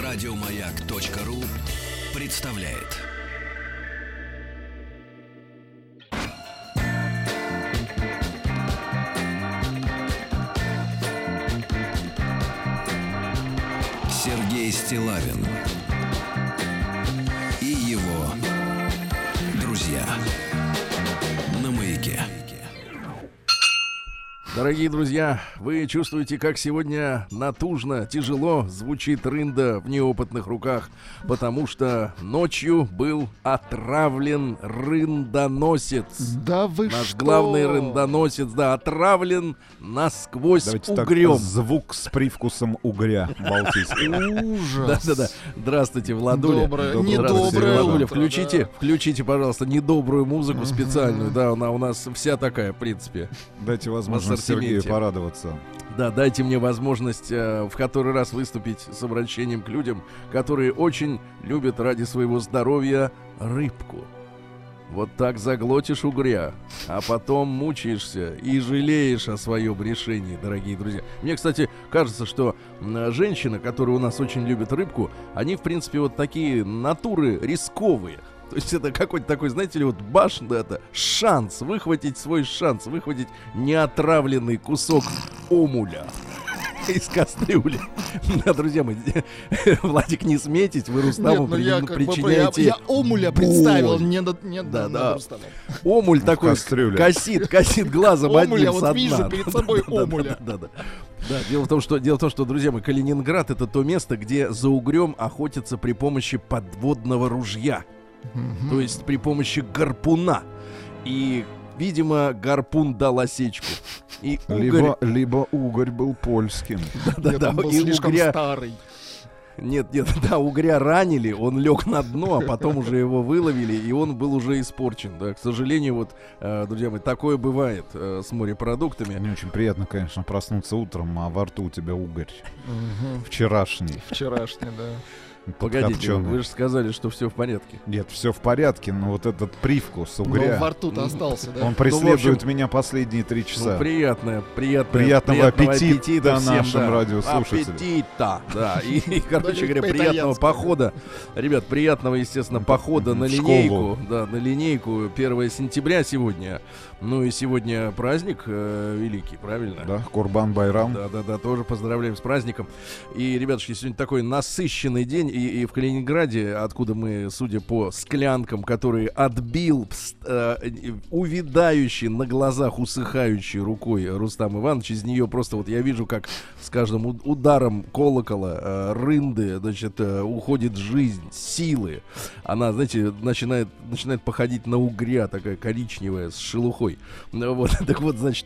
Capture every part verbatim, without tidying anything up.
Радиомаяк.ру представляет. Сергей Стиллавин и его друзья на Маяке. Дорогие друзья, вы чувствуете, как сегодня натужно, тяжело звучит рында в неопытных руках, потому что ночью был отравлен рындоносец. Да вы Наш что? главный рындоносец, да, отравлен насквозь Давайте угрем. Так, звук с привкусом угря балтийского. Ужас. Да-да-да. Здравствуйте, Владуля. Доброе, Доброе Здравствуйте, недоброе Владуля. утро, Включите, да. включите, пожалуйста, недобрую музыку специальную. Да, она у нас вся такая, в принципе. Дайте В возможность ассортименте. Сергею порадоваться. Да, дайте мне возможность э, в который раз выступить с обращением к людям, которые очень любят ради своего здоровья рыбку. Вот так заглотишь угря, а потом мучаешься и жалеешь о своем решении, дорогие друзья. Мне, кстати, кажется, что м, женщины, которые у нас очень любят рыбку, они, в принципе, вот такие натуры рисковые. То есть это какой-то такой, знаете ли, вот баш, да, это шанс, выхватить свой шанс, выхватить неотравленный кусок омуля из кастрюли. Да, друзья мои, Владик, не смейтесь, вы Рустаму Нет, ну я как бы, причиняете... я, я омуля представил, боль. не над, не Да, над да. Рустамом. Омуль В такой кастрюле. косит, косит глазом одним Омуля, вот со вижу дна. перед Да, собой да, да, омуля. Да, да, да. Да, дело в том, что, дело в том, что, друзья мои, Калининград — это то место, где за угрем охотятся при помощи подводного ружья. То есть при помощи гарпуна. И, видимо, гарпун дал осечку. И угорь... Либо, либо угорь был польским. Да, Нет, да, он был и слишком угря... старый. Нет, нет, да, угря ранили, он лег на дно, а потом уже его выловили, и он был уже испорчен. Да, к сожалению, вот, э, друзья мои, такое бывает э, с морепродуктами. Не очень приятно, конечно, проснуться утром, а во рту у тебя угорь. Вчерашний. Вчерашний, да. Погодите, подкопченый. вы же сказали, что все в порядке. Нет, все в порядке, но вот этот привкус Но угря, во рту-то остался, да? он преследует Ну, в общем, меня последние три Ну, часа. приятное, приятное, Приятного приятного аппетита всем, нашим да. радиослушателям. Аппетита, да. И, и, короче Да, говоря, по-итальянски. приятного похода. Ребят, приятного, естественно, похода на в линейку. школу. Да, на линейку. первое сентября сегодня. Ну и сегодня праздник э, великий, правильно? Да, Курбан Байрам. Да, да, да, тоже поздравляем с праздником. И, ребятушки, сегодня такой насыщенный день. И, и в Калининграде, откуда мы, судя по склянкам, которые отбил пс- э, увядающий на глазах, усыхающий рукой Рустам Иванович, из нее просто вот я вижу, как с каждым у- ударом колокола, э, рынды, значит, э, уходит жизнь, силы. Она, знаете, начинает, начинает походить на угря, такая коричневая, с шелухой. Ну, вот, так вот, значит,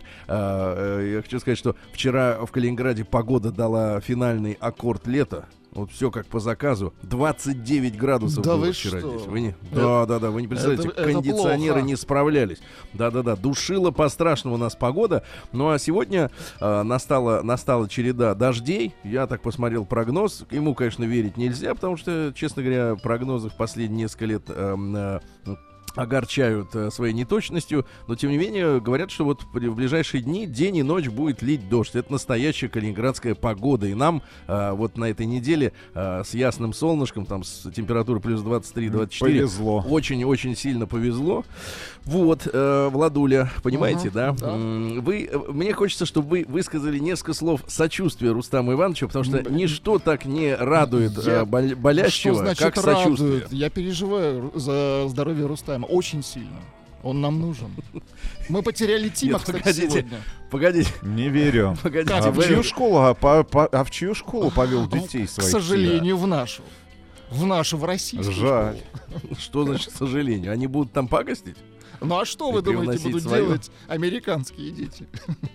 э, э, я хочу сказать, что вчера в Калининграде погода дала финальный аккорд лета. Вот все как по заказу. двадцать девять градусов Да было вы вчера что? здесь. Вы не... Это- Да, да, да, вы не представляете, это- это кондиционеры плохо. не справлялись. Да, да, да, душила по-страшному у нас погода. Ну а сегодня э, настала, настала череда дождей. Я так посмотрел прогноз. Ему, конечно, верить нельзя, потому что, честно говоря, прогнозы в последние несколько лет э, э, огорчают э, своей неточностью, но тем не менее говорят, что вот в в ближайшие дни день и ночь будет лить дождь. Это настоящая калининградская погода. И нам э, вот на этой неделе э, с ясным солнышком, там с температурой плюс двадцать три - двадцать четыре, Повезло. очень-очень сильно повезло. Вот, э, Владуля, понимаете, Ага, да? да. М, Вы, э, мне хочется, чтобы вы высказали несколько слов сочувствия Рустаму Ивановичу, потому что М, ничто так не радует э, Я- бол- болящего, Что значит как сочувствие. радует? Я переживаю ру- за здоровье Рустама очень сильно. Он нам нужен. Мы потеряли Тима, Нет, кстати, погодите. сегодня. Погодите, Не верю. погодите. А в вы- чью школу, а, по- по- а в чью школу повел детей К своих? сожалению, в нашу. В нашу, в российскую Жаль. школу. Что значит, к сожалению? Они будут там пакостить? Ну а что И вы думаете, привносить будут свое? делать американские дети?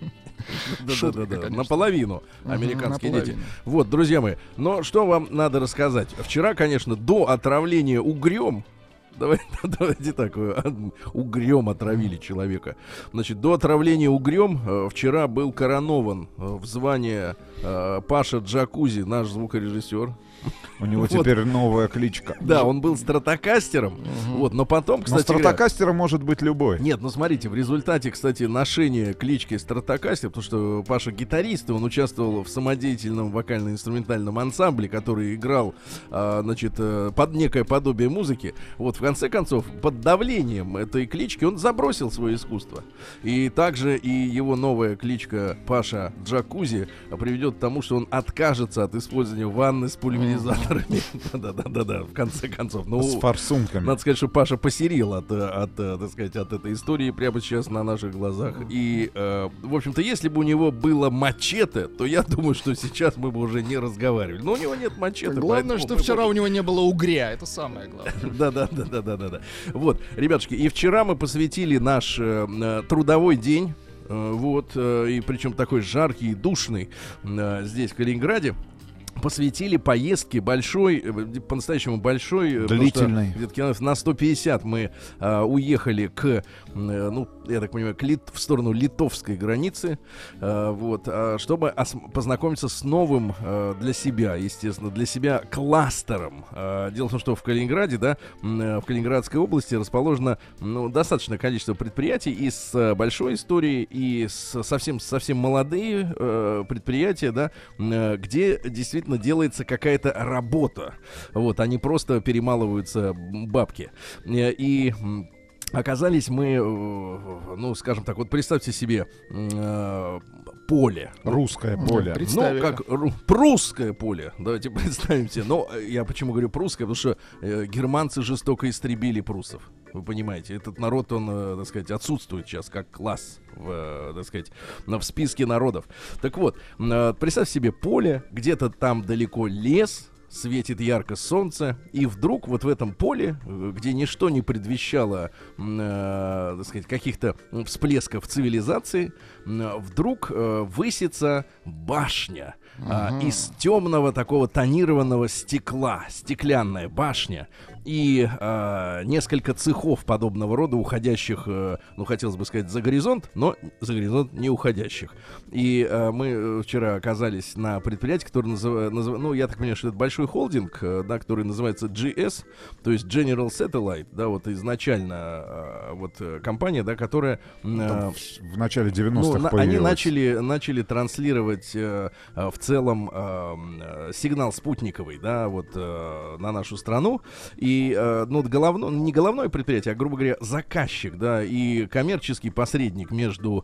Да, Шутка, да, да, да. конечно. Наполовину Мгм, американские дети. наполовину. Вот, друзья мои, но что вам надо рассказать? Вчера, конечно, до отравления угрем, давайте, давайте так, э, угрем отравили человека. Значит, до отравления угрем э, вчера был коронован э, в звание э, Паша Джакузи, наш звукорежиссер. У него Вот. теперь новая кличка. Да, он был стратокастером, вот, но потом, Но кстати говоря... стратокастером может быть любой. Нет, ну смотрите, в результате, кстати, ношения клички Стратокастер, потому что Паша гитарист, и он участвовал в самодеятельном вокально-инструментальном ансамбле, который играл, а, значит, э, под некое подобие музыки. Вот, в конце концов, под давлением этой клички он забросил свое искусство. И также и его новая кличка Паша Джакузи приведет к тому, что он откажется от использования ванны с пульверизаторами. Да-да-да-да, в конце концов. Ну, С форсунками. надо сказать, что Паша посерил от, от, так сказать, от этой истории прямо сейчас на наших глазах. И, э, в общем-то, если бы у него было мачете, то я думаю, что сейчас мы бы уже не разговаривали. Но у него нет мачете. Главное, что вчера у него не было угря. Это самое главное. Да-да-да-да-да-да. Вот, ребятушки, и вчера мы посвятили наш э, трудовой день. Э, вот, э, и причем такой жаркий и душный э, здесь, в Калининграде. Посвятили поездке большой, э, по-настоящему большой, э, потому что Длительной. где-то километров на сто пятьдесят мы э, уехали к, э, ну, я так понимаю, к Лит- в сторону литовской границы, э, вот, э, чтобы ос- познакомиться с новым э, для себя, естественно, для себя кластером. Э, дело в том, что в Калининграде, да, м, э, в Калининградской области расположено, ну, достаточное количество предприятий и с э, большой историей, и с совсем, совсем молодые э, предприятия, да, э, где действительно делается какая-то работа. Вот, они просто перемалываются бабки. Э, И м, оказались мы, э, ну, скажем так, вот представьте себе э, поле. Русское поле. Пред- Представили. Ну, как ру- прусское поле. Давайте представим себе. Но э, я почему говорю прусское? Потому что э, германцы жестоко истребили пруссов. Вы понимаете, этот народ, он, э, так сказать, отсутствует сейчас как класс в, э, так сказать, на- в списке народов. Так вот, э, представь себе поле, где-то там далеко лес, светит ярко солнце, и вдруг вот в этом поле, э, где ничто не предвещало, м, э, так сказать, каких-то м, всплесков цивилизации, м, вдруг э, высится башня а, из темного такого тонированного стекла, стеклянная башня, и а, несколько цехов подобного рода, уходящих, э, ну, хотелось бы сказать, за горизонт, но за горизонт не уходящих. И а, мы э, вчера оказались на предприятии, которое называется, ну, я так понимаю, что это большой холдинг, э, да, который называется джи эс, то есть General Satellite, да, вот изначально а, вот э, компания, да, которая... э, Там в, в начале ну, девяностых на- появилась. они начали, начали транслировать э, э, в целом э, э, сигнал спутниковый, да, вот э, на нашу страну. И, э, ну, головно, не головное предприятие, а, грубо говоря, заказчик, да, и коммерческий посредник между,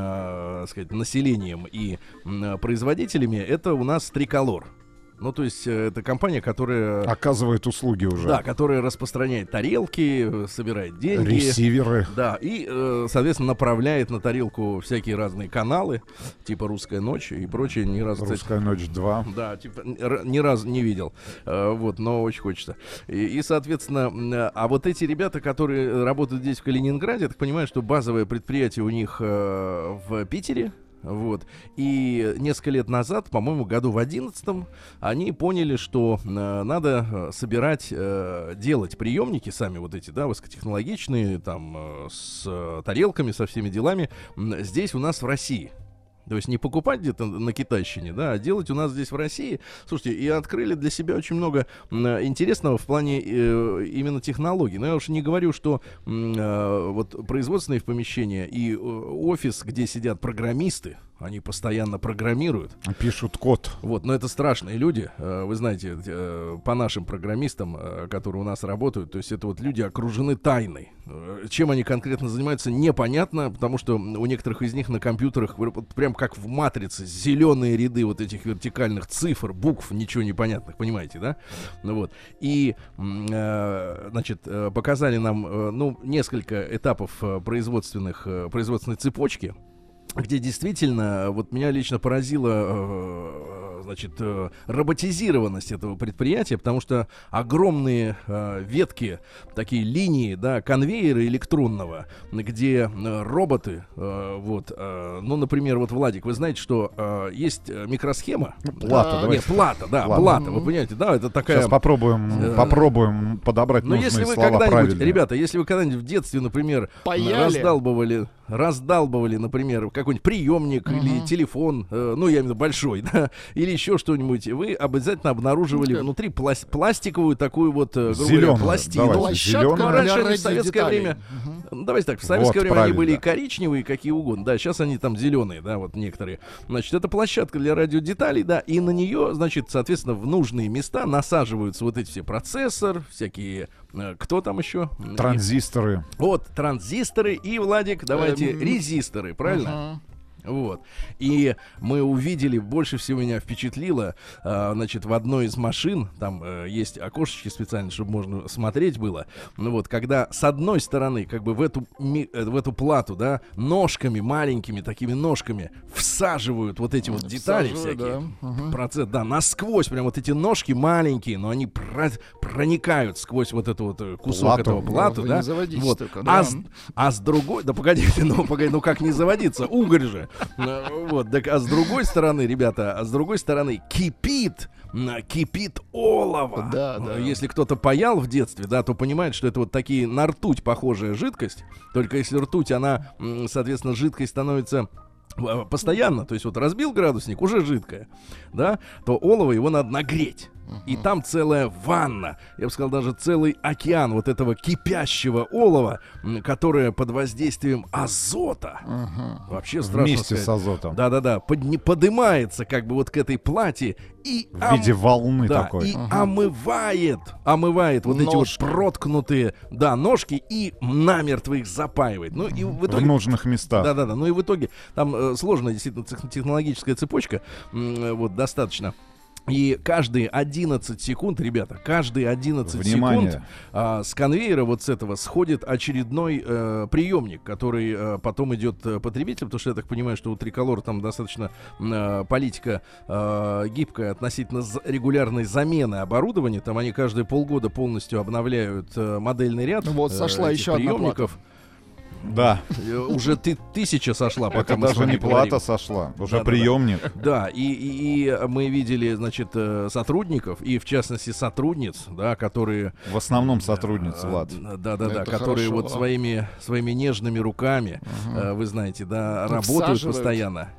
э, сказать, населением и э, производителями, это у нас Триколор. Ну, то есть, э, это компания, которая... Оказывает услуги уже. Да, которая распространяет тарелки, э, собирает деньги. Ресиверы. Да, и, э, соответственно, направляет на тарелку всякие разные каналы, типа «Русская ночь» и прочее. Ни разу, кстати, Русская ночь два. да, типа, р- ни разу не видел. Э, вот, но очень хочется. И, и, соответственно, м, а вот эти ребята, которые работают здесь, в Калининграде, я так понимаю, что базовое предприятие у них э, в Питере. Вот. И несколько лет назад, по-моему, году в одиннадцатом, они поняли, что э, надо э, собирать, э, делать приемники сами вот эти, да, высокотехнологичные, там, э, с э, тарелками, со всеми делами, м, здесь у нас в России. То есть не покупать где-то на китайщине, да, а делать у нас здесь в России. Слушайте, и открыли для себя очень много м, интересного в плане э, именно технологий. Но я уж не говорю, что м, э, вот производственные помещения и э, офис, где сидят программисты, они постоянно программируют. Пишут код. Вот, но это страшные люди, э, вы знаете, э, по нашим программистам, э, которые у нас работают, то есть это вот люди окружены тайной. Э, Чем они конкретно занимаются, непонятно, потому что у некоторых из них на компьютерах вот прям как в матрице зеленые ряды вот этих вертикальных цифр, букв, ничего непонятных, понимаете, да? Ну вот. И, м, э, значит, э, показали нам, э, ну, несколько этапов э, производственных, э, производственной цепочки, где действительно, вот меня лично поразила, э, значит, э, роботизированность этого предприятия, потому что огромные э, ветки, такие линии, да, конвейера электронного, где э, роботы, э, вот, э, ну, например, вот, Владик, вы знаете, что э, есть э, микросхема? Плата, Да. давай. Нет, плата, да, Плата. плата, вы понимаете, да, это такая... Сейчас попробуем, э, попробуем подобрать Но нужные если вы слова когда-нибудь, правильные. ребята, если вы когда-нибудь в детстве, например, Паяли. раздалбывали... раздалбывали, например, какой-нибудь приемник uh-huh. или телефон, э, ну, я имею в виду большой, да, или еще что-нибудь, вы обязательно обнаруживали uh-huh. внутри пласт- пластиковую такую вот, грубо говоря, пластину. Площадка раньше они в советское деталей. время, uh-huh. давайте так, в советское вот, время правильно. Они были коричневые, какие угодно, да, сейчас они там зеленые, да, вот некоторые. Значит, это площадка для радиодеталей, да, и на нее, значит, соответственно, в нужные места насаживаются вот эти все процессор, всякие, э, кто там еще? Транзисторы. Вот, транзисторы и, Владик, давайте, эм... резисторы, правильно? Uh-huh. Вот. И мы увидели, больше всего меня впечатлило, э, значит, в одной из машин, там э, есть окошечки специально, чтобы можно смотреть было, ну вот, когда с одной стороны, как бы в эту, ми, в эту плату, да, ножками, маленькими такими ножками всаживают вот эти вот детали всякие, да. Uh-huh. Процесс, да, насквозь, прям вот эти ножки маленькие, но они про- проникают сквозь вот эту вот кусок плату. этого плату, да, вот. Только, да. А, с, а с другой, да погодите, ну, погоди, ну как не заводиться, угорь же. Вот, так, а с другой стороны, ребята, а с другой стороны кипит, кипит олово. Да, да. Если кто-то паял в детстве, да, то понимает, что это вот такие на ртуть похожая жидкость. Только если ртуть, она, соответственно, жидкость становится постоянно, то есть вот разбил градусник, уже жидкое, да, то олово его надо нагреть. Uh-huh. И там целая ванна, я бы сказал, даже целый океан вот этого кипящего олова, которое под воздействием азота, uh-huh. вообще страшно вместе сказать, с азотом, да-да-да, под, не подымается как бы вот к этой плате и в виде ом... волны да, такой, и uh-huh. омывает, омывает вот ножки. Эти вот проткнутые, да, ножки и намертво их запаивает. Ну и в итоге в нужных местах. Да-да-да. Ну и в итоге там э, сложная действительно технологическая цепочка, э, вот достаточно. И каждые одиннадцать секунд, ребята, каждые одиннадцать Внимание. секунд а, с конвейера вот с этого сходит очередной э, приемник, который э, потом идет э, потребителю, потому что я так понимаю, что у Триколора там достаточно э, политика э, гибкая относительно з- регулярной замены оборудования. Там они каждые полгода полностью обновляют э, модельный ряд. Ну вот сошла э, еще приемников. одна плата. Да. Уже ты, тысяча сошла, пока это мы даже не плата говорим. Сошла, уже да, приемник. Да, да. да и, и, и мы видели, значит, сотрудников, и в частности сотрудниц, да, которые... В основном сотрудниц, Влад. Да-да-да, которые хорошо, вот да. своими, своими нежными руками, uh-huh. вы знаете, да, ну, работают всаживают. Постоянно.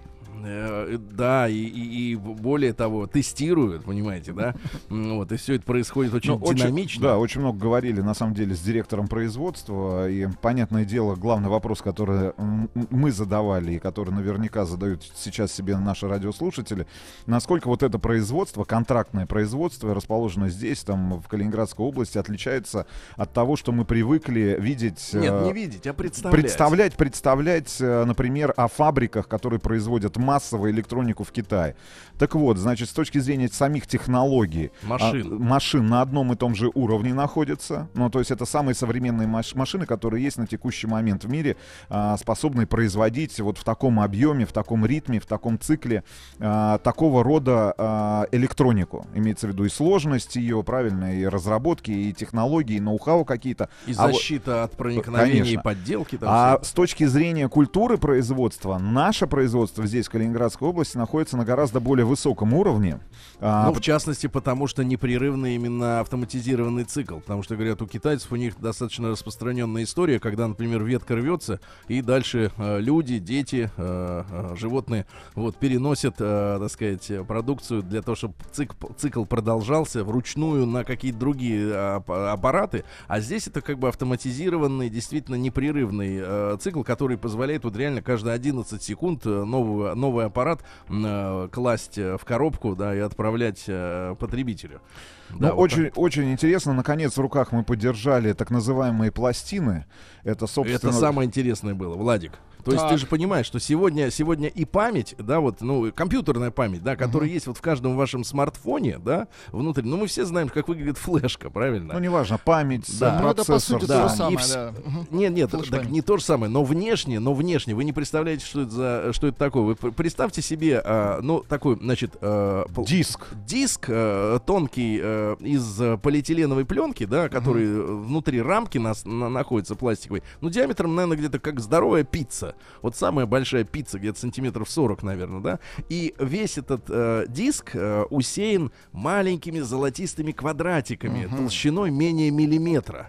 Да, и, и, и более того, тестируют, понимаете, да? Вот, и все это происходит очень ну, динамично. Очень, да, очень много говорили, на самом деле, с директором производства. И, понятное дело, главный вопрос, который мы задавали, и который наверняка задают сейчас себе наши радиослушатели, насколько вот это производство, контрактное производство, расположенное здесь, там, в Калининградской области, отличается от того, что мы привыкли видеть... Нет, не видеть, а представлять. Представлять, представлять, например, о фабриках, которые производят массовую электронику в Китае. Так вот, значит, с точки зрения самих технологий, машин, а, машин на одном и том же уровне находятся. Ну, то есть это самые современные маш- машины, которые есть на текущий момент в мире, а, способные производить вот в таком объеме, в таком ритме, в таком цикле а, такого рода а, электронику. Имеется в виду и сложность ее, правильно, и разработки, и технологии, и ноу-хау какие-то. И защита а, от проникновения, конечно. И подделки. Там а все. С точки зрения культуры производства, наше производство здесь, в Калининградской области, находится на гораздо более высоком уровне. Ну, в частности, потому что непрерывный именно автоматизированный цикл. Потому что, говорят, у китайцев у них достаточно распространенная история, когда, например, ветка рвется, и дальше э, люди, дети, э, э, животные вот, переносят, э, так сказать, продукцию для того, чтобы цикл, цикл продолжался вручную на какие-то другие э, аппараты. А здесь это как бы автоматизированный, действительно непрерывный э, цикл, который позволяет вот реально каждые одиннадцать секунд новую, новый аппарат э, класть в коробку, да, и отправлять э, потребителю. Ну, да, вот очень, очень интересно. Наконец, в руках мы подержали так называемые пластины. Это, собственно... Это самое интересное было, Владик. То есть так. Ты же понимаешь, что сегодня, сегодня и память, да, вот, ну, компьютерная память, да, которая uh-huh. есть вот в каждом вашем смартфоне, да, внутри. Ну, мы все знаем, как выглядит флешка, правильно? Ну, неважно, память, да. процессор. Ну, это, по сути, да. то же самое, вс... да. Нет, нет, так не то же самое, но внешне, но внешне вы не представляете, что это за, что это такое. Вы представьте себе, а, ну, такой, значит... А, диск. Диск а, тонкий а, из полиэтиленовой пленки, да, который uh-huh. внутри рамки нас, на, находится пластиковой, ну, диаметром, наверное, где-то как здоровая пицца. Вот самая большая пицца, где-то сантиметров сорок, наверное, да. И весь этот э, диск э, усеян маленькими золотистыми квадратиками uh-huh. толщиной менее миллиметра.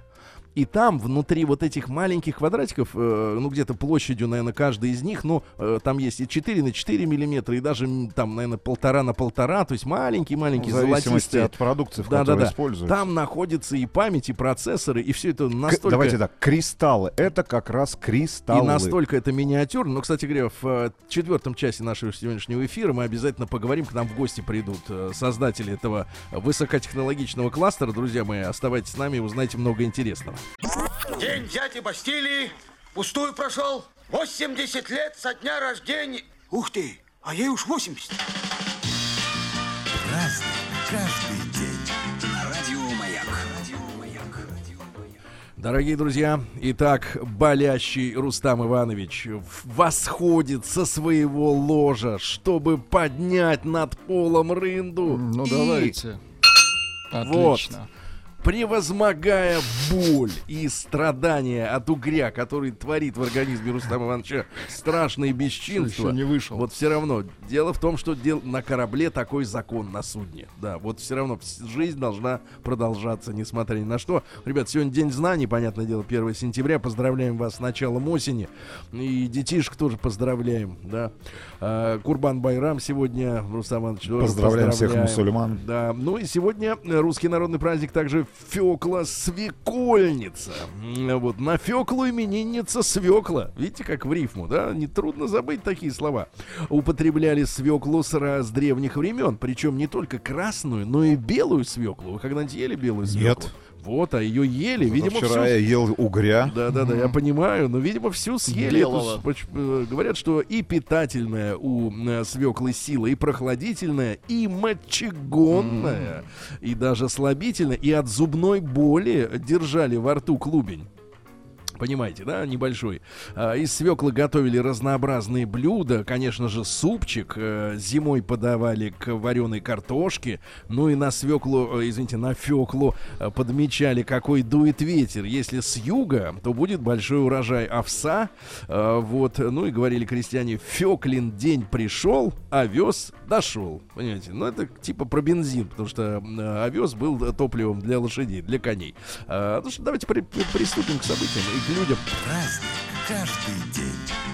И там, внутри вот этих маленьких квадратиков, э, ну, где-то площадью, наверное, каждый из них, ну, э, там есть и четыре на четыре миллиметра, и даже м, там, наверное, полтора на полтора, то есть маленькие-маленькие, В зависимости золотистые. от продукции, в Да, которой да, да. используется. Там находится и память, и процессоры, и все это К- настолько... Давайте так, кристаллы. Это как раз кристаллы. И настолько это миниатюрно. Но, кстати говоря, в э, четвертом часе нашего сегодняшнего эфира мы обязательно поговорим. К нам в гости придут э, создатели этого высокотехнологичного кластера. Друзья мои, оставайтесь с нами и узнаете много интересного. День дяди Бастилии пустую прошел. восемьдесят лет со дня рождения. Ух ты, а ей уж восемьдесят. Разный, каждый день. На радио Маяк. Дорогие друзья, итак, болящий Рустам Иванович восходит со своего ложа, чтобы поднять над полом рынду. Ну, и, давайте. Вот, Отлично. превозмогая боль и страдания от угря, который творит в организме Рустама Ивановича страшные бесчинства, Еще не вышел. вот все равно, дело в том, что дел, на корабле такой закон, на судне. Да, вот все равно жизнь должна продолжаться, несмотря ни на что. Ребят, сегодня День знаний, понятное дело, первое сентября. Поздравляем вас с началом осени. И детишек тоже поздравляем, да. А, Курбан-Байрам сегодня, Рустам Иванович, тоже Поздравляем всех поздравляем. мусульман. Да, ну и сегодня русский народный праздник также Фёкла Свекольница. М, Вот, на Фёклу именинница свекла. Видите, как в рифму, да? Нетрудно забыть такие слова. Употребляли свеклу с, раз- с древних времен. Причем не только красную, но и белую свеклу. Вы когда-нибудь ели белую свеклу? Нет. Вот, а ее ели. Зато Видимо, вчера я всю... ел угря. Да, да, да, я понимаю, но, видимо, всю съели. эту Белого. с- поч- э, говорят, что и питательная у э, свеклы сила, и прохладительная, и мочегонная, и даже слабительная, и от зубной боли держали во рту клубень. Понимаете, да, небольшой. А, из свеклы готовили разнообразные блюда. Конечно же, супчик. э, Зимой подавали к вареной картошке. Ну и на свеклу, э, извините, на феклу э, подмечали, какой дует ветер. Если с юга, то будет большой урожай овса. Э, Вот, ну и говорили крестьяне: феклин день пришел, овес дошел. Понимаете, ну это типа про бензин, потому что э, овес был э, топливом для лошадей, для коней. А, ну что, давайте при- при- приступим к событиям и к людям. Праздник каждый день.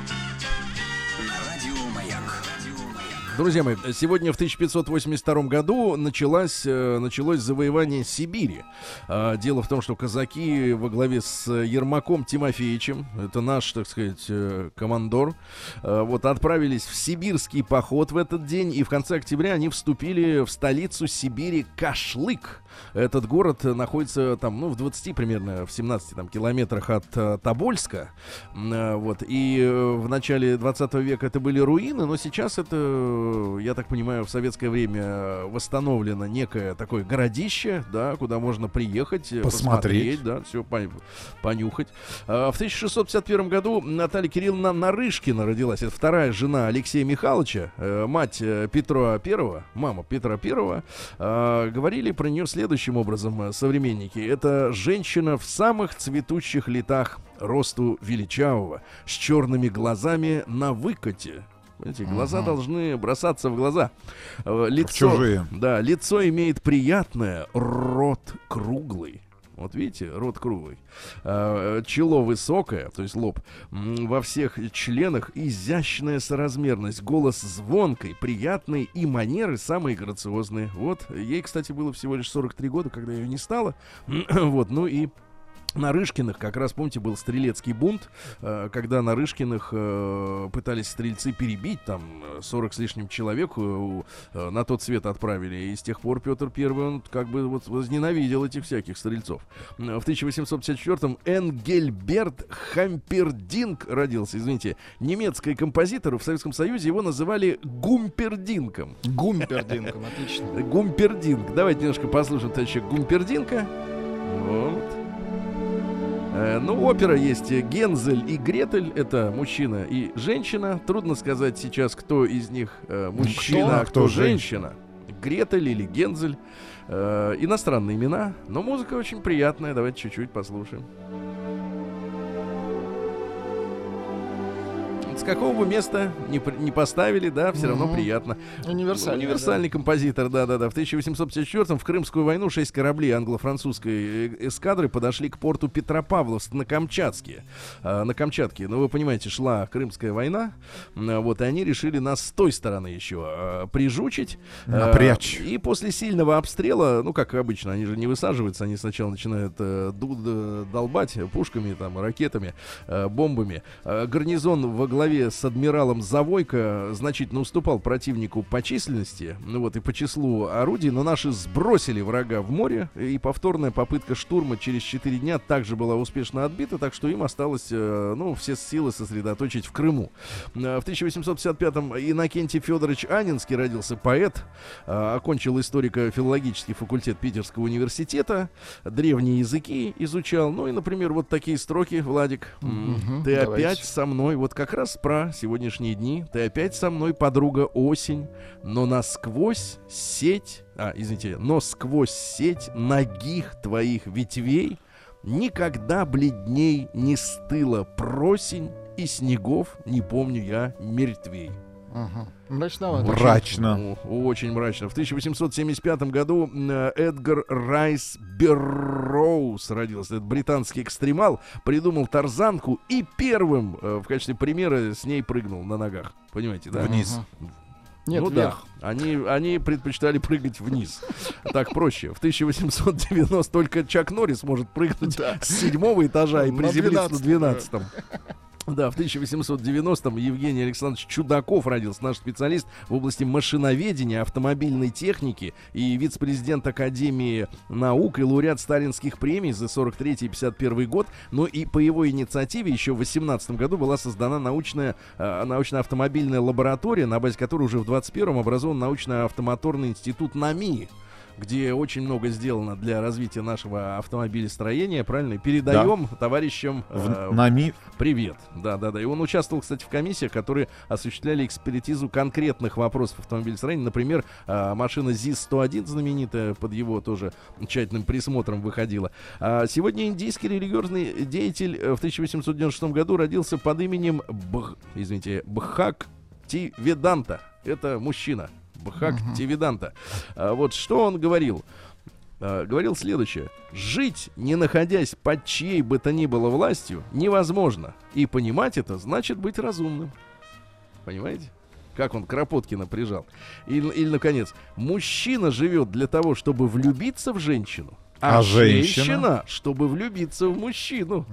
На радио Маяк. Друзья мои, сегодня в тысяча пятьсот восемьдесят втором году началось, э, началось завоевание Сибири. А, дело в том, что казаки во главе с Ермаком Тимофеевичем, это наш, так сказать, э, командор, э, вот, отправились в сибирский поход в этот день, и в конце октября они вступили в столицу Сибири Кашлык. Этот город находится там, ну, в двадцати примерно, в семнадцати там километрах от э, Тобольска. М, э, вот, и э, в начале двадцатого века это были руины, но сейчас это, э, я так понимаю, в советское время восстановлено некое такое городище, да, куда можно приехать, э, Посмотреть. посмотреть, да, все понюхать. А, в тысяча шестьсот пятьдесят первом году Наталья Кирилловна Нарышкина родилась. Это вторая жена Алексея Михайловича, э, мать э, Петра Первого, мама Петра Первого. А, говорили про нее следующим образом э, современники. Это женщина в самых цветущих летах, росту величавого, с черными глазами на выкате. Понимаете, глаза Ага. должны бросаться в глаза. Э, Лицо, чужие. да, лицо имеет приятное, рот круглый. Вот видите, рот круглый. А, чело высокое, то есть лоб. М, Во всех членах изящная соразмерность. Голос звонкий, приятный, и манеры самые грациозные. Вот, ей, кстати, было всего лишь сорок три года, когда ее не стало. Вот, ну и Нарышкиных, как раз, помните, был стрелецкий бунт, э, когда Нарышкиных э, пытались стрельцы перебить, там э, сорок с лишним человек э, э, на тот свет отправили, и с тех пор Петр Первый, он как бы вот возненавидел этих всяких стрельцов. Э, В тысяча восемьсот пятьдесят четвёртом Энгельберт Хампердинг родился, извините, немецкий композитор, в Советском Союзе его называли Гумпердинком. Гумпердинком, отлично. Гумпердинг. Давайте немножко послушаем товарища Гумпердинка. Вот. Э, Ну, опера есть Гензель и Гретель. Это мужчина и женщина. Трудно сказать сейчас, кто из них э, мужчина, Кто? а кто Кто женщина. Гретель или Гензель. Э, иностранные имена. Но музыка очень приятная. Давайте чуть-чуть послушаем. какого бы места не, не поставили, да, все равно Мгм. приятно. Универсальный. Универсальный композитор, да-да-да. В тысяча восемьсот пятьдесят четвёртом в Крымскую войну шесть кораблей англо-французской э, эскадры подошли к порту Петропавловск на Камчатске. А, на Камчатке, ну вы понимаете, шла Крымская война, а, вот, и они решили нас с той стороны еще а, прижучить. а, Напрячь. И после сильного обстрела, ну как обычно, они же не высаживаются, они сначала начинают э, ду- д- долбать пушками, там, ракетами, э, бомбами. Э, гарнизон во главе с адмиралом Завойко значительно уступал противнику по численности, ну вот, и по числу орудий, но наши сбросили врага в море, и повторная попытка штурма через четыре дня также была успешно отбита, так что им осталось, э, ну, все силы сосредоточить в Крыму. Э, в тысяча восемьсот пятьдесят пятом Иннокентий Федорович Анинский родился поэт, э, окончил историко-филологический факультет Питерского университета, древние языки изучал, ну и, например, вот такие строки, Владик. М, Мгм, Ты давайте. опять со мной, вот как раз про сегодняшние дни. Ты опять со мной, подруга, осень, но насквозь сеть, а, извините, но сквозь сеть ногих твоих ветвей никогда бледней не стыла просень, и снегов не помню я мертвей. Ага. Мрачновато. Мрачно. О, очень мрачно. В тысяча восемьсот семьдесят пятом году э, Эдгар Райс Берроуз родился. Это британский экстремал. Придумал тарзанку и первым э, в качестве примера с ней прыгнул на ногах. Понимаете, да? Вниз. Ага. Нет, ну вверх. да, они, они предпочитали прыгать вниз. Так проще. В тысяча восемьсот девяностом только Чак Норрис может прыгнуть Да. с седьмого этажа и На приземлиться на двенадцатом. двенадцатом. Да, в тысяча восемьсот девяностом Евгений Александрович Чудаков родился, наш специалист в области машиноведения, автомобильной техники и вице-президент Академии наук и лауреат сталинских премий за сорок третий и пятьдесят первый год. Но и по его инициативе еще в восемнадцатом году была создана научная, э, научно-автомобильная лаборатория, на базе которой уже в двадцать первом образован научно-автомоторный институт НАМИ, где очень много сделано для развития нашего автомобилестроения, правильно? Передаем товарищам э, В НАМИ. привет. Да, да, да. И он участвовал, кстати, в комиссиях, которые осуществляли экспертизу конкретных вопросов автомобилестроения. Например, э, машина ЗИС сто один знаменитая, под его тоже тщательным присмотром выходила. А сегодня индийский религиозный деятель э, в тысяча восемьсот девяносто шестом году родился под именем Бх, извините, Бхактиведанта. Это мужчина. Бхактиведанта. А, вот что он говорил. А, говорил следующее. Жить, не находясь под чьей бы то ни было властью, невозможно. И понимать это значит быть разумным. Понимаете? Как он Кропоткина прижал. Или, или, наконец, мужчина живет для того, чтобы влюбиться в женщину, а, А женщина, женщина? чтобы влюбиться в мужчину.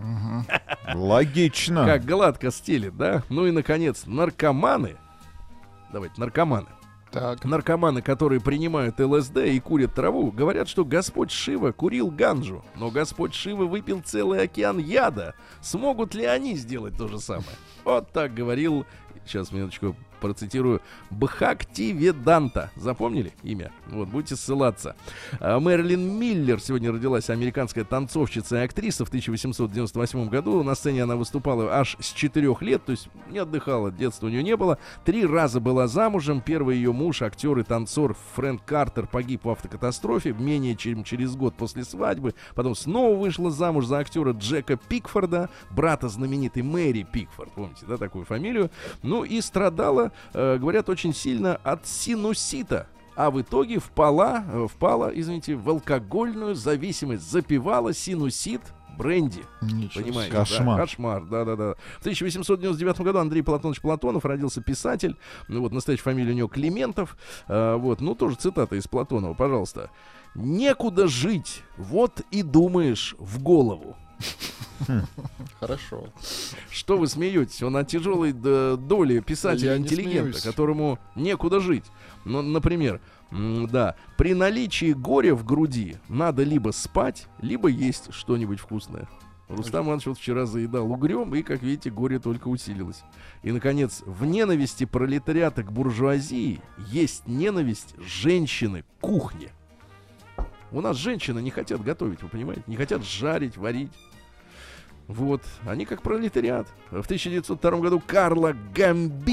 Логично. Как гладко стелит, да? Ну и, наконец, наркоманы. Давайте, наркоманы. Так. Наркоманы, которые принимают ЛСД и курят траву, говорят, что Господь Шива курил ганджу, но Господь Шива выпил целый океан яда. Смогут ли они сделать то же самое? Вот так говорил, сейчас минуточку процитирую, Бхактиведанта. Запомнили имя? Вот, будете ссылаться. А, Мэрилин Миллер сегодня родилась, американская танцовщица и актриса. В тысяча восемьсот девяносто восьмом году на сцене она выступала аж с четырёх лет, то есть не отдыхала, детства у нее не было. Три раза была замужем. Первый ее муж, актер и танцор Фрэнк Картер, погиб в автокатастрофе менее чем через год после свадьбы. Потом снова вышла замуж за актера Джека Пикфорда, брата знаменитой Мэри Пикфорд, помните, да, такую фамилию. Ну и страдала, э, говорят, очень сильно от синусита. А в итоге впала, э, впала, извините, в алкогольную зависимость. Запивала синусит бренди. Ничего Понимаете? себе. Кошмар. Да, кошмар, да-да-да. В тысяча восемьсот девяносто девятом году Андрей Платонович Платонов родился, писатель. Ну вот, настоящая фамилия у него Климентов. А, вот, ну тоже цитата из Платонова, пожалуйста. «Некуда жить, вот и думаешь в голову». Хорошо. Что вы смеетесь? Он о тяжелой д- доле писателя Я не интеллигента, смеюсь. которому некуда жить. Ну, например, м, да, при наличии горя в груди надо либо спать, либо есть что-нибудь вкусное. Рустам Иванович вот вчера заедал угрем, и, как видите, горе только усилилось. И, наконец, в ненависти пролетариата к буржуазии есть ненависть женщины к кухне. У нас женщины не хотят готовить, вы понимаете? Не хотят жарить, варить. Вот, они как пролетариат. В тысяча девятьсот втором году Карло Гамбини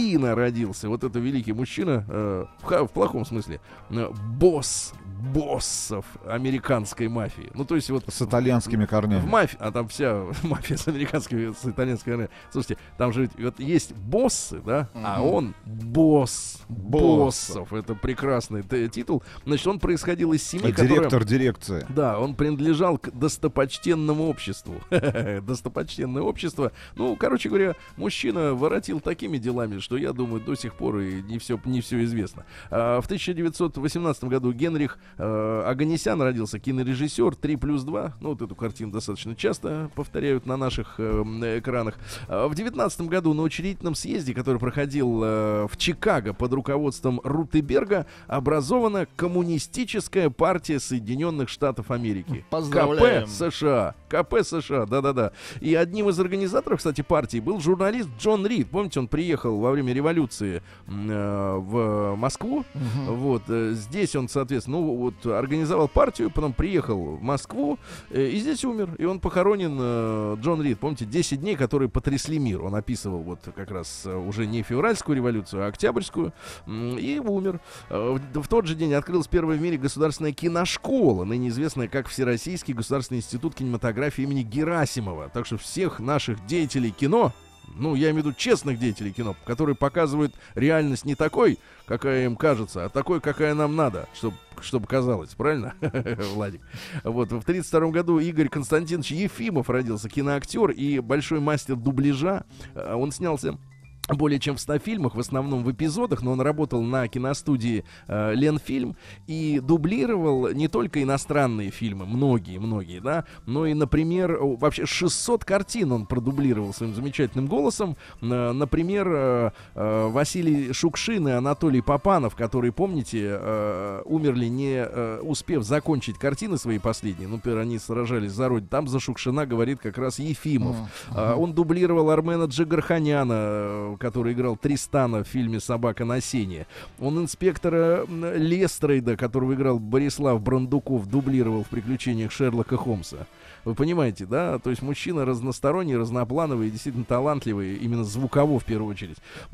Калина родился. Вот это великий мужчина, э, в, в плохом смысле, э, босс боссов американской мафии. Ну, то есть вот... С итальянскими корнями. В мафии, а там вся мафия с американскими, с итальянской корнями. Слушайте, там же вот есть боссы, да, mm-hmm. а он босс боссов. Это прекрасный т- титул. Значит, он происходил из семьи, Директор которая... дирекции. Да, он принадлежал к достопочтенному обществу. Достопочтенное общество. Ну, короче говоря, мужчина воротил такими делами, что, я думаю, до сих пор и не все, не все известно. А в тысяча девятьсот восемнадцатом году Генрих э, Оганесян родился, кинорежиссер, три плюс два. Ну, вот эту картину достаточно часто повторяют на наших э, экранах. А в девятнадцатом году на учредительном съезде, который проходил э, в Чикаго под руководством Рутеберга, образована Коммунистическая партия Соединенных Штатов Америки. Поздравляем. КП США. КП США, да-да-да. И одним из организаторов, кстати, партии был журналист Джон Рид. Помните, он приехал во время революции э, в Москву. Uh-huh. Вот. Э, здесь он, соответственно, ну, вот, организовал партию, потом приехал в Москву, э, и здесь умер. И он похоронен, э, Джон Рид. Помните, десять дней, которые потрясли мир. Он описывал вот как раз э, уже не февральскую революцию, а октябрьскую. Э, и умер. Э, в, в тот же день открылась первая в мире государственная киношкола, ныне известная как Всероссийский государственный институт кинематографии имени Герасимова. Так что всех наших деятелей кино, ну, я имею в виду честных деятелей кино, которые показывают реальность не такой, какая им кажется, а такой, какая нам надо, чтобы чтобы казалось, правильно, Владик? Вот, в тридцать втором году Игорь Константинович Ефимов родился, киноактер и большой мастер дубляжа. Он снялся более чем в ста фильмах, в основном в эпизодах, но он работал на киностудии э, Ленфильм и дублировал не только иностранные фильмы, многие-многие, да, но и, например, вообще шестьсот картин он продублировал своим замечательным голосом. Э, например, э, э, Василий Шукшин и Анатолий Попанов, которые, помните, э, умерли, не э, успев закончить картины свои последние. Ну, например, они сражались за родину. Там за Шукшина говорит как раз Ефимов. Uh-huh. Э, он дублировал Армена Джигарханяна, который играл Тристана в фильме «Собака на сене». Он инспектора Лестрейда, которого играл Борислав Брандуков, дублировал в «Приключениях Шерлока Холмса». Вы понимаете, да? То есть мужчина разносторонний, разноплановый, действительно талантливый, именно звуково в первую очередь.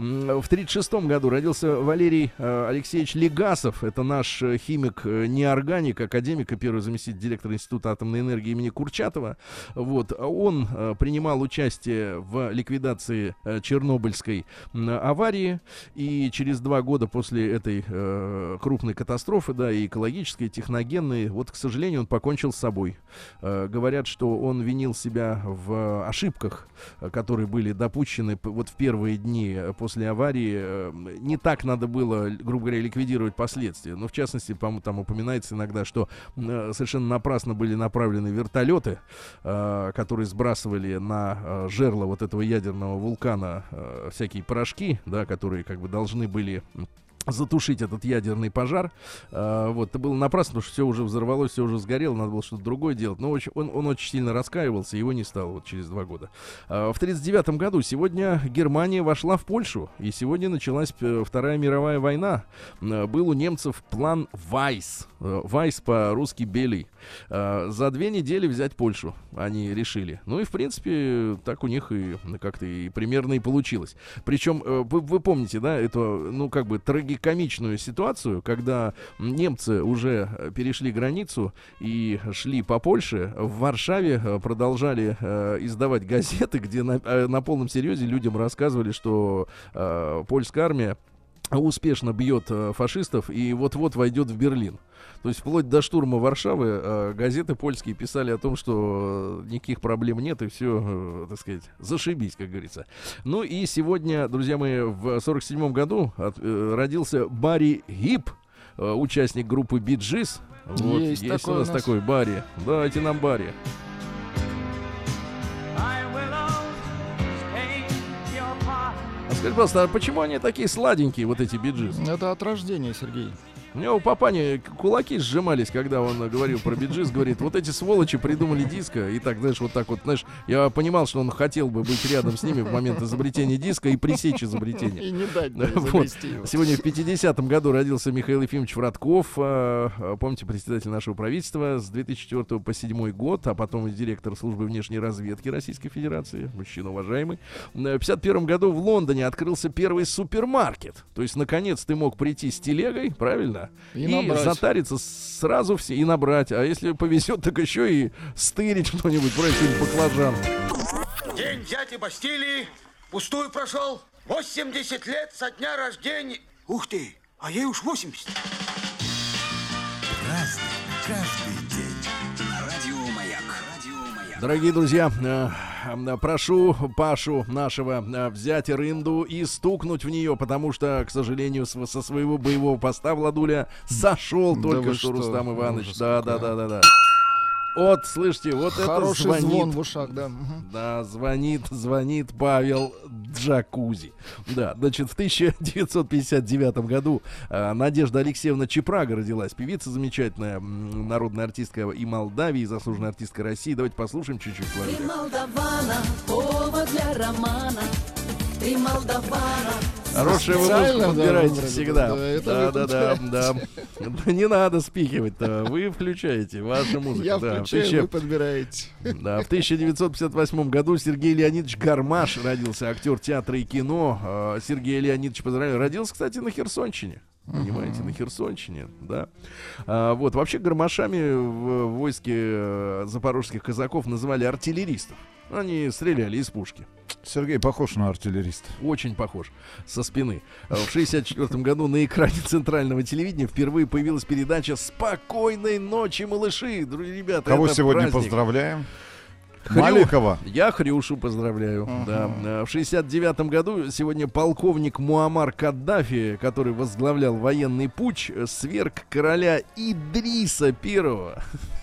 В тридцать шестом году родился Валерий э, Алексеевич Легасов. Это наш э, химик, э, неорганик, академик и первый заместитель директора Института атомной энергии имени Курчатова. Вот. Он э, принимал участие в ликвидации э, Чернобыльской э, аварии. И через два года после этой э, крупной катастрофы, да, и экологической, и техногенной, вот, к сожалению, он покончил с собой. Э, говорят, что он винил себя в ошибках, которые были допущены вот в первые дни после аварии. Не так надо было, грубо говоря, ликвидировать последствия. Но, в частности, по-моему, там упоминается иногда, что совершенно напрасно были направлены вертолеты, которые сбрасывали на жерло вот этого ядерного вулкана всякие порошки, да, которые как бы должны были затушить этот ядерный пожар. А, вот, это было напрасно, потому что все уже взорвалось, все уже сгорело, надо было что-то другое делать. Но очень, он, он очень сильно раскаивался, его не стало вот через два года. А, в тридцать девятом году сегодня Германия вошла в Польшу, и сегодня началась Вторая мировая война. А, был у немцев план Вайс. Вайс по-русски белый. А, за две недели взять Польшу они решили. Ну и, в принципе, так у них и как-то и примерно и получилось. Причем, вы, вы помните, да, эту, ну, как бы трагедию, комичную ситуацию, когда немцы уже перешли границу и шли по Польше, в Варшаве продолжали э, издавать газеты, где на, э, на полном серьезе людям рассказывали, что э, польская армия успешно бьет э, фашистов и вот-вот войдет в Берлин. То есть вплоть до штурма Варшавы э, газеты польские писали о том, что э, никаких проблем нет и все, э, так сказать, зашибись, как говорится. Ну и сегодня, друзья мои, в сорок седьмом году от, э, родился Барри Гиб, э, участник группы Bee Gees. Вот, есть, есть такой у нас, у нас такой Барри. Давайте нам Барри. А скажи, пожалуйста, а почему они такие сладенькие, вот эти Bee Gees? Это от рождения, Сергей. У него у папани кулаки сжимались, когда он говорил про биджис. Говорит, вот эти сволочи придумали диско. И так, знаешь, вот так вот, знаешь, я понимал, что он хотел бы быть рядом с ними в момент изобретения диска и пресечь изобретение. И не дать Да, вот. Сегодня в пятидесятом году родился Михаил Ефимович Фродков. а, Помните, председатель нашего правительства с две тысячи четвёртого по седьмой год, а потом и директор службы внешней разведки Российской Федерации. Мужчина уважаемый. В пятьдесят первом году в Лондоне открылся первый супермаркет. То есть, наконец, ты мог прийти с телегой, правильно? И И, набрать. затариться сразу все и набрать. А если повезет, так еще и стырить что-нибудь, брать какой-нибудь баклажан. День дяди Бастилии пустую прошел. восемьдесят лет со дня рождения. Ух ты, а ей уж восемьдесят. Разный, каждый день. На радио Маяк. Радио Маяк. Дорогие друзья, э, э, прошу Пашу нашего э, взять рынду и стукнуть в нее, потому что, к сожалению, с- со своего боевого поста Владуля сошел Да только вы что что? Рустам Иванович. Ужас Да, да, какой. да, да, да. Вот, слышите, вот Хороший это звонит. звон в ушах, да. Мгм. Да, звонит, звонит Павел Джакузи. Да, значит, в тысяча девятьсот пятьдесят девятом году э, Надежда Алексеевна Чепрага родилась. Певица замечательная, м, народная артистка и Молдавии, заслуженная артистка России. Давайте послушаем чуть-чуть. Ты Владимир. Молдавана, повод для романа. Ты Молдавана. Хорошую вы Специально, музыку да, подбираете выбрали, всегда. да, это Да, вы да, да, да. Да не надо спихивать-то. Вы включаете вашу музыку. Я да. В включаю, тысяча- вы подбираете. Да, в тысяча девятьсот пятьдесят восьмом году Сергей Леонидович Гармаш родился, актер театра и кино. А, Сергей Леонидович, поздравляю, родился, кстати, на Херсонщине. Понимаете, на Херсонщине, да. А, вот, вообще гармашами в войске э, запорожских казаков называли артиллеристов. Они стреляли из пушки. Сергей похож на артиллериста. Очень похож со спины. А В шестьдесят четвёртом году на экране центрального телевидения впервые появилась передача «Спокойной ночи, малыши». Друзья, ребята, Кого это сегодня праздник. поздравляем? Хрю- Маликова. Я Хрюшу поздравляю. Да. А В шестьдесят девятом году сегодня полковник Муаммар Каддафи, который возглавлял военный путч, сверг короля Идриса Первого.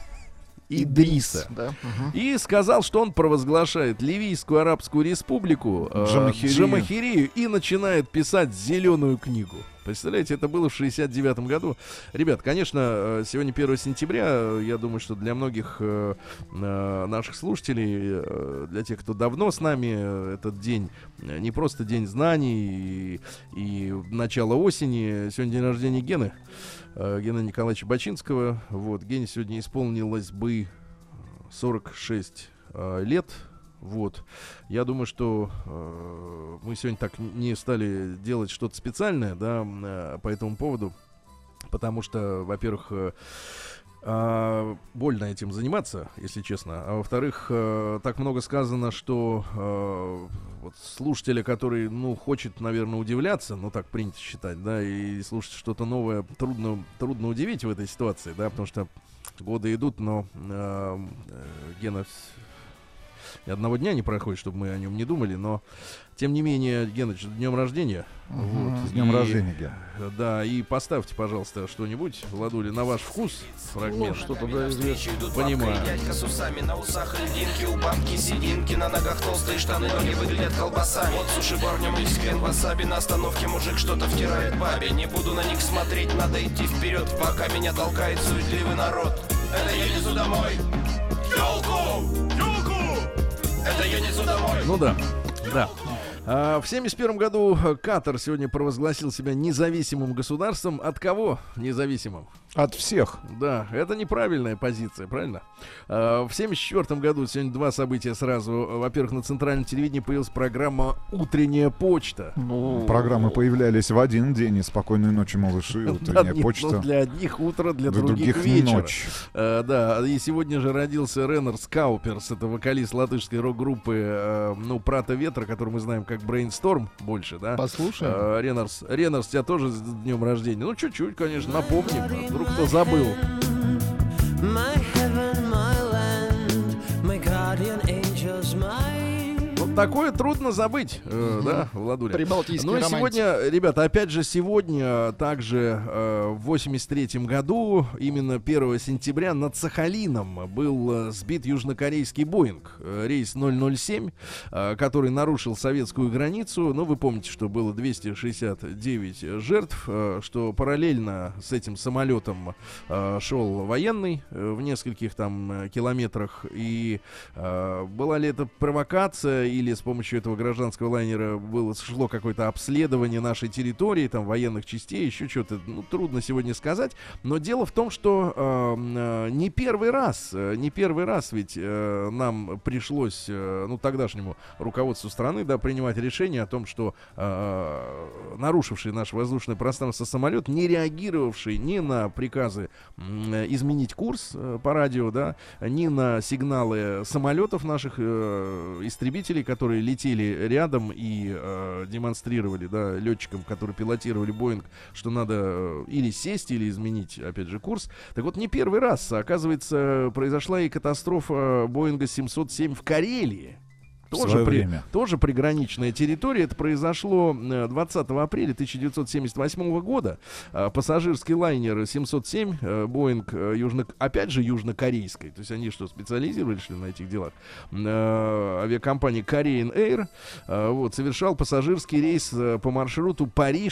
Идриса. Да. Мгм. И сказал, что он провозглашает Ливийскую Арабскую Республику, э, Джамахирию. Джамахирию, и начинает писать зеленую книгу. Представляете, это было в шестьдесят девятом году. Ребят, конечно, э, сегодня первое сентября. э, Я думаю, что для многих э, э, наших слушателей, э, для тех, кто давно с нами, э, этот день э, не просто день знаний и, и начало осени. Сегодня день рождения Гены. э, Гена Николаевича Бачинского. Вот, Гене сегодня исполнилось бы сорок шесть э, лет. Вот. Я думаю, что э, мы сегодня так не стали делать что-то специальное, да, э, по этому поводу, потому что, во-первых, э, э, больно этим заниматься, если честно, а во-вторых, э, так много сказано, что э, вот слушателя, который, ну, хочет, наверное, удивляться, ну, так принято считать, да, и слушать что-то новое, трудно, трудно удивить в этой ситуации, да, потому что годы идут, но э, э, Гена... И одного дня не проходит, чтобы мы о нем не думали, но тем не менее, Геныч, с днем рождения. Вот. С днем И, рождения, Ген. Да, и поставьте, пожалуйста, что-нибудь, Владуля, на ваш вкус фрагмент. Что-то да, известно. Понимаю. Дядька с усами, на усах льдинки, у бабки сединки, на ногах толстые штаны, ноги выглядят колбасами. Вот суши-бар, в нем есть крем васаби, на остановке мужик что-то втирает бабе. Не буду на них смотреть, надо идти вперед, пока меня толкает суетливый народ. Это я несу домой ёлку, ёлку! Это я несу домой. Ну да, да. А, в семьдесят первом году Катар сегодня провозгласил себя независимым государством. От кого независимым? От всех. Да, это неправильная позиция, правильно? А, в семьдесят четвёртом году сегодня два события сразу. Во-первых, на центральном телевидении появилась программа «Утренняя почта». Программы появлялись в один день. И «Спокойной ночи, малыши», Да, «Утренняя нет, почта». ну, для одних утро, для, Для других, других вечер. ночь. Э, да, и сегодня же родился Ренарс Кауперс, это вокалист латышской рок-группы, э, ну, Прата Ветра, который мы знаем как Brainstorm больше, да. Послушаем. Э, Ренарс, Ренарс, тебя тоже с днем рождения. Ну, чуть-чуть, конечно, напомним, а вдруг кто забыл. My heaven, my land, my guardian angels, my такое трудно забыть, э, да, Владуля. Прибалтийский Ну и романтик. сегодня, ребята, опять же, сегодня также э, в восемьдесят третьем году, именно первого сентября, над Сахалином был э, сбит южнокорейский Боинг, э, рейс ноль ноль семь, э, который нарушил советскую границу. Ну, вы помните, что было двести шестьдесят девять жертв, э, что параллельно с этим самолетом э, шел военный э, в нескольких там э, километрах. И э, была ли это провокация или с помощью этого гражданского лайнера было, шло какое-то обследование нашей территории, там военных частей, еще что-то, ну, трудно сегодня сказать. Но дело в том, что э, э, не первый раз, э, не первый раз ведь э, нам пришлось, э, ну, тогдашнему руководству страны, да, принимать решение о том, что э, нарушивший наше воздушное пространство самолет, не реагировавший ни на приказы э, изменить курс э, по радио, да, ни на сигналы самолетов наших э, истребителей, которые летели рядом и э, демонстрировали, да, летчикам, которые пилотировали Боинг, что надо э, или сесть, или изменить, опять же, курс. Так вот, не первый раз, оказывается, произошла и катастрофа Боинга семьсот семь в Карелии. Тоже, при, тоже приграничная территория. Это произошло двадцатого апреля тысяча девятьсот семьдесят восьмого года. Пассажирский лайнер семьсот семь, Боинг, южно, опять же южнокорейской. То есть они что, специализировались что ли, на этих делах? Авиакомпания Korean Air вот, совершал пассажирский рейс по маршруту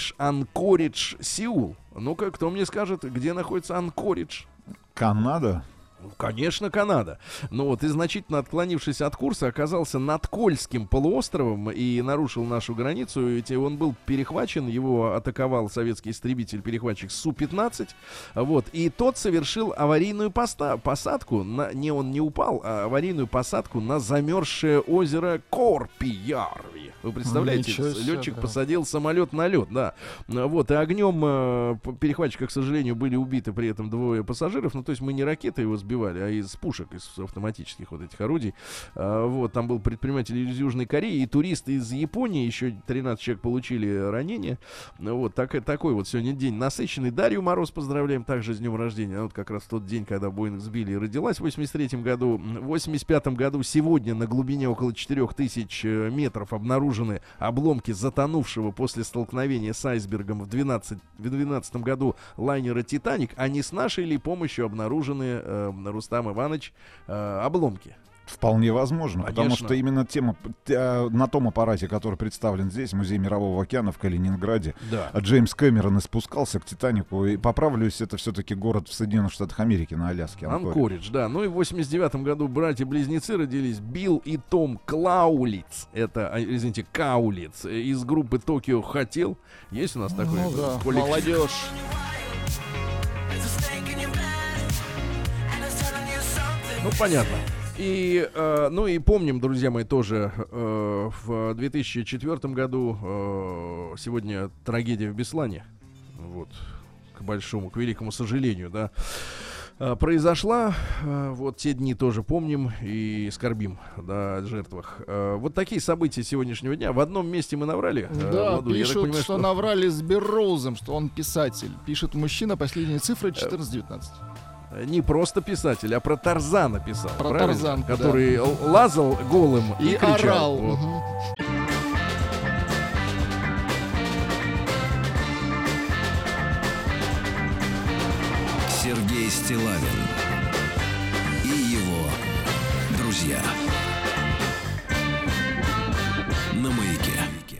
Париж-Анкоридж-Сеул. Ну-ка, кто мне скажет, где находится Анкоридж? Канада? Конечно, Канада. Но вот и значительно отклонившись от курса, оказался над Кольским полуостровом и нарушил нашу границу. Ведь он был перехвачен, его атаковал советский истребитель-перехватчик Су пятнадцать. Вот, и тот совершил аварийную поста- посадку, на, не он не упал, а аварийную посадку на замерзшее озеро Корпиярви. Вы представляете, себе, летчик да. посадил самолет на лед, да. Вот, и огнем э, перехватчика, к сожалению, были убиты при этом двое пассажиров. Ну, то есть мы не ракеты его сбивали, а из пушек, из автоматических вот этих орудий. А, вот, там был предприниматель из Южной Кореи и туристы из Японии, еще тринадцать человек получили ранения. Вот, так, такой вот сегодня день насыщенный. Дарью Мороз поздравляем также с днем рождения. А вот как раз в тот день, когда Боинг сбили, и родилась в восемьдесят третьем году. В восемьдесят пятом году сегодня на глубине около четырёх тысяч метров обнаружены обломки затонувшего после столкновения с айсбергом в двенадцатом году лайнера «Титаник». Они с нашей ли помощью обнаружены, э, Рустам Иванович, э, обломки? Вполне возможно, Конечно. потому что именно тема э, на том аппарате, который представлен здесь, Музей Мирового океана в Калининграде, Да. Джеймс Кэмерон и спускался к «Титанику». И поправлюсь, это все-таки город в Соединенных Штатах Америки, на Аляске. Анкоридж. Анкоридж, да. Ну и в восемьдесят девятом году братья-близнецы родились Билл и Том Клаулиц. Это, а, извините, Каулиц из группы Токио Хотел. Есть у нас такой Ну да, коллектив? молодежь. Ну, понятно. И, э, ну и помним, друзья мои, тоже э, в две тысячи четвёртом году э, сегодня трагедия в Беслане. Вот, к большому, к великому сожалению, да, э, произошла. Э, вот те дни тоже помним и скорбим, да, о жертвах. Э, вот такие события сегодняшнего дня. В одном месте мы наврали. э, Да, Владуль, я так пишут, понимаю, что наврали с Берроузом, что он писатель. Пишет мужчина, последние цифры четырнадцать девятнадцать. Не просто писатель, а про Тарзана писал. Про правильно? Тарзанку, да. Который л- лазал голым и, И кричал. орал. Вот. Мгм. Сергей Стиллавин и его друзья на Маяке.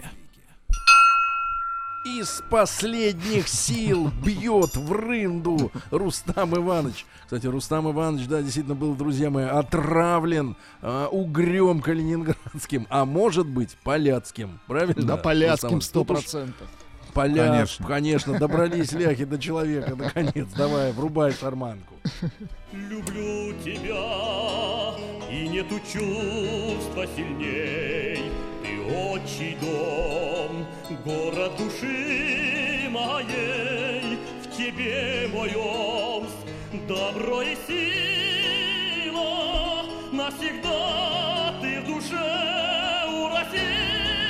Из последних сил бьет в рынду Рустам Иванович. Кстати, Рустам Иванович, да, действительно был, друзья мои, отравлен а, угрём калининградским, а может быть, поляцким. Правильно? Да, поляцким Рустам сто Иванович? процентов. Поляк, Конечно. конечно, добрались ляхи до человека, наконец. Давай, врубай шарманку. Люблю тебя, и нету чувства сильней. Ты отчий дом, город души моей. В тебе мой Омск, добро и сила. Навсегда ты в душе у России.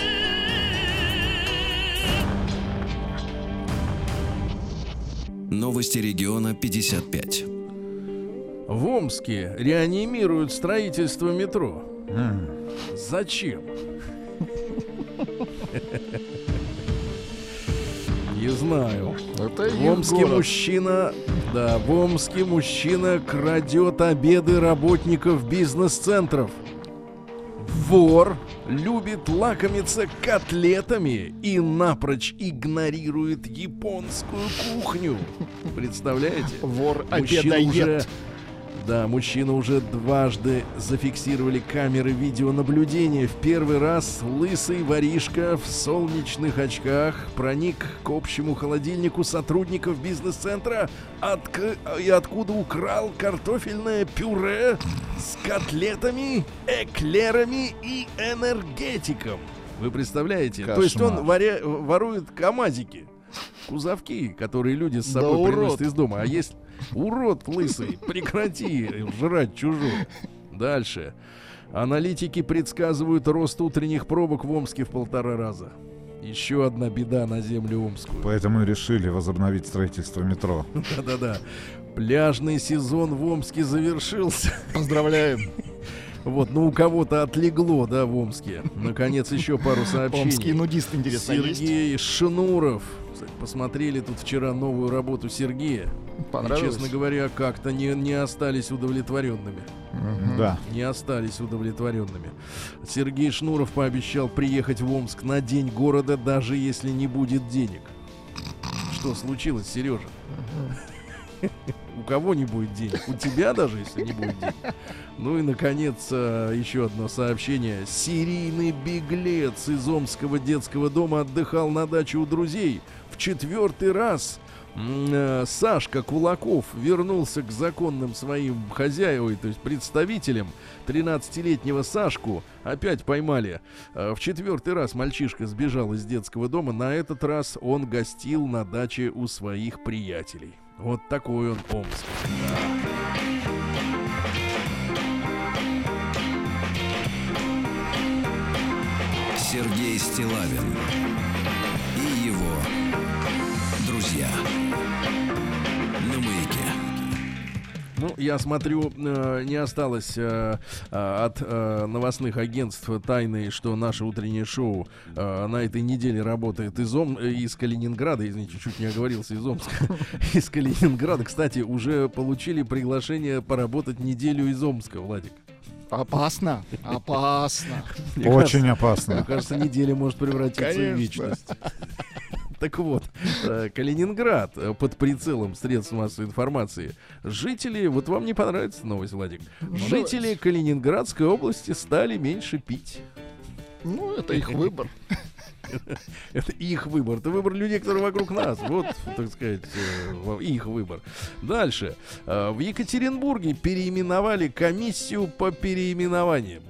Новости региона пятьдесят пять. В Омске реанимируют строительство метро. Зачем? Не знаю. Это В Омске мужчина, да, в Омске мужчина крадет обеды работников бизнес-центров. Вор любит лакомиться котлетами и напрочь игнорирует японскую кухню. Представляете? Вор Мужчина обедает. уже, да, мужчину уже дважды зафиксировали камеры видеонаблюдения. В первый раз лысый воришка в солнечных очках проник к общему холодильнику сотрудников бизнес-центра отк- и откуда украл картофельное пюре с котлетами, эклерами и энергетиком. Вы представляете? Кошмар. То есть он варя- ворует камазики, кузовки, которые люди с Да собой урод. приносят из дома. А есть урод лысый, прекрати жрать чужое. Дальше. Аналитики предсказывают рост утренних пробок в Омске в полтора раза. Еще одна беда на землю омскую. Поэтому и решили возобновить строительство метро. Да-да-да. Пляжный сезон в Омске завершился. Поздравляем. Вот, ну у кого-то отлегло, да, в Омске. Наконец, еще пару сообщений. Омские нудисты, интересно, есть? Сергей Шнуров. Кстати, посмотрели тут вчера новую работу Сергея. И, Понравилось? честно говоря, как-то не, не остались удовлетворенными. Мгм. Да. Не остались удовлетворенными. Сергей Шнуров пообещал приехать в Омск на день города, даже если не будет денег. Что случилось, Сережа? У кого не будет денег? У тебя даже, если не будет денег. Ну и, наконец, э, еще одно сообщение. Серийный беглец из Омского детского дома отдыхал на даче у друзей. В четвертый раз м, э, Сашка Кулаков вернулся к законным своим хозяевам, то есть представителям. тринадцатилетнего Сашку опять поймали. Э, В четвертый раз мальчишка сбежал из детского дома. На этот раз он гостил на даче у своих приятелей. Вот такой он Омск. Сергей Стиллавин и его друзья на Маяке. Ну, я смотрю, э, не осталось э, э, от э, новостных агентств тайны, что наше утреннее шоу э, на этой неделе работает из, Ом... э, из Калининграда. Извините, чуть не оговорился, из Омска. Из Калининграда. Кстати, уже получили приглашение поработать неделю из Омска, Владик. Опасно, опасно. Мне Очень кажется, Мне опасно. кажется, неделя может превратиться в Конечно. вечность. Так вот, э, Калининград э, под прицелом средств массовой информации. Жители, вот вам не понравится новость, Владик. Жители Калининградской области стали меньше пить. Ну, это их выбор. Это их выбор. Это выбор людей, которые вокруг нас. Вот, так сказать, э, во- их выбор. Дальше. Э, В Екатеринбурге переименовали комиссию по переименованиям.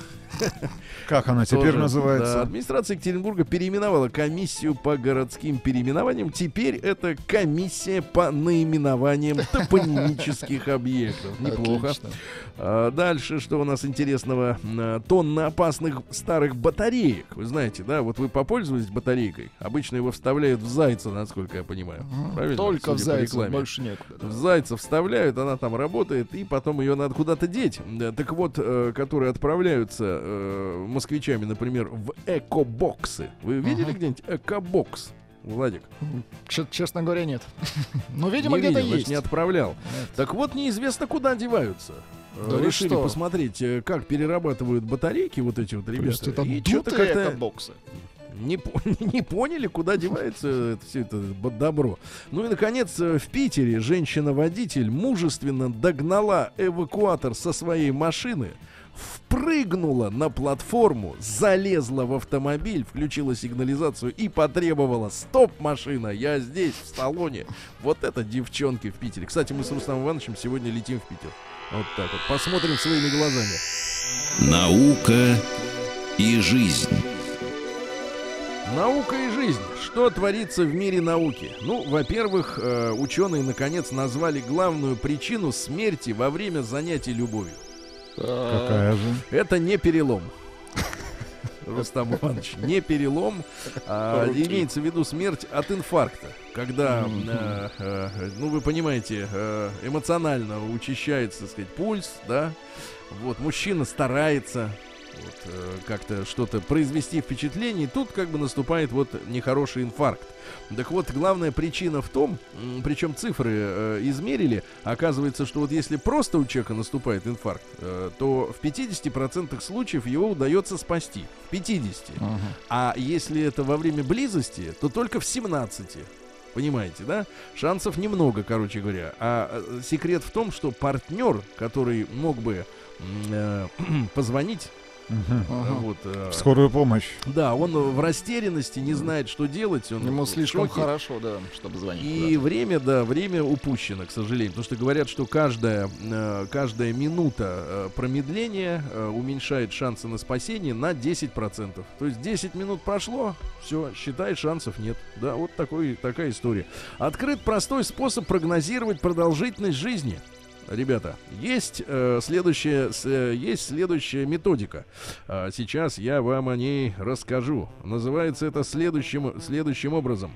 Как она теперь Тоже, да, называется? администрация Екатеринбурга переименовала комиссию по городским переименованиям. Теперь это комиссия по наименованиям топонимических объектов. Неплохо. Отлично. А, дальше, что у нас интересного? А, Тонны опасных старых батареек. Вы знаете, да? Вот вы попользовались батарейкой. Обычно его вставляют в зайца, насколько я понимаю. Правильно? Только в Судя по зайцев, рекламе. больше некуда. В зайца вставляют, она там работает, и потом ее надо куда-то деть. Да, так вот, э, которые отправляются э, москвичами, например, в эко-боксы. Вы видели Ага. где-нибудь эко-бокс, Владик? Ч- Честно говоря, нет. Но, видимо, Не где-то видел, значит, есть. не отправлял. Нет. Так вот, неизвестно, куда деваются. Э, Да вы Решили что? посмотреть, э, как перерабатывают батарейки вот эти вот То есть ребята. это И что-то дутые как-то эко-боксы. не, по- не поняли, куда девается это, все это б- добро. Ну и, наконец, э, в Питере женщина-водитель мужественно догнала эвакуатор со своей машины, впрыгнула на платформу, залезла в автомобиль, включила сигнализацию и потребовала: «Стоп, машина, я здесь, в салоне». Вот это девчонки в Питере. Кстати, мы с Рустамом Ивановичем сегодня летим в Питер. Вот так вот. Посмотрим своими глазами. Наука и жизнь. Наука и жизнь. Что творится в мире науки? Ну, во-первых, э, ученые наконец назвали главную причину смерти во время занятий любовью. Какая же? Это не перелом. Рустам Иванович, не перелом, а Руки. имеется в виду смерть от инфаркта, когда, э, э, ну вы понимаете, э, эмоционально учащается, так сказать, пульс, да, вот, мужчина старается, вот, э, как-то что-то произвести впечатление, и тут как бы наступает вот нехороший инфаркт. Так вот, главная причина в том, м, причем цифры э, измерили, оказывается, что вот если просто у человека наступает инфаркт, э, то в пятидесяти процентах случаев его удается спасти. В пятидесяти. Ага. А если это во время близости, то только в семнадцати. Понимаете, да? Шансов немного, короче говоря. А э, секрет в том, что партнер, который мог бы м, э, позвонить, Мгм. Ага. вот, э, В скорую помощь. да, он в растерянности, не знает, что делать. Он Ему в слишком шоке. хорошо, да, чтобы звонить. И куда-то. время, да, время упущено, к сожалению. Потому что говорят, что каждая, э, каждая минута э, промедления э, уменьшает шансы на спасение на десять процентов. То есть десять минут прошло, все, считай, шансов нет. Да, вот такой, такая история. Открыт простой способ прогнозировать продолжительность жизни. Ребята, есть, э, следующая, с- э, есть следующая методика. А, сейчас я вам о ней расскажу. Называется это следующим, следующим образом.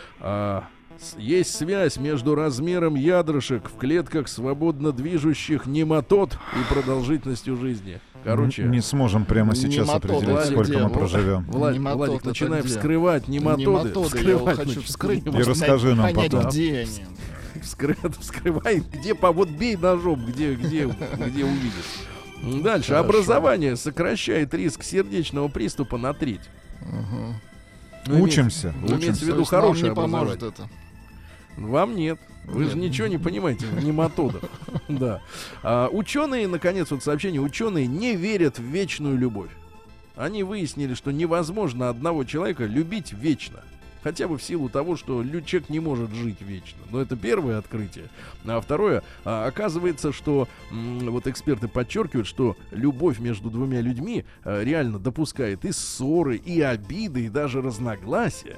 А, с- есть связь между размером ядрышек в клетках свободно движущих нематод и продолжительностью жизни. Короче, Н- Не сможем прямо сейчас Нематоды, определить, Владик, сколько где? мы проживем. Влад- нематод Владик, это начинай где? вскрывать нематоды. Нематоды, я вскрывать хочу начинай. вскрыть. И может, расскажи нам понять, потом. где они. Вскры- Вскрывай, где по вот бей ножом, где, где, где увидишь. Дальше. Хорошо. Образование сокращает риск сердечного приступа на треть. Ага. Ну, Учимся. имеется- имеется в То виду есть нам хорошее не поможет образование. это. Вам нет. Вы Нет. же ничего не понимаете в нематодах. Да. А, ученые, наконец, вот сообщение, ученые не верят в вечную любовь. Они выяснили, что невозможно одного человека любить вечно. Хотя бы в силу того, что лю- человек не может жить вечно. Но это первое открытие. А второе, а, оказывается, что м, вот эксперты подчеркивают, что любовь между двумя людьми а, реально допускает и ссоры, и обиды, и даже разногласия.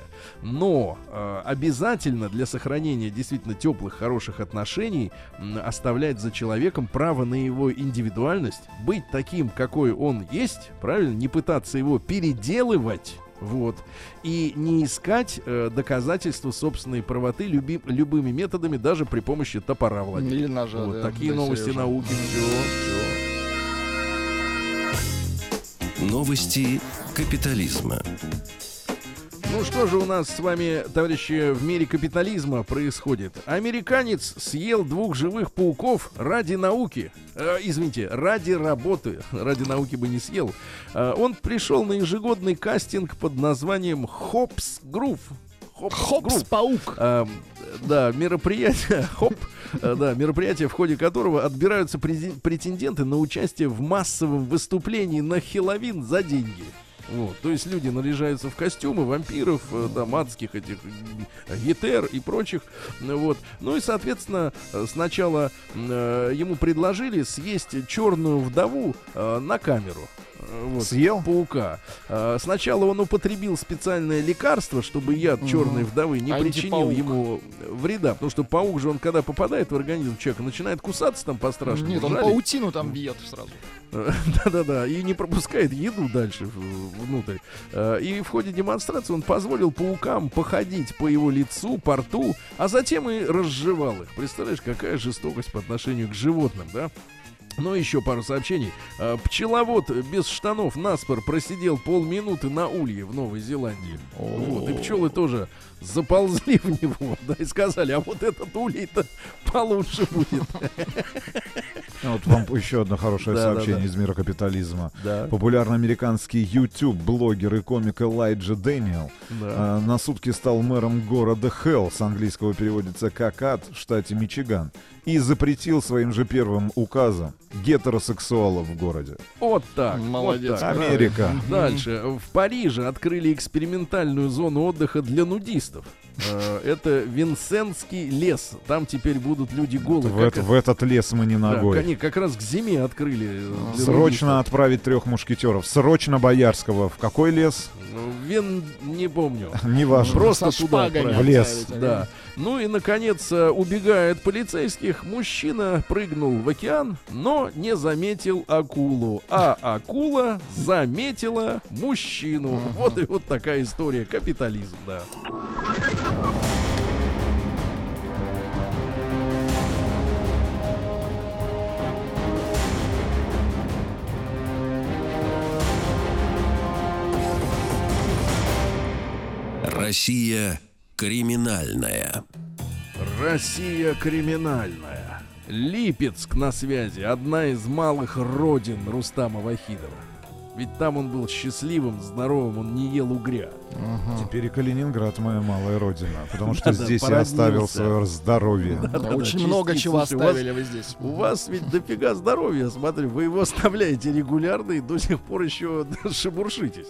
Но а, обязательно для сохранения действительно теплых, хороших отношений м, оставлять за человеком право на его индивидуальность, быть таким, какой он есть, правильно, не пытаться его переделывать. Вот. И не искать э, доказательства собственной правоты люби- любыми методами, даже при помощи топора, Владимир. Или ножа, Вот да, такие да, новости Сережа. науки. Все, Новости капитализма. Ну что же у нас с вами, товарищи, в мире капитализма происходит? Американец съел двух живых пауков ради науки. Э, извините, ради работы. Ради науки бы не съел. Э, он пришел на ежегодный кастинг под названием Хопс Грув. Хопс-паук. А, да, мероприятие, хоп, а, да, мероприятие, в ходе которого отбираются презен- претенденты на участие в массовом выступлении на Хэллоуин за деньги. Вот, то есть люди наряжаются в костюмы вампиров, э, там, адских этих э, гетер и прочих. э, Вот. Ну и, соответственно, э, сначала э, ему предложили съесть черную вдову э, на камеру. Э, Вот, Съел? паука. А, сначала он употребил специальное лекарство, чтобы яд черной вдовы не причинил Антипаук. ему вреда. Потому что паук же, он когда попадает в организм человека, начинает кусаться там по-страшному. Нет, он жалить. паутину там бьет сразу. Да-да-да, и не пропускает еду дальше в- внутрь. А, И в ходе демонстрации он позволил паукам походить по его лицу, по рту, а затем и разжевал их. Представляешь, какая жестокость по отношению к животным, да? Ну, еще пару сообщений. А, Пчеловод без штанов наспор просидел полминуты на улье в Новой Зеландии. Вот, и пчелы тоже заползли в него, да, и сказали, а вот этот улей-то получше будет. Вот вам еще одно хорошее Да, да, сообщение да. из мира капитализма. Да. Популярный американский YouTube-блогер и комик Элайджа Дэниел Да. э, на сутки стал мэром города Хелл, с английского переводится как ад, в штате Мичиган, и запретил своим же первым указом гетеросексуалов в городе. Вот так. Молодец. вот так. Америка. Дальше. В Париже открыли экспериментальную зону отдыха для нудистов. Э, Это Винсентский лес. Там теперь будут люди голые. В, Как- эт- в этот лес мы не Да, ногой. они как раз к зиме открыли. э, для Срочно отправить трех мушкетеров. Срочно Боярского. В какой лес? нудистов. Ну, Вен не помню. Неважно. Просто Со туда шпагами отправили. В лес. отправить, Да. ага. Ну и, наконец, э, убегая от полицейских, мужчина прыгнул в океан, но не заметил акулу. А акула заметила мужчину. Вот и вот такая история. Капитализм, да. Россия криминальная. Россия криминальная. Липецк на связи. Одна из малых родин Рустама Вахидова. Ведь там он был счастливым, здоровым, он не ел угря. Ага. Теперь и Калининград моя малая родина, потому что здесь я оставил свое здоровье. Очень много чего оставили вы здесь. У вас ведь дофига здоровья, смотри, вы его оставляете регулярно и до сих пор еще шебуршитесь.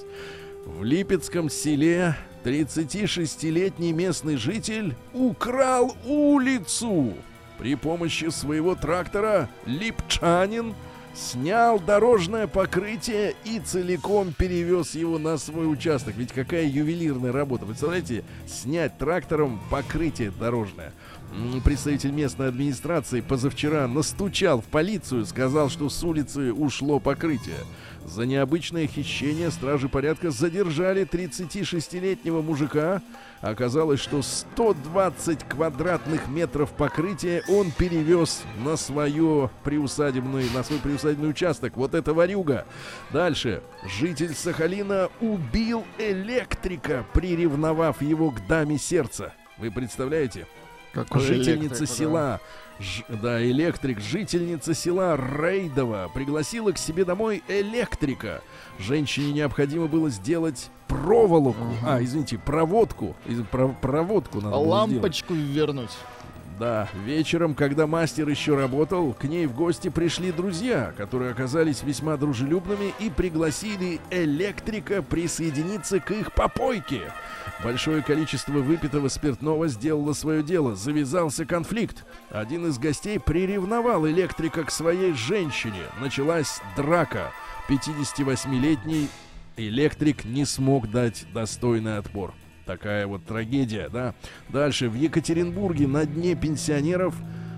В Липецком селе тридцатишестилетний местный житель украл улицу. При помощи своего трактора липчанин снял дорожное покрытие и целиком перевез его на свой участок. Ведь какая ювелирная работа. Представляете, снять трактором покрытие дорожное. Представитель местной администрации позавчера настучал в полицию, сказал, что с улицы ушло покрытие. За необычное хищение стражи порядка задержали тридцатишестилетнего мужика. Оказалось, что сто двадцать квадратных метров покрытия он перевез на, свое приусадебный, на свой приусадебный участок. Вот это ворюга. Дальше. Житель Сахалина убил электрика, приревновав его к даме сердца. Вы представляете? Какой Жительница электрик, села, ж, да, электрик, жительница села Рейдово пригласила к себе домой электрика. Женщине необходимо было сделать проволоку, uh-huh. а, извините, проводку, пров, проводку надо лампочку было вернуть. Да, вечером, когда мастер еще работал, к ней в гости пришли друзья, которые оказались весьма дружелюбными и пригласили электрика присоединиться к их попойке. Большое количество выпитого спиртного сделало свое дело. Завязался конфликт. Один из гостей приревновал электрика к своей женщине. Началась драка. пятидесятивосьмилетний электрик не смог дать достойный отпор. Такая вот трагедия, да. Дальше. В Екатеринбурге на дне пенсионеров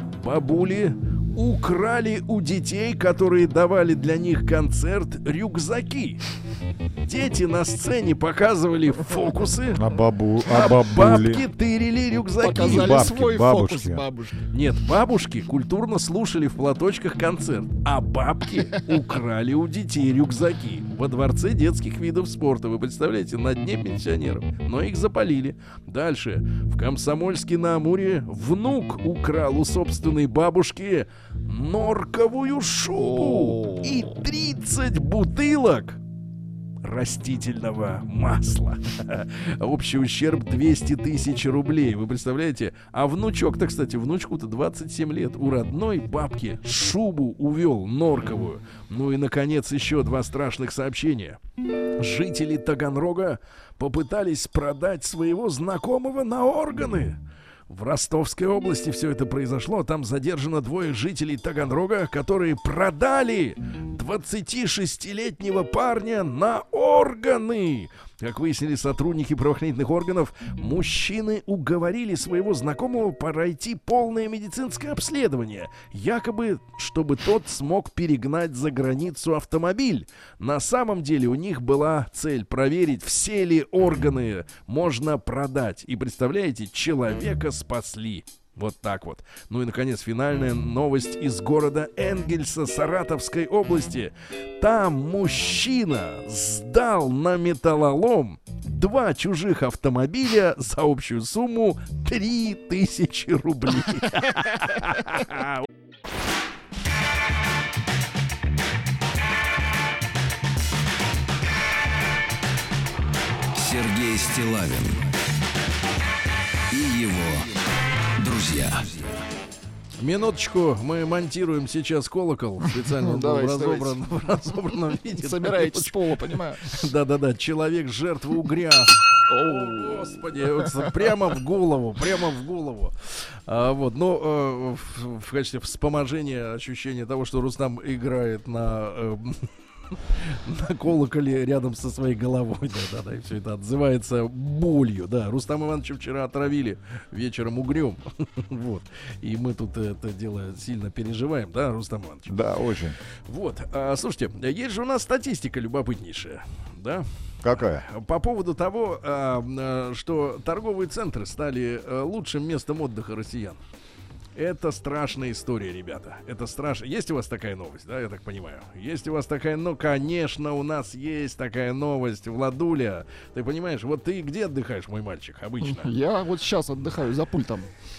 бабули украли у детей, которые давали для них концерт, рюкзаки. Дети на сцене показывали фокусы, а, бабу, а, а бабули бабки тырили рюкзаки. Показали бабки, свой бабушки. фокус бабушки. Нет, бабушки культурно слушали в платочках концерт, а бабки украли у детей рюкзаки во дворце детских видов спорта. Вы представляете, на дне пенсионеров. Но их запалили. Дальше. В Комсомольске-на-Амуре внук украл у собственной бабушки норковую шубу и тридцать бутылок растительного масла. Общий ущерб двести тысяч рублей. Вы представляете? А внучок-то, кстати, внучку-то двадцать семь лет. У родной бабки шубу увел норковую. Ну и, наконец, еще два страшных сообщения. Жители Таганрога попытались продать своего знакомого на органы. В Ростовской области все это произошло. Там задержано двое жителей Таганрога, которые продали двадцатишестилетнего парня на органы. Как выяснили сотрудники правоохранительных органов, мужчины уговорили своего знакомого пройти полное медицинское обследование, якобы, чтобы тот смог перегнать за границу автомобиль. На самом деле у них была цель проверить, все ли органы можно продать. И представляете, человека спасли. Вот так вот. Ну и, наконец, финальная новость из города Энгельса Саратовской области. Там мужчина сдал на металлолом два чужих автомобиля за общую сумму три тысячи рублей. Сергей Стиллавин и его друзья. Минуточку, мы монтируем сейчас колокол. Специально ну, в, разобран, в разобранном виде. Собираетесь с пола, понимаю. Да-да-да, человек жертва угря. О, Господи, вот прямо в голову, прямо в голову. А, вот, ну, э, в, в качестве вспоможения ощущения того, что Рустам играет на... Э, на колоколе рядом со своей головой, да, да, да, и все это отзывается болью, да. Рустама Ивановича вчера отравили вечером угрем, вот, и мы тут это дело сильно переживаем, да, Рустам Иванович? Да, очень. Вот, а, слушайте, есть же у нас статистика любопытнейшая, да? Какая? По поводу того, а, что торговые центры стали лучшим местом отдыха россиян. Это страшная история, ребята. Это страшно. Есть у вас такая новость, да, я так понимаю? Есть у вас такая, ну, конечно, у нас есть такая новость, Владуля. Ты понимаешь, вот ты где отдыхаешь, мой мальчик, обычно? Я вот сейчас отдыхаю за пультом.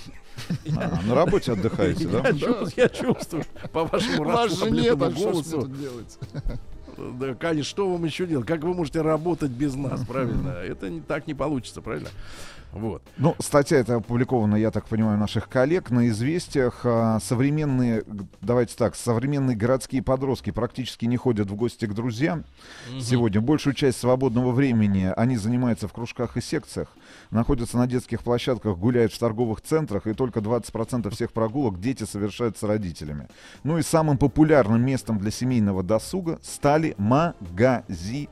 А, на работе отдыхаете, да? Я чувствую, я чувствую по вашему Вас же нет, расслабленному а что ж мне голосу. тут делать? Да, конечно, что вам еще делать? Как вы можете работать без нас, правильно? Это не, так не получится, правильно? Вот. Ну, статья эта опубликована, я так понимаю, наших коллег на «Известиях». А, современные, давайте так, современные городские подростки практически не ходят в гости к друзьям. Угу. Сегодня большую часть свободного времени они занимаются в кружках и секциях, находятся на детских площадках, гуляют в торговых центрах, и только двадцать процентов всех прогулок дети совершают с родителями. Ну и самым популярным местом для семейного досуга стали магазины.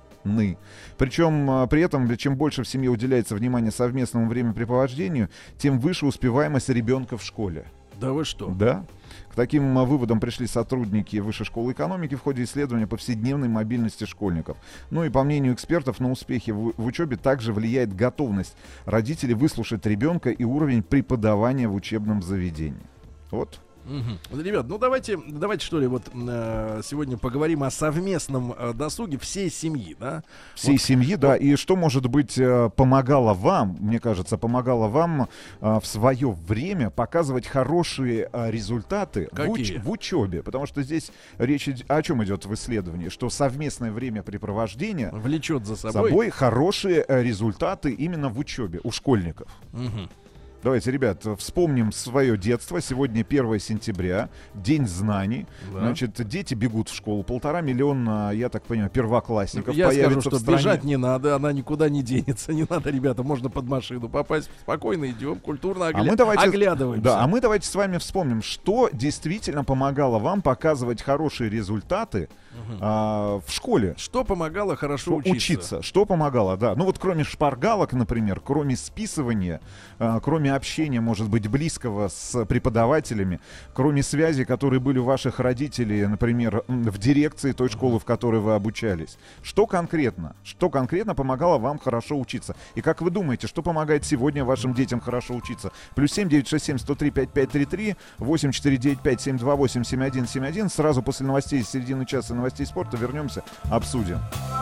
Причем а, при этом, чем больше в семье уделяется внимания совместному времяпрепровождению, тем выше успеваемость ребенка в школе. Да вы что? Да. К таким а, выводам пришли сотрудники Высшей школы экономики в ходе исследования повседневной мобильности школьников. Ну и по мнению экспертов, на успехи в, в учебе также влияет готовность родителей выслушать ребенка и уровень преподавания в учебном заведении. Вот. Угу. Ребят, ну давайте, давайте что ли, вот э, сегодня поговорим о совместном э, досуге всей семьи, да? Всей вот, семьи, вот. да. И что, может быть, э, помогало вам, мне кажется, помогало вам э, в свое время показывать хорошие э, результаты в, уч- в учебе. Потому что здесь речь ид- о чем идет в исследовании? Что совместное времяпрепровождение влечет за собой, собой хорошие э, результаты именно в учебе у школьников. Угу. Давайте, ребят, вспомним свое детство. Сегодня первое сентября, День знаний. Да. Значит, дети бегут в школу. Полтора миллиона, я так понимаю, первоклассников я появится скажу, что в стране. Бежать не надо, она никуда не денется. Не надо, ребята, можно под машину попасть. Спокойно идем, культурно огля... а мы давайте, оглядываемся. Да, а мы давайте с вами вспомним, что действительно помогало вам показывать хорошие результаты угу. а, в школе. Что помогало хорошо что, учиться? учиться? Что помогало, да. Ну вот кроме шпаргалок, например, кроме списывания, а, кроме общения, может быть, близкого с преподавателями, кроме связей, которые были у ваших родителей, например, в дирекции той школы, в которой вы обучались. Что конкретно? Что конкретно помогало вам хорошо учиться? И как вы думаете, что помогает сегодня вашим детям хорошо учиться? Плюс семь девятьсот шестьдесят семь сто три пятьдесят пять тридцать три, восемь четыре девять пять семь два восемь семь один семь один. Сразу после новостей, с середины часа новостей спорта вернемся, обсудим.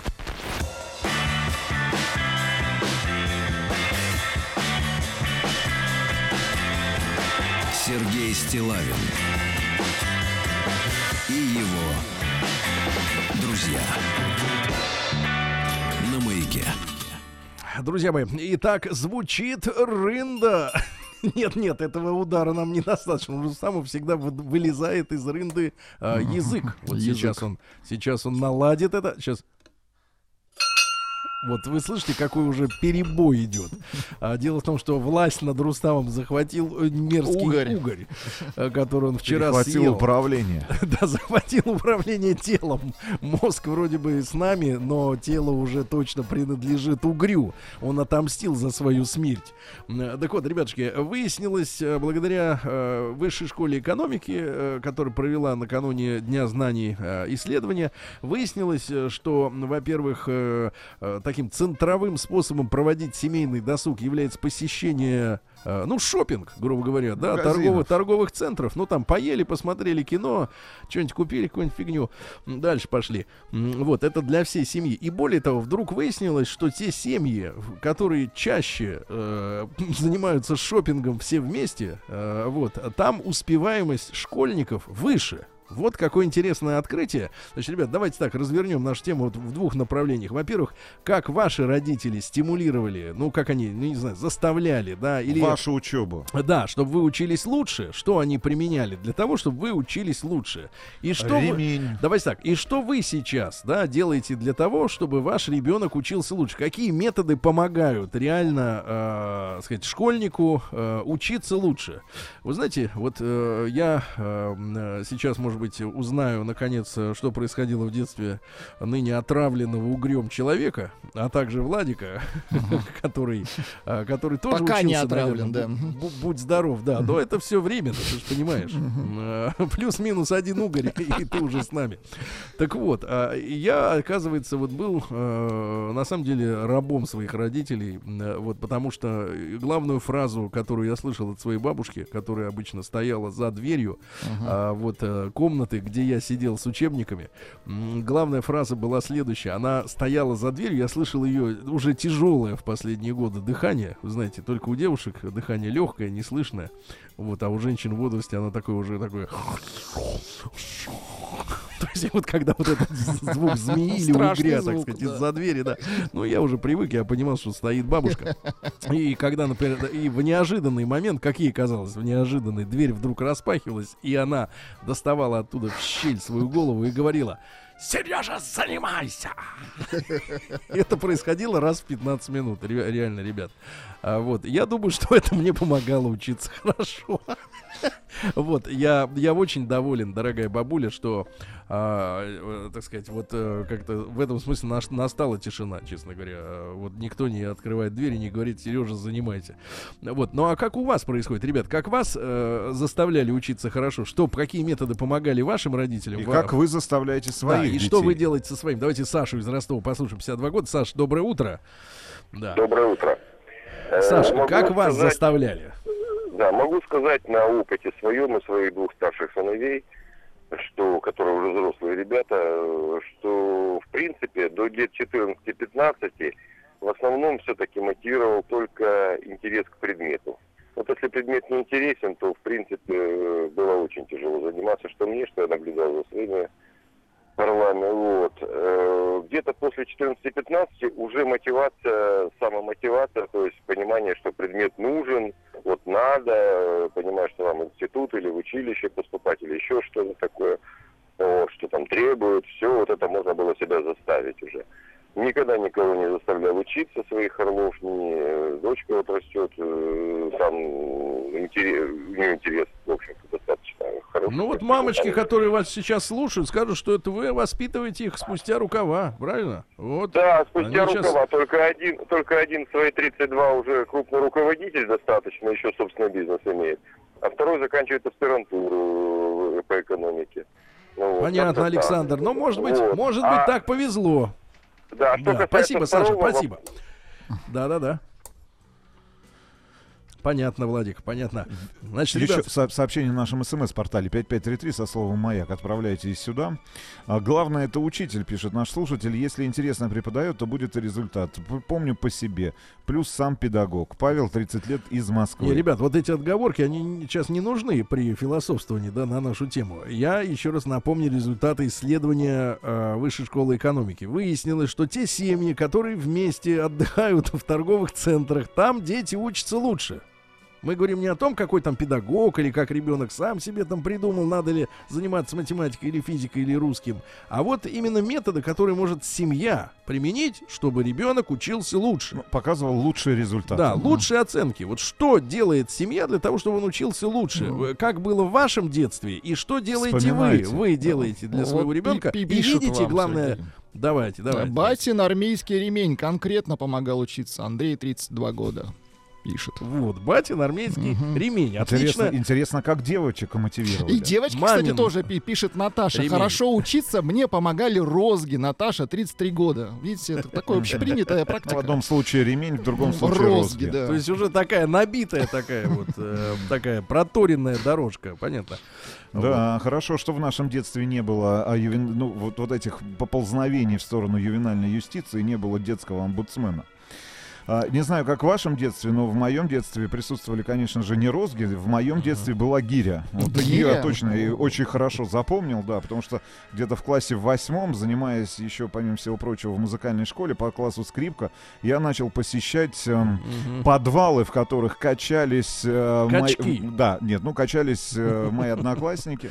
Сергей Стиллавин и его друзья на Маяке. Друзья мои, итак, звучит рында. Нет, нет, этого удара нам недостаточно. Рустаму всегда вылезает из рынды э, язык. Вот язык. Сейчас он, сейчас он наладит это. Сейчас. Вот вы слышите, какой уже перебой идет. А, дело в том, что власть над Рустамом захватил мерзкий угорь, угорь который он вчера захватил съел. управление. Да, захватил управление телом. Мозг вроде бы с нами, но тело уже точно принадлежит угрю. Он отомстил за свою смерть. Так вот, ребятушки, выяснилось, благодаря э, Высшей школе экономики, э, которая провела накануне Дня знаний э, исследования, выяснилось, что, во-первых, э, э, таким центровым способом проводить семейный досуг является посещение, э, ну, шопинг, грубо говоря, да, торговых, торговых центров. Ну, там поели, посмотрели кино, что-нибудь купили, какую-нибудь фигню, дальше пошли. Вот, это для всей семьи. И более того, вдруг выяснилось, что те семьи, которые чаще э, занимаются шопингом все вместе, э, вот, там успеваемость школьников выше. Вот какое интересное открытие. Значит, ребят, давайте так развернем нашу тему вот в двух направлениях. Во-первых, как ваши родители стимулировали, ну, как они, ну, не знаю, заставляли, да, или... Вашу учебу. Да, чтобы вы учились лучше. Что они применяли для того, чтобы вы учились лучше? И что Ремень. Вы... Давайте так. И что вы сейчас, да, делаете для того, чтобы ваш ребенок учился лучше? Какие методы помогают реально, э, сказать, школьнику э, учиться лучше? Вы знаете, вот э, я э, сейчас, может быть, узнаю, наконец, что происходило в детстве ныне отравленного угрём человека, а также Владика, который, который тоже Пока учился, не отравлен, наверное, да. бу- будь здоров, да. Но это все время, ты же понимаешь. А, Плюс-минус один угорь, и ты уже с нами. Так вот, а, я, оказывается, вот был, а, на самом деле, рабом своих родителей, а, вот, потому что главную фразу, которую я слышал от своей бабушки, которая обычно стояла за дверью, а, вот, а, комнаты, где я сидел с учебниками, м, главная фраза была следующая. Она стояла за дверью, я слышал ее уже тяжелое в последние годы дыхание. Вы знаете, только у девушек дыхание легкое, неслышное. Вот, а у женщин в возрасте она такое уже такое. То есть вот когда вот этот звук змеи или Страшный угря, так звук, сказать, да. из-за двери, да. Ну, я уже привык, я понимал, что стоит бабушка. И когда, например, и в неожиданный момент, как ей казалось, в неожиданный, дверь вдруг распахивалась, и она доставала оттуда в щель свою голову и говорила: «Сережа, занимайся!» Это происходило раз в пятнадцать минут. Ре- Реально, ребят. А, вот. Я думаю, что это мне помогало учиться хорошо. Вот, я, я очень доволен, дорогая бабуля, что, а, э, так сказать, вот э, как-то в этом смысле наш- настала тишина, честно говоря. А, Вот никто не открывает дверь и не говорит: «Сережа, занимайся». Вот, ну а как у вас происходит, ребят? Как вас э, заставляли учиться хорошо? Что, какие методы помогали вашим родителям? И Ва- как вы заставляете Да, своих и детей? что вы делаете со своим? Давайте Сашу из Ростова послушаем, пятьдесят два года. Саш, доброе утро. Да. Доброе утро. Э, Саш, могу как вас сказать- заставляли? Да, могу сказать на опыте своем и своих двух старших сыновей, что, которые уже взрослые ребята, э, что, в принципе, до лет четырнадцати-пятнадцати в основном все-таки мотивировал только интерес к предмету. Вот если предмет не интересен, то, в принципе, э, было очень тяжело заниматься, что мне, что я наблюдал за своими орлами. Вот. Э, Где-то после четырнадцати-пятнадцати уже мотивация, самомотивация, то есть понимание, что предмет нужен, вот надо, э, понимаешь, что вам в институт или в училище поступать, или еще что-то такое, вот, что там требует, все вот это можно было себя заставить уже. Никогда никого не заставлял учиться, своих орлов, ни э, дочка вот растет, э, там интерес, у нее интерес, в общем-то, достаточно хороший. Ну вот мамочки, которые вас сейчас слушают, скажут, что это вы воспитываете их спустя рукава, правильно? Вот. Да, спустя Они рукава. щас- Только один, только один в свои тридцать два уже крупный руководитель достаточно, еще собственный бизнес имеет. А второй заканчивает аспирантуру э, по экономике. Ну, вот, Понятно, как-то так. Александр. Но может быть, Вот. может А- быть, так повезло. Да, что Да, касается спасибо, Саша, второго спасибо. Да-да-да. Понятно, Владик, понятно. Значит, Еще ребят, со- сообщение в нашем смс-портале пять пять три три со словом «Маяк». Отправляйте сюда. А, главное, это учитель, пишет наш слушатель. Если интересно преподает, то будет и результат. П- Помню по себе. Плюс сам педагог. Павел, тридцать лет, из Москвы. не, ребят, вот эти отговорки, они не- сейчас не нужны при философствовании, да, на нашу тему. Я еще раз напомню результаты исследования э, Высшей школы экономики. Выяснилось, что те семьи, которые вместе отдыхают в торговых центрах, там дети учатся лучше. Мы говорим не о том, какой там педагог или как ребенок сам себе там придумал, надо ли заниматься математикой или физикой или русским, а вот именно методы, которые может семья применить, чтобы ребенок учился лучше. Ну, показывал лучшие результаты. Да, лучшие оценки. Вот что делает семья для того, чтобы он учился лучше? Э, Как было в вашем детстве и что делаете вы? Вспоминайте. Вы делаете для Вот своего пи- ребенка. пи- И пишут видите, вам, главное, Сергей. давайте, давайте. Батин армейский ремень конкретно помогал учиться. Андрей, тридцать два года. Пишет. Вот, батин армейский Мгм. ремень. Интересно, Отлично. интересно, как девочек мотивировали. И девочки, Мамин кстати, тоже пи- пишет Наташа. ремень. Хорошо учиться, мне помогали розги. Наташа, тридцать три года. Видите, это такое общепринятая В практика. одном случае ремень, в другом случае Розги, розги. да. То есть уже такая набитая такая вот, э, такая проторенная дорожка. Понятно. Да, хорошо, что в нашем детстве не было а, ювен- ну, вот, вот этих поползновений в сторону ювенальной юстиции, не было детского омбудсмена. А, не знаю, как в вашем детстве, но в моем детстве присутствовали, конечно же, не розги. В моем детстве была гиря. Вот Гиря? гиря точно и очень хорошо запомнил, да, потому что где-то в классе в восьмом, занимаясь еще, помимо всего прочего, в музыкальной школе по классу скрипка, я начал посещать эм, Мгм. подвалы, в которых качались... э, мои- Качки. да, нет, ну качались э, мои одноклассники.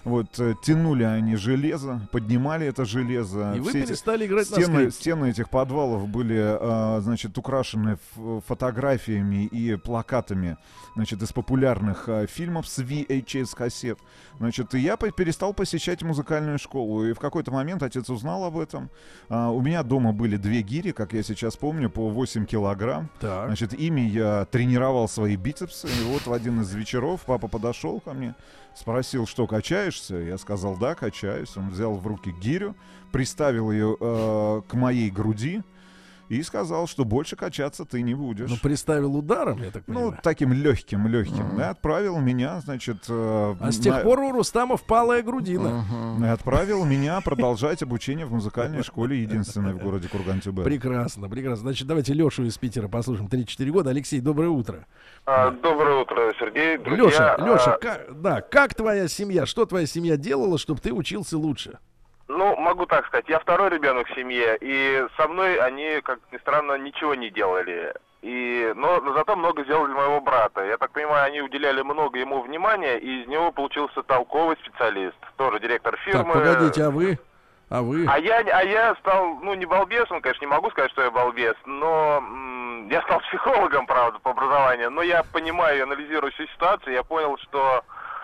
Вот, э, тянули они железо, поднимали это железо. И вы Все эти перестали играть на стены, скрипке. стены этих подвалов были, а, значит, украшены ф- фотографиями и плакатами, значит, из популярных а, фильмов с ви эйч эс-кассет. Значит, и я по- перестал посещать музыкальную школу. И в какой-то момент отец узнал об этом. А, у меня дома были две гири, как я сейчас помню, по восемь килограмм. Так. Значит, ими я тренировал свои бицепсы. И вот в один из вечеров папа подошел ко мне, спросил, что, качаешься? Я сказал, да, качаюсь. Он взял в руки гирю, приставил ее э, к моей груди и сказал, что больше качаться ты не будешь. Ну, приставил ударом, я так понимаю. Ну, таким легким, легким. И отправил меня, значит... э, А с тех на- пор у Рустама впалая грудина. и отправил меня продолжать обучение в музыкальной школе, единственной в городе Курган-Тюбе. Прекрасно, прекрасно. Значит, давайте Лешу из Питера послушаем. тридцать четыре года. Алексей, доброе утро. А, доброе утро, Сергей. Друзья, Леша, Леша, а, как, да, как твоя семья? Что твоя семья делала, чтобы ты учился лучше? Ну, могу так сказать, я второй ребенок в семье, и со мной они, как ни странно, ничего не делали. И, но, но зато много сделали для моего брата. Я так понимаю, они уделяли много ему внимания, и из него получился толковый специалист. Тоже директор фирмы. Так, погодите, а вы? А вы? А я, а я стал, ну, не балбесом, конечно, не могу сказать, что я балбес, но м, я стал психологом, правда, по образованию. Но я понимаю и анализирую всю ситуацию, я понял, что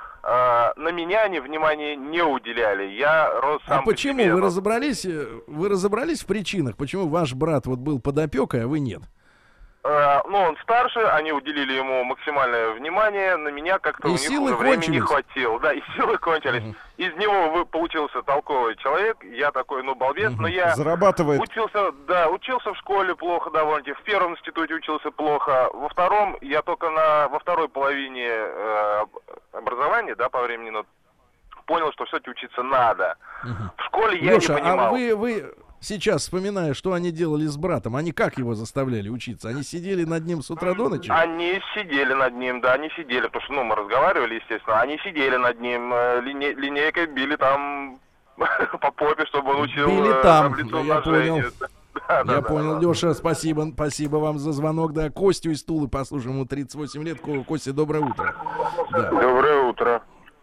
э, на меня они внимания не уделяли. Я рос сам А по почему? себе, Вы но- разобрались, э, вы разобрались в причинах, почему ваш брат вот был под опекой, а вы нет? Э, ну, он старше, они уделили ему максимальное внимание, на меня как-то И у них силы уже времени не кончились. хватило. Да, и силы кончились. Из него вы, получился толковый человек, я такой, ну, балбес, но я Зарабатывает. учился, да, учился в школе плохо довольно-таки, в первом институте учился плохо, во втором, я только на, во второй половине э, образования, да, по времени, но понял, что все-таки учиться надо. В школе я Леша, не понимал. а вы, вы сейчас, вспоминая, что они делали с братом, они как его заставляли учиться? Они сидели над ним с утра до ночи? Они сидели над ним, да, они сидели, потому что, ну, мы разговаривали, естественно, они сидели над ним, э, лине- линейкой били там по попе, чтобы он учил Били э, там, таблицу да, я умножения. понял. Да, Я да, понял, да. Леша, спасибо, спасибо вам за звонок. Да, Костю из Тулы послушаем, ему тридцать восемь лет. Ко- Костя, доброе утро. Да. Доброе утро.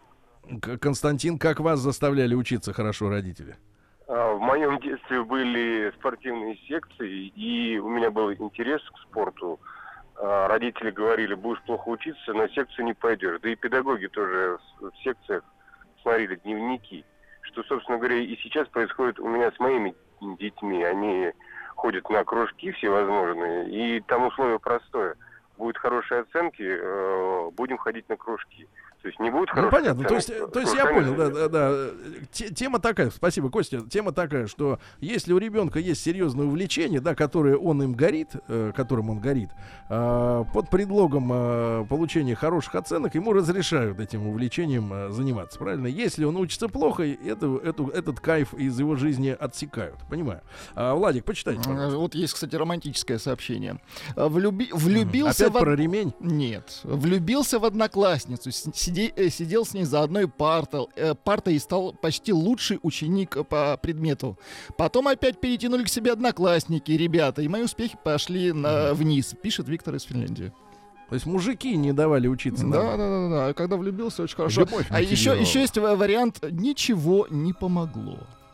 К- Константин, как вас заставляли учиться хорошо родители? А, В моем детстве были спортивные секции, и у меня был интерес к спорту. А, Родители говорили, будешь плохо учиться, на секцию не пойдешь. Да и педагоги тоже в в секциях смотрели дневники. Что, собственно говоря, и сейчас происходит у меня с моими детьми. Они ходят на кружки всевозможные, и там условие простое. Будут хорошие оценки, э, будем ходить на кружки. То есть не будет Ну, хороших понятно, то оценок, есть, то есть я кружками понял, да, займемся. да, да. Те- Тема такая, спасибо, Костя, тема такая, что если у ребенка есть серьезное увлечение, да, которое он им горит, э, которым он горит, э, под предлогом э, получения хороших оценок ему разрешают этим увлечением э, заниматься, правильно? Если он учится плохо, это, эту, этот кайф из его жизни отсекают, понимаю. А, Владик, почитайте, пожалуйста. Вот есть, кстати, романтическое сообщение. А, влюби- Влюбился Опять в од- про ремень? Нет. Влюбился в одноклассницу, с- сиде- э, сидел с ней за одной партой, э, партой и стал почти лучший ученик э, по предмету. Потом опять перетянули к себе одноклассники, ребята, и мои успехи пошли на, вниз, пишет Виктор из Финляндии. То есть мужики не давали учиться. Да, да, нормально. да, да. Когда влюбился, очень хорошо. Любовь А еще, мотивировала. еще есть ва- вариант «ничего не помогло».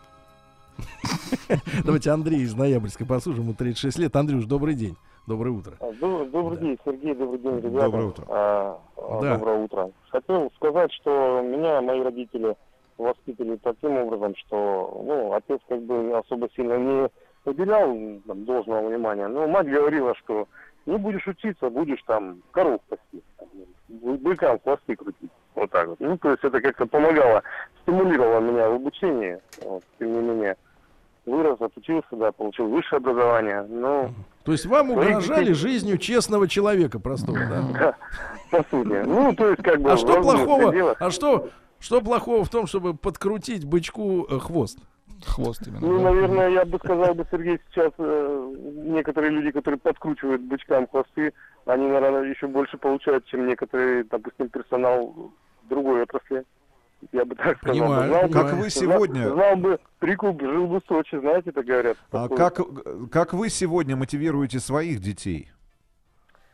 Давайте Андрей из Ноябрьской послушаем, ему тридцать шесть лет. Андрюш, добрый день. Доброе утро. Добрый, добрый день, Сергей, добрый день, ребята. Доброе утро. А, а, Да. Доброе утро. Хотел сказать, что меня мои родители воспитали таким образом, что, ну, отец как бы особо сильно не уделял там, должного внимания, но мать говорила, что не будешь учиться, будешь там коров пасти, там, бы- быкам хвосты крутить, вот так вот. Ну, то есть это как-то помогало, стимулировало меня в обучении, вот, тем не менее. Вырос, отучился, да, получил высшее образование, но... То есть вам Своих угрожали детей- жизнью честного человека простого, да? Да, по сути. Ну, то есть, как бы... А что возможно, плохого? дело- А что, что плохого в том, чтобы подкрутить бычку э, хвост? Хвост именно. Ну, наверное, я бы сказал бы, Сергей, сейчас э, некоторые люди, которые подкручивают бычкам хвосты, они, наверное, еще больше получают, чем некоторые, допустим, персонал в другой отрасли. Я бы так сказал. Понимаю, бы. Знал бы- как вы сегодня- Знал, знал бы прикуп, жил бы в Сочи, знаете, так говорят. А Такой. как, как вы сегодня мотивируете своих детей?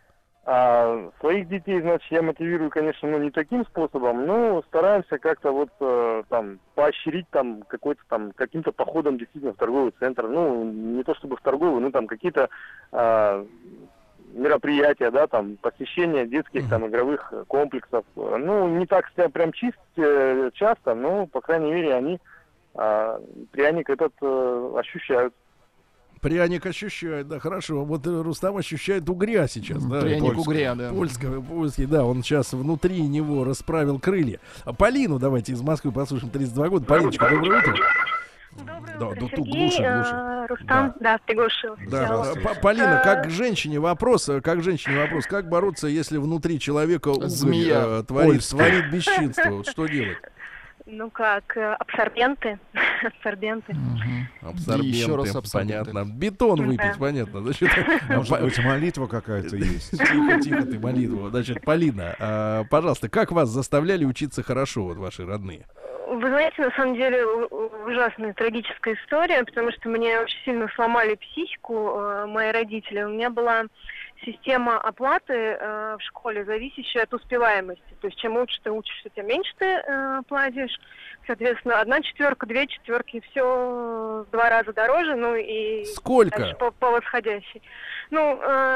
А своих детей, значит, я мотивирую, конечно, ну, не таким способом, но стараемся как-то вот э, там поощрить там какой-то там каким-то походом действительно в торговый центр. Ну, не то чтобы в торговый, но там какие-то э, мероприятия, да, там посещение детских там игровых комплексов. Ну, не так прям чист, э, часто, но, по крайней мере, они э, пряник этот э, ощущают. Пряник ощущает, да, хорошо. Вот Рустам ощущает угря сейчас, да. Пряник угря, да. Польского, польский, да, он сейчас внутри него расправил крылья. А Полину давайте из Москвы послушаем, тридцать два года. Полиночка, доброе утро. Доброе да, утро, тут Сергей. глуши, глуши. Э, Рустам, да, да приглушил. Да, да. Полина, как к женщине вопрос, как к женщине вопрос, как бороться, если внутри человека угорь, Змея э, творит, творит бесчинство? Вот что делать? Ну как, э, абсорбенты. Абсорбенты. Угу. Абсорбенты, еще раз абсорбенты. Понятно. Бетон выпить, Да. понятно. Значит, Может быть, молитва какая-то есть. Тихо, тихо ты, молитву. Значит, Полина, а, пожалуйста, как вас заставляли учиться хорошо, вот ваши родные? Вы знаете, на самом деле у- ужасная трагическая история, потому что мне очень сильно сломали психику э, мои родители. У меня была система оплаты э, в школе, зависящая от успеваемости. То есть чем лучше ты учишься, тем меньше ты э, платишь. Соответственно, одна четверка, две четверки, все в два раза дороже, ну и Сколько? дальше по, по восходящей. Ну,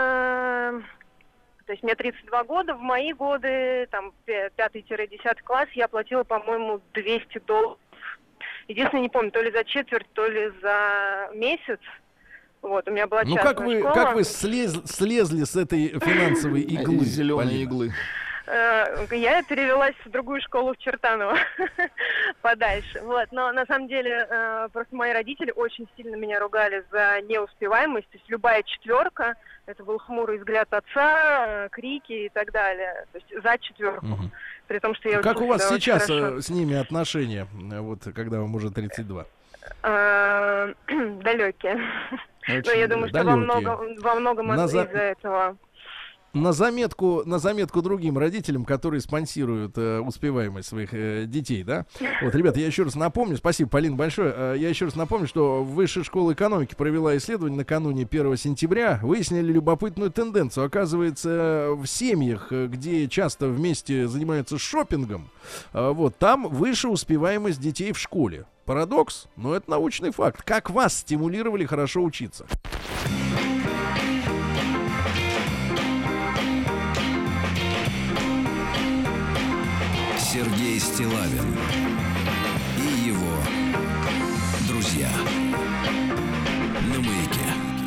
э, то есть мне тридцать два года, в мои годы, там, пятый-десятый класс, я платила, по-моему, двести долларов. Единственное, не помню, то ли за четверть, то ли за месяц. Вот, у меня была Ну частная как вы, школа. как вы слез, слезли с этой финансовой иглы? Зеленой Полина? иглы. Э, Я перевелась в другую школу в Чертаново, подальше. Вот. Но на самом деле э, просто мои родители очень сильно меня ругали за неуспеваемость. То есть любая четверка, это был хмурый взгляд отца, э, крики и так далее. То есть за четверку. Мгм. При том, что я Как у училась вас всегда очень сейчас хорошо. э, с ними отношения, э, вот когда вам уже тридцать два? Э, Далекие. Но я думаю, что во далекие. многом, во многом На за- из-за этого. На заметку, на заметку другим родителям, которые спонсируют э, успеваемость своих э, детей, да? Вот, ребята, я еще раз напомню, спасибо, Полин, большое. Э, я еще раз напомню, что Высшая школа экономики провела исследование накануне первого сентября. Выяснили любопытную тенденцию. Оказывается, в семьях, э, где часто вместе занимаются шопингом, э, вот, там выше успеваемость детей в школе. Парадокс, но это научный факт. Как вас стимулировали хорошо учиться? Сергей Стиллавин и его друзья на Маяке.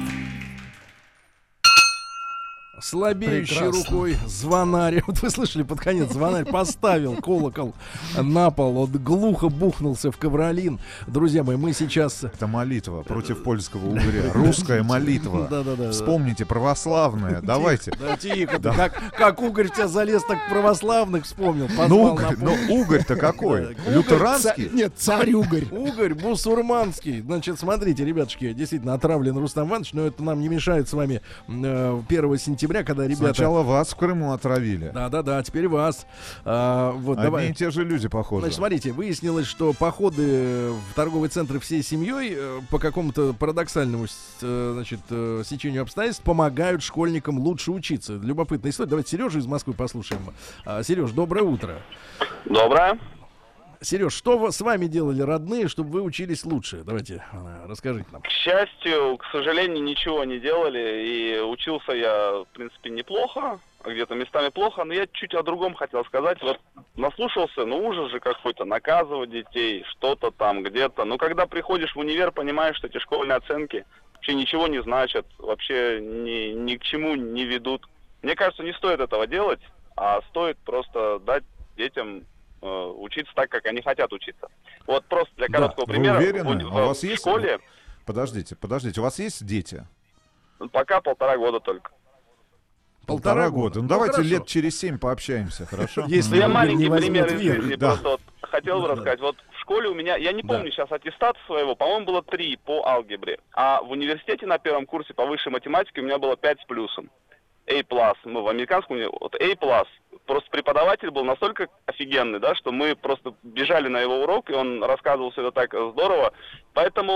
Слабеющей Прекрасно. рукой звонарь. Вот вы слышали, под конец звонарь поставил колокол на пол, он глухо бухнулся в ковролин. Друзья мои, мы сейчас... Это молитва против польского угря. Русская молитва. Да-да-да. Вспомните, православная. Давайте. Да, тихо, ты, Да. как, как угорь в тебя залез, так православных вспомнил. Ну, позвал на угорь, ну, помощь. угорь-то какой? Лютеранский? Ца- Нет, царь угорь. Угорь бусурманский. Значит, смотрите, ребятушки, действительно отравлен Рустам Иванович, но это нам не мешает с вами э, первого сентября, когда ребята... Сначала вас в Крыму отравили. Да-да-да, теперь вас. А, вот, Одни давай. и те же люди, похоже. Значит, смотрите, выяснилось, что походы в торговые центры всей семьей э, по какому-то парадоксальному с- э, значит, э, сечению обстоятельств помогают школьникам лучше учиться. Любопытная история. Давайте Сережу из Москвы послушаем. А, Сереж, доброе утро. Доброе. Сереж, что вы- с вами делали родные, чтобы вы учились лучше? Давайте, э, расскажите нам. К счастью, к сожалению, ничего не делали, и учился я, в принципе, неплохо, а где-то местами плохо, но я чуть о другом хотел сказать. Вот наслушался, ну ужас же какой-то, наказывать детей, что-то там, где-то. Но когда приходишь в универ, понимаешь, что эти школьные оценки вообще ничего не значат, вообще ни, ни к чему не ведут. Мне кажется, не стоит этого делать, а стоит просто дать детям э, учиться так, как они хотят учиться. Вот просто для короткого Вы примера. уверены? в- А у в вас есть... школе Подождите, подождите. У вас есть дети? пока полтора года только. Полтора года. года. Ну, Ну, давайте хорошо. лет через семь пообщаемся, хорошо? Если Я Игорь маленький не возьмет пример из верх. жизни, Да. просто вот хотел бы Да, да. рассказать. Вот в школе у меня, я не Да. помню сейчас аттестат своего, по-моему, было три по алгебре. А в университете на первом курсе по высшей математике у меня было пять с плюсом. A+. Мы в американском уни- вот A+. Просто преподаватель был настолько офигенный, да, что мы просто бежали на его урок, и он рассказывал все это так здорово. Поэтому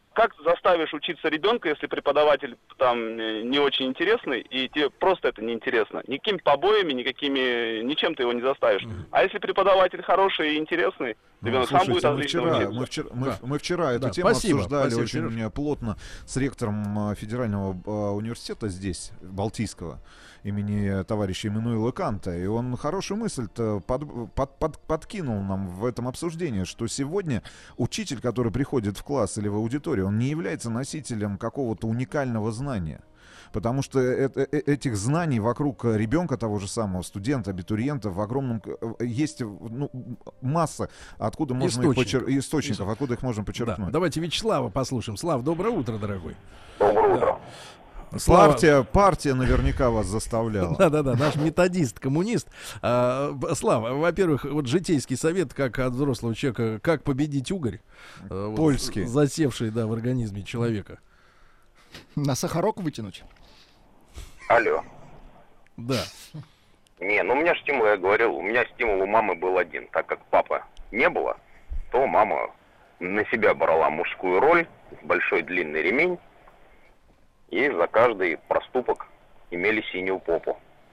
как заставишь учиться ребенка, если преподаватель там э, не очень интересный, и тебе просто это неинтересно? Никакими побоями, никакими, ничем ты его не заставишь. Mm-hmm. А если преподаватель хороший и интересный, ребенок ну, сам будет отлично мы вчера, учиться. Мы вчера, мы, да. мы вчера эту да, тему спасибо, обсуждали спасибо, очень Сереж. плотно с ректором Федерального университета здесь, Балтийского, имени товарища Иммануила Канта. И он хорошую мысль-то под, под, под, подкинул нам в этом обсуждении, что сегодня учитель, который приходит в класс или в аудиторию, он не является носителем какого-то уникального знания. Потому что это, этих знаний вокруг ребенка, того же самого студента, абитуриента, в огромном есть ну, масса, откуда можно Источник. их почер... источников, откуда их можно подчеркнуть. Да. Давайте Вячеслава послушаем. Слав, доброе утро, дорогой. Доброе утро. Да. Слава... Партия, партия наверняка вас заставляла. Да-да-да, наш методист, коммунист. А, Слава, во-первых, вот житейский совет, как от взрослого человека, как победить угорь. Польский. Вот, засевший, да, в организме человека. На сахарок вытянуть? Алло. Да. Не, ну у меня стимул, я говорил, у меня стимул у мамы был один. Так как папа не было, то мама на себя брала мужскую роль, большой длинный ремень, и за каждый проступок имели синюю попу.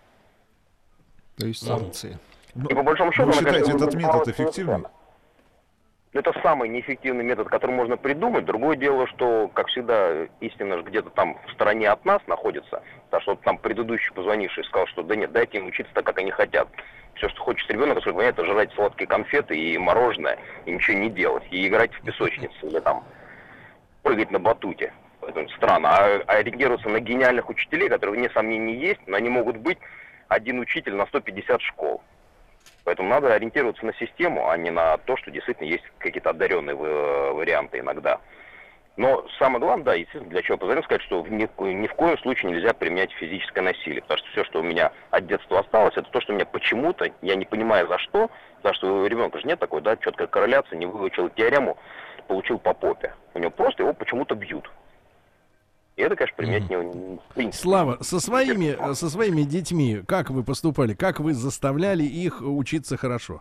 То есть санкции. И по большому счету... Вы она, считаете конечно, этот метод эффективным? Это самый неэффективный метод, который можно придумать. Другое дело, что, как всегда, истина где-то там в стороне от нас находится. Потому что вот там предыдущий позвонивший сказал, что да нет, дайте им учиться так, как они хотят. Все, что хочет ребенок, насколько понятно, это жрать сладкие конфеты и мороженое, и ничего не делать. И играть в песочнице или там прыгать на батуте. Поэтому странно. А, а ориентироваться на гениальных учителей, которые, вне сомнений, есть, но они могут быть один учитель на сто пятьдесят школ. Поэтому надо ориентироваться на систему, а не на то, что действительно есть какие-то одаренные варианты иногда. Но самое главное, да, естественно, для чего позволю сказать, что ни, ни в коем случае нельзя применять физическое насилие. Потому что все, что у меня от детства осталось, это то, что у меня почему-то, я не понимаю за что, потому что у ребенка же нет такой, да, четкой корреляции, не выучил теорему, получил по попе. У него просто его почему-то бьют. И это, конечно, применять не, не в принципе. Слава, со своими, со своими детьми как вы поступали? Как вы заставляли их учиться хорошо?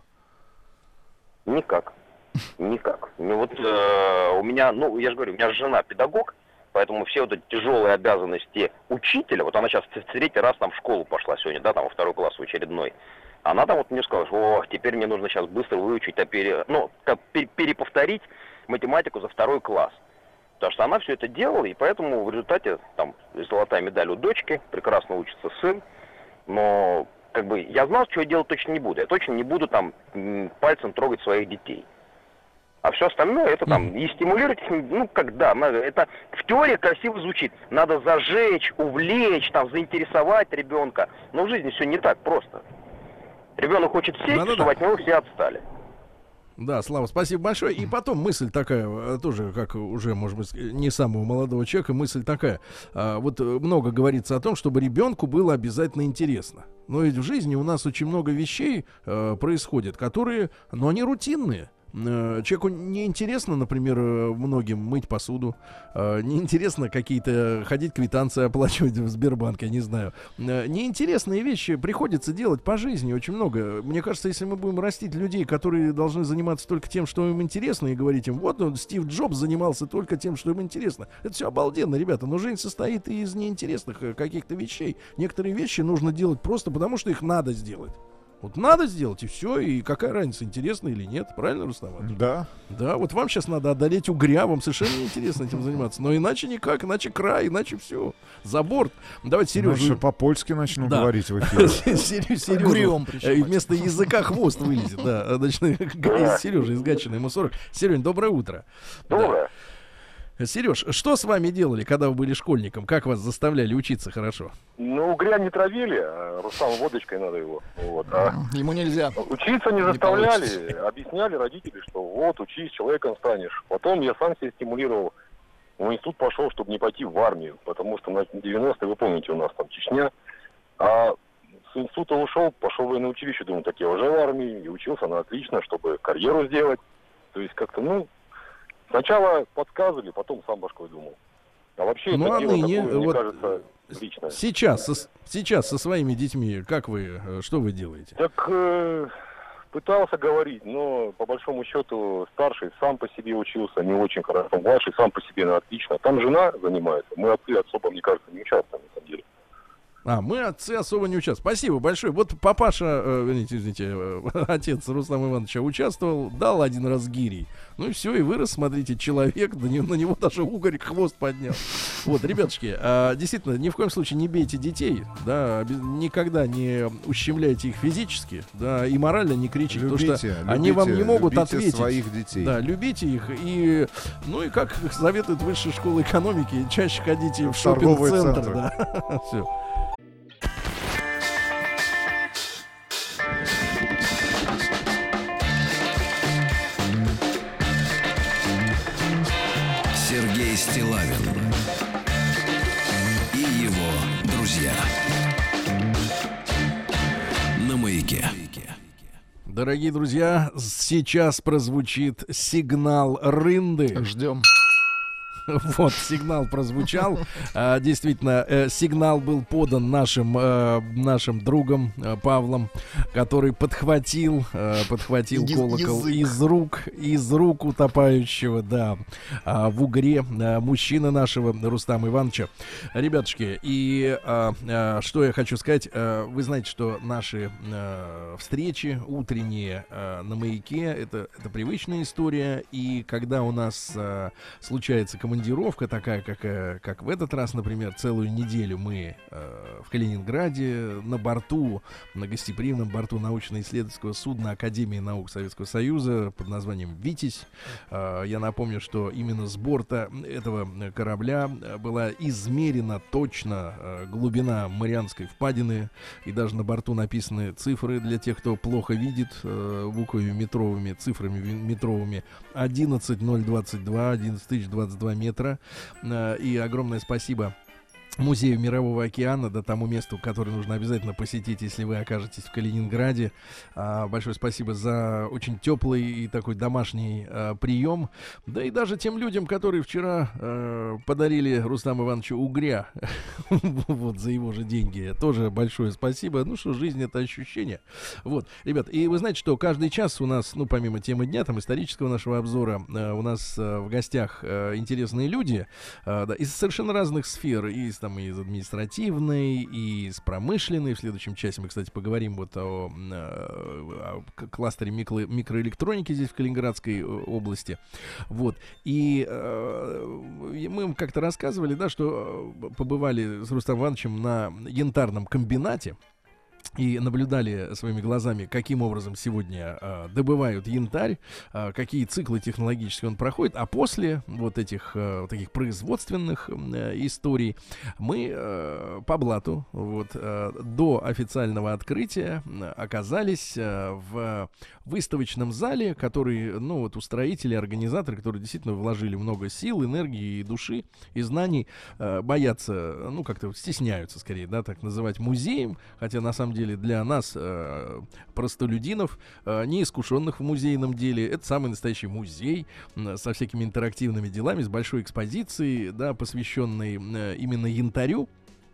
Никак. Никак. Ну, вот э, у меня, ну, я же говорю, у меня жена педагог, поэтому все вот эти тяжелые обязанности учителя, вот она сейчас в третий раз там в школу пошла сегодня, да, там во второй класс в очередной. Она там вот мне сказала, что о, теперь мне нужно сейчас быстро выучить, а пере, ну, как пере, переповторить математику за второй класс. Потому что она все это делала, и поэтому в результате там золотая медаль у дочки, прекрасно учится сын, но как бы я знал, что я делать точно не буду. Я точно не буду там пальцем трогать своих детей. А все остальное это там и стимулировать их, ну когда, это в теории красиво звучит. Надо зажечь, увлечь, там заинтересовать ребенка. Но в жизни все не так просто. Ребенок хочет сесть, Да-да-да. чтобы от него все отстали. Да, Слава, спасибо большое. И потом мысль такая, тоже, как уже, может быть, не самого молодого человека, мысль такая. А, вот много говорится о том, чтобы ребенку было обязательно интересно. Но ведь в жизни у нас очень много вещей э, происходит, которые, ну, они рутинные. Э, человеку неинтересно, например, многим мыть посуду, э, неинтересно какие-то ходить квитанции оплачивать в Сбербанке, я не знаю. Э, неинтересные вещи приходится делать по жизни очень много. Мне кажется, если мы будем растить людей, которые должны заниматься только тем, что им интересно, и говорить им, вот он, Стив Джобс занимался только тем, что им интересно. Это все обалденно, ребята, но жизнь состоит и из неинтересных э, каких-то вещей. Некоторые вещи нужно делать просто потому, что их надо сделать. Вот надо сделать, и все, и какая разница, интересно или нет, правильно, Рустам? Да. Да, вот вам сейчас надо одолеть угря, вам совершенно неинтересно этим заниматься, но иначе никак, иначе край, иначе все, за борт. Давайте Сережу... Дальше по-польски начну Да. говорить в эфире. Сережу, Угрём причем. э, вместо языка хвост вылезет, да, начну говорить Сережа из Гатчины, ему сорок. Серёнь, доброе утро. Доброе. Сереж, что с вами делали, когда вы были школьником? Как вас заставляли учиться хорошо? Ну, угря не травили, а Рустам водочкой надо его. Вот, а Ему нельзя. учиться не Не заставляли, получится. объясняли родители, что вот, учись, человеком станешь. Потом я сам себя стимулировал. В институт пошел, чтобы не пойти в армию, потому что на девяностые, вы помните, у нас там Чечня. А с института ушел, пошел в военное училище, думаю, так я уже в армии, и учился на отлично, чтобы карьеру сделать. То есть как-то, ну, сначала подсказывали, потом сам башкой думал. А вообще Ну, это а дело ныне, такое, мне вот, кажется, личное. Сейчас, со, сейчас со своими детьми, как вы, э, что вы делаете? Так, э, в пытался говорить, но по большому счету старший сам по себе учился не очень хорошо, младший сам по себе ну, отлично. Там жена занимается, мы отцы особо, мне кажется, не участвуем на самом деле. А, мы отцы особо не участвуем. Спасибо большое. Вот папаша, э, извините, извините, э, отец Руслана Ивановича участвовал, дал один раз гирей. Ну и все, и вырос, смотрите, человек, на него, на него даже угорь хвост поднял. Вот, ребятушки, э, действительно, ни в коем случае не бейте детей, да, никогда не ущемляйте их физически, да, и морально не кричите, любите, потому что любите, они вам не могут любите ответить. своих детей. Да, любите их, и, ну и как советует Высшая школа экономики, чаще ходите в, в шопинг-центр, да, все. Сергей Стиллавин и его друзья на Маяке. Дорогие друзья, сейчас прозвучит сигнал рынды. Ждем. Вот, сигнал прозвучал. А, действительно, э, сигнал был подан нашим, э, нашим другом э, Павлом, который подхватил, э, подхватил Из- колокол язык. из рук, из рук утопающего, да, а, в угре э, мужчины нашего Рустама Ивановича. Ребятушки, и а, а, что я хочу сказать, а, вы знаете, что наши а, встречи утренние а, на Маяке это, это привычная история, и когда у нас а, случается коммуникация, командировка такая, как, как в этот раз, например, целую неделю мы э, в Калининграде на борту, на гостеприимном борту научно-исследовательского судна Академии наук Советского Союза под названием «Витязь». Э, я напомню, что именно с борта этого корабля была измерена точно э, глубина Марианской впадины, и даже на борту написаны цифры для тех, кто плохо видит, э, буквами метровыми, цифрами метровыми: одиннадцать ноль двадцать два, одиннадцать тысяч двадцать два метра. И огромное спасибо Музею Мирового океана, да, тому месту, которое нужно обязательно посетить, если вы окажетесь в Калининграде. А, большое спасибо за очень теплый и такой домашний а, прием. Да и даже тем людям, которые вчера а, подарили Рустаму Ивановичу угря вот за его же деньги, тоже большое спасибо. Ну что, жизнь — это ощущение. Вот, ребят, и вы знаете, что каждый час у нас, ну, помимо темы дня, там, исторического нашего обзора, а, у нас а, в гостях а, интересные люди а, да, из совершенно разных сфер, из там и из административной, и из промышленной. В следующем часе мы, кстати, поговорим вот о, о, о кластере микро, микроэлектроники здесь, в Калининградской области. Вот. И э, мы им как-то рассказывали, да, что побывали с Рустамом Ивановичем на янтарном комбинате и наблюдали своими глазами, каким образом сегодня э, добывают янтарь, э, какие циклы технологические он проходит. А после вот этих э, таких производственных э, историй мы э, по блату вот, э, до официального открытия оказались э, в выставочном зале, который, ну вот, устроители, организаторы, которые действительно вложили много сил, энергии и души, и знаний, э, боятся, ну как-то стесняются скорее, да, так называть музеем, хотя на самом деле для нас, э, простолюдинов, э, неискушенных в музейном деле, это самый настоящий музей э, со всякими интерактивными делами, с большой экспозицией, да, посвященной э, именно янтарю.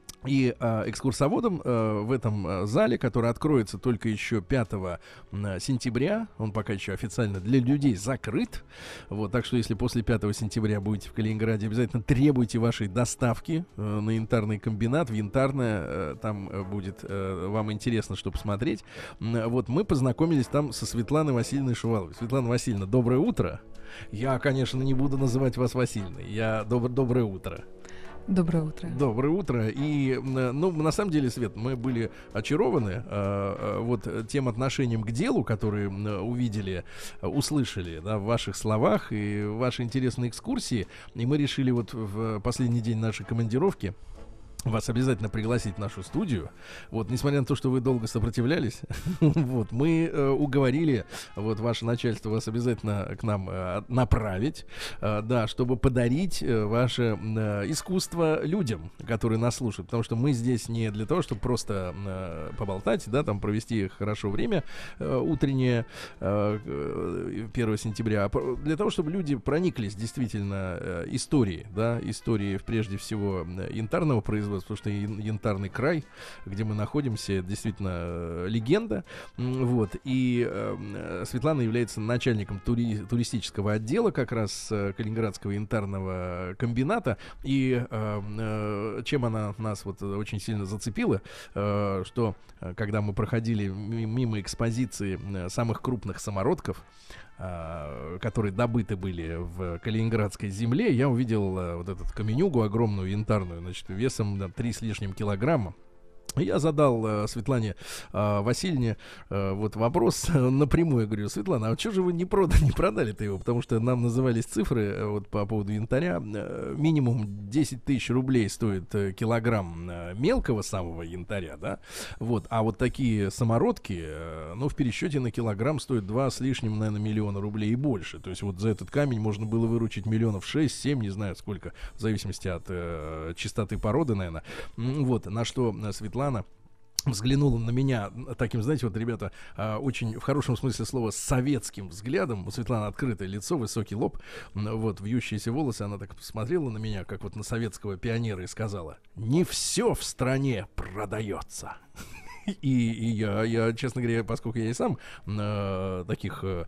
И э, экскурсоводом э, в этом э, зале, который откроется только еще пятого э, сентября, он пока еще официально для людей закрыт. Вот, так что если после пятого сентября будете в Калининграде, обязательно требуйте вашей доставки э, на янтарный комбинат, в Янтарное. Э, там э, будет э, вам интересно, что посмотреть. Э, вот, мы познакомились там со Светланой Васильевной Шуваловой. Светлана Васильевна, доброе утро. Я, конечно, не буду называть вас Васильевной. Я доб- доброе утро. Доброе утро. Доброе утро. И, ну, на самом деле, Свет, мы были очарованы э, вот тем отношением к делу, которое увидели, услышали, да, в ваших словах и в вашей интересной экскурсии. И мы решили вот в последний день нашей командировки вас обязательно пригласить в нашу студию. Вот, несмотря на то, что вы долго сопротивлялись, вот, мы э, уговорили вот ваше начальство вас обязательно к нам э, направить, э, да, чтобы подарить э, ваше э, искусство людям, которые нас слушают. Потому что мы здесь не для того, чтобы просто э, поболтать, да, там провести хорошо время э, утреннее э, первого сентября, а для того, чтобы люди прониклись действительно э, историей, да, историей прежде всего янтарного производства, вас, потому что Янтарный край, где мы находимся, это действительно легенда. Вот. И э, Светлана является начальником тури- туристического отдела как раз э, Калининградского янтарного комбината. И э, э, чем она нас вот очень сильно зацепила, э, что э, когда мы проходили мимо экспозиции э, самых крупных самородков, э, которые добыты были в Калининградской земле, я увидел э, вот эту каменюгу огромную янтарную, значит, весом да, три с лишним килограмма. Я задал э, Светлане э, Васильевне э, вот вопрос э, напрямую. Я говорю: Светлана, а что же вы не, прода- не продали-то его? Потому что нам назывались цифры э, вот по поводу янтаря. Э, минимум десять тысяч рублей стоит э, килограмм э, мелкого самого янтаря, да? Вот. А вот такие самородки, э, ну, в пересчете на килограмм стоят два с лишним, наверное, миллиона рублей и больше. То есть вот за этот камень можно было выручить миллионов шесть-семь, не знаю сколько, в зависимости от э, чистоты породы, наверное. Вот. На что Светлана взглянула на меня таким, знаете, вот, ребята, очень, в хорошем смысле слова, советским взглядом. У Светланы открытое лицо, высокий лоб, вот, вьющиеся волосы. Она так посмотрела на меня, как вот на советского пионера, и сказала: не все в стране продается. И, и я, я, честно говоря, поскольку я и сам э, таких, э,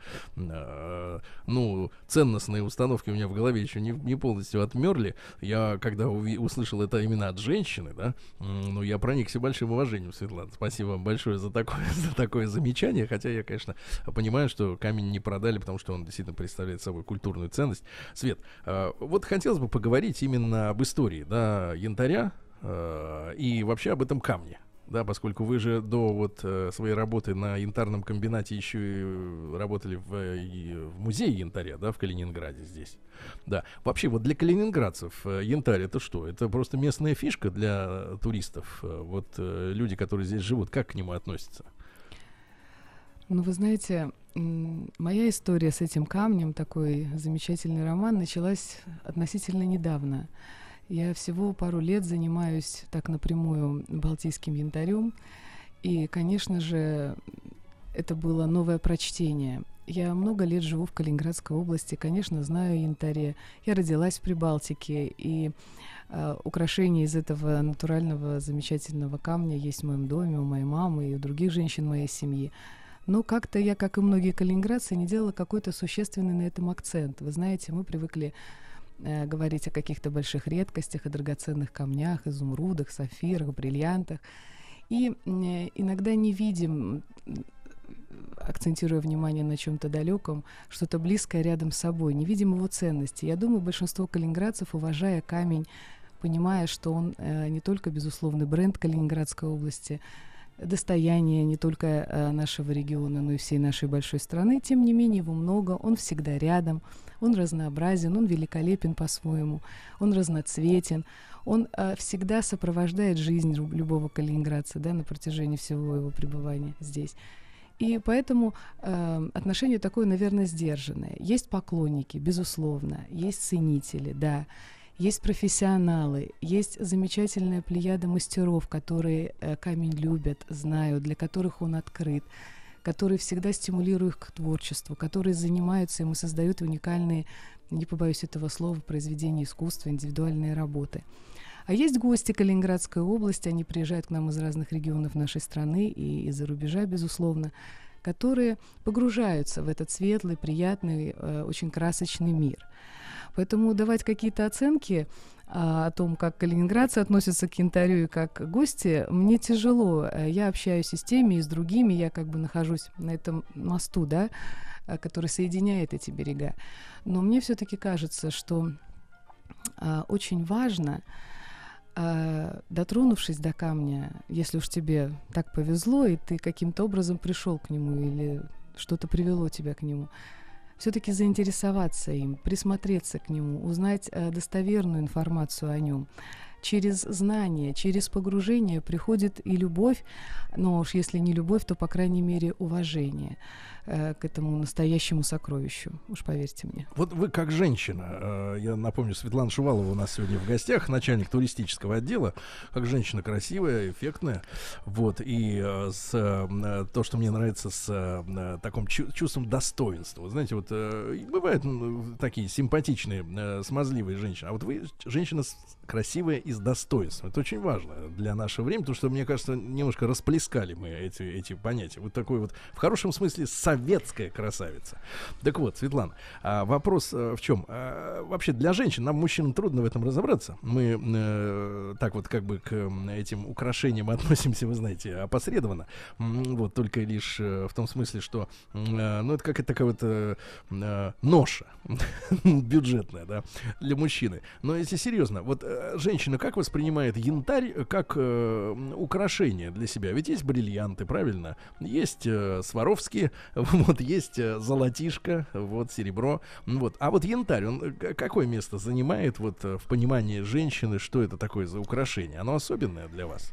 э, ну, ценностные установки у меня в голове еще не, не полностью отмерли, я, когда уви- услышал это именно от женщины, да, э, ну, я проникся большим уважением, Светлана. Спасибо вам большое за такое, за такое замечание, хотя я, конечно, понимаю, что камень не продали, потому что он действительно представляет собой культурную ценность. Свет, э, вот хотелось бы поговорить именно об истории, да, янтаря э, и вообще об этом камне. Да, поскольку вы же до вот э, своей работы на янтарном комбинате еще и работали в, и в музее янтаря, да, в Калининграде здесь. Да. Вообще, вот для калининградцев э, янтарь — это что? Это просто местная фишка для туристов? Э, вот э, люди, которые здесь живут, как к нему относятся? Ну, вы знаете, моя история с этим камнем, такой замечательный роман, началась относительно недавно. Я всего пару лет занимаюсь так напрямую балтийским янтарем, и, конечно же, это было новое прочтение. Я много лет живу в Калининградской области, конечно, знаю о янтаре. Я родилась в Прибалтике, и э, украшения из этого натурального замечательного камня есть в моем доме, у моей мамы и у других женщин моей семьи. Но как-то я, как и многие калининградцы, не делала какой-то существенный на этом акцент. Вы знаете, мы привыкли говорить о каких-то больших редкостях, о драгоценных камнях, изумрудах, сафирах, бриллиантах. И э, иногда не видим, акцентируя внимание на чем-то далеком, что-то близкое рядом с собой, не видим его ценности. Я думаю, большинство калининградцев, уважая камень, понимая, что он э, не только безусловный бренд Калининградской области, достояние не только э, нашего региона, но и всей нашей большой страны, тем не менее его много, он всегда рядом, он разнообразен, он великолепен по-своему, он разноцветен, он э, всегда сопровождает жизнь любого калининградца, да, на протяжении всего его пребывания здесь. И поэтому э, отношение такое, наверное, сдержанное. Есть поклонники, безусловно, есть ценители, да. Есть профессионалы, есть замечательная плеяда мастеров, которые э, камень любят, знают, для которых он открыт, которые всегда стимулируют их к творчеству, которые занимаются им и создают уникальные, не побоюсь этого слова, произведения искусства, индивидуальные работы. А есть гости Калининградской области, они приезжают к нам из разных регионов нашей страны и из-за рубежа, безусловно, которые погружаются в этот светлый, приятный, э, очень красочный мир. Поэтому давать какие-то оценки а, о том, как калининградцы относятся к янтарю и как гости, мне тяжело. Я общаюсь и с теми, и с другими. Я как бы нахожусь на этом мосту, да, который соединяет эти берега. Но мне все-таки кажется, что а, очень важно, а, дотронувшись до камня, если уж тебе так повезло, и ты каким-то образом пришел к нему или что-то привело тебя к нему, все-таки заинтересоваться им, присмотреться к нему, узнать э, достоверную информацию о нем. Через знание, через погружение приходит и любовь, но уж если не любовь, то, по крайней мере, уважение э, к этому настоящему сокровищу, уж поверьте мне. Вот вы как женщина, э, я напомню, Светлана Шувалова у нас сегодня в гостях, начальник туристического отдела, как женщина красивая, эффектная, вот, и э, с, э, то, что мне нравится, с э, таким чу- чувством достоинства. Вы знаете, вот э, бывают ну, такие симпатичные, э, смазливые женщины, а вот вы женщина красивая и с достоинством. Это очень важно для нашего времени, потому что, мне кажется, немножко расплескали мы эти, эти понятия. Вот такой вот, в хорошем смысле, советская красавица. Так вот, Светлана, а, вопрос а, в чем? А, вообще для женщин, нам, мужчинам, трудно в этом разобраться. Мы э, так вот как бы к этим украшениям относимся, вы знаете, опосредованно. Вот, только лишь э, в том смысле, что э, ну, это какая-то такая вот э, э, ноша бюджетная, да, для мужчины. Но если серьезно, вот э, женщина как воспринимает янтарь как э, украшение для себя? Ведь есть бриллианты, правильно? Есть э, Сваровски, вот, есть э, золотишко, вот, серебро. Вот. А вот янтарь, он какое место занимает вот в понимании женщины, что это такое за украшение? Оно особенное для вас?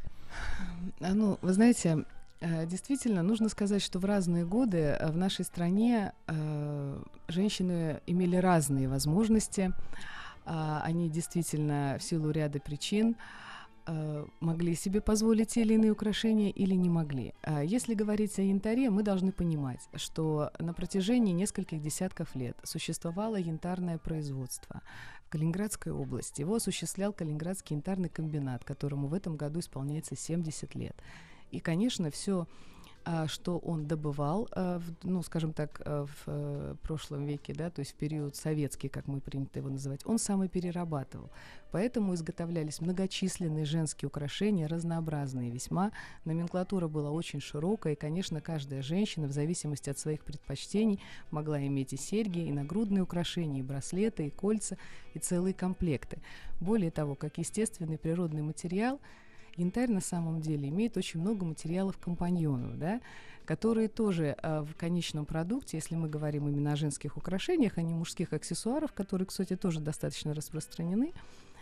Ну, вы знаете, действительно, нужно сказать, что в разные годы в нашей стране э, женщины имели разные возможности. Э, они действительно в силу ряда причин э, могли себе позволить те или иные украшения или не могли. Э, если говорить о янтаре, мы должны понимать, что на протяжении нескольких десятков лет существовало янтарное производство в Калининградской области. Его осуществлял Калининградский янтарный комбинат, которому в этом году исполняется семьдесят лет. И, конечно, все, что он добывал, ну, скажем так, в прошлом веке, да, то есть в период советский, как мы принято его называть, он сам и перерабатывал. Поэтому изготовлялись многочисленные женские украшения, разнообразные весьма. Номенклатура была очень широкая, и, конечно, каждая женщина, в зависимости от своих предпочтений, могла иметь и серьги, и нагрудные украшения, и браслеты, и кольца, и целые комплекты. Более того, как естественный природный материал, янтарь на самом деле имеет очень много материалов-компаньонов, да, которые тоже э, в конечном продукте, если мы говорим именно о женских украшениях, а не мужских аксессуарах, которые, кстати, тоже достаточно распространены,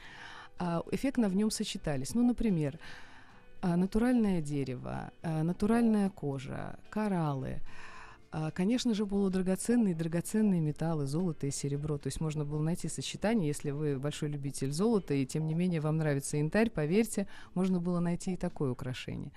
э, эффектно в нем сочетались. Ну, например, э, натуральное дерево, э, натуральная кожа, кораллы, э, конечно же, полудрагоценные и драгоценные металлы, золото и серебро. То есть можно было найти сочетание, если вы большой любитель золота, и тем не менее вам нравится янтарь, поверьте, можно было найти и такое украшение.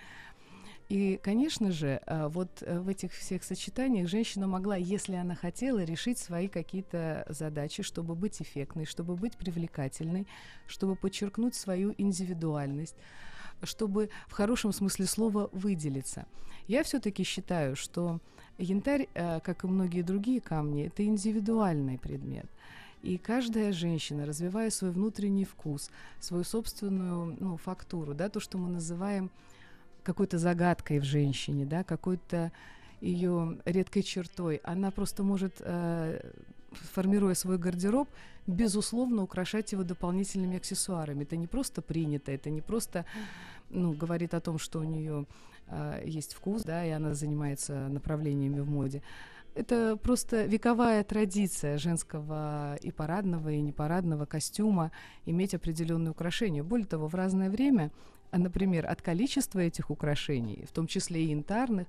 И, конечно же, вот в этих всех сочетаниях женщина могла, если она хотела, решить свои какие-то задачи, чтобы быть эффектной, чтобы быть привлекательной, чтобы подчеркнуть свою индивидуальность, чтобы в хорошем смысле слова выделиться. Я все-таки считаю, что янтарь, как и многие другие камни, это индивидуальный предмет. И каждая женщина, развивая свой внутренний вкус, свою собственную, ну, фактуру, да, то, что мы называем какой-то загадкой в женщине, да, какой-то ее редкой чертой, она просто может, э, формируя свой гардероб, безусловно, украшать его дополнительными аксессуарами. Это не просто принято, это не просто, ну, говорит о том, что у нее э, есть вкус, да, и она занимается направлениями в моде. Это просто вековая традиция женского и парадного, и непарадного костюма иметь определенные украшения. Более того, в разное время, например, от количества этих украшений, в том числе и янтарных,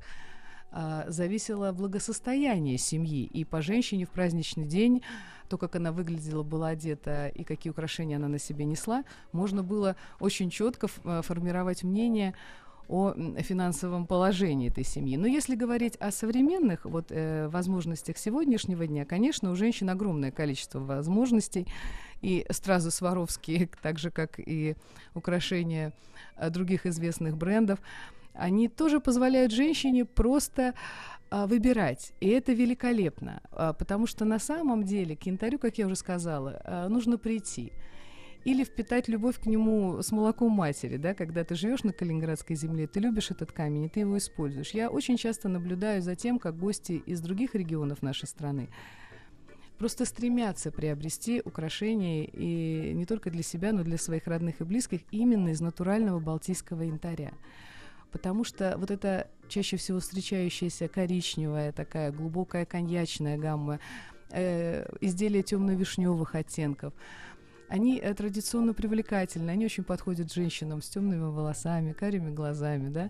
зависело благосостояние семьи. И по женщине в праздничный день, то, как она выглядела, была одета и какие украшения она на себе несла, можно было очень четко формировать мнение о финансовом положении этой семьи. Но если говорить о современных вот, э, возможностях сегодняшнего дня, конечно, у женщин огромное количество возможностей, и стразы Сваровски, так же, как и украшения э, других известных брендов, они тоже позволяют женщине просто э, выбирать, и это великолепно, э, потому что на самом деле к янтарю, как я уже сказала, э, нужно прийти. Или впитать любовь к нему с молоком матери, да, когда ты живешь на Калининградской земле, ты любишь этот камень, и ты его используешь. Я очень часто наблюдаю за тем, как гости из других регионов нашей страны просто стремятся приобрести украшения, и не только для себя, но и для своих родных и близких, именно из натурального балтийского янтаря. Потому что вот эта чаще всего встречающаяся коричневая, такая глубокая коньячная гамма, э, изделия темно-вишневых оттенков, они э, традиционно привлекательны, они очень подходят женщинам с темными волосами, карими глазами, да.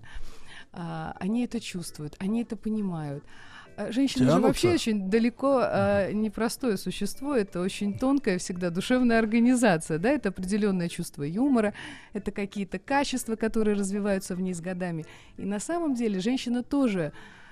А, они это чувствуют, они это понимают. А женщина Тянутся. Же вообще очень далеко а, непростое существо, это очень тонкая всегда душевная организация, да, это определенное чувство юмора, это какие-то качества, которые развиваются в ней с годами. И на самом деле женщина тоже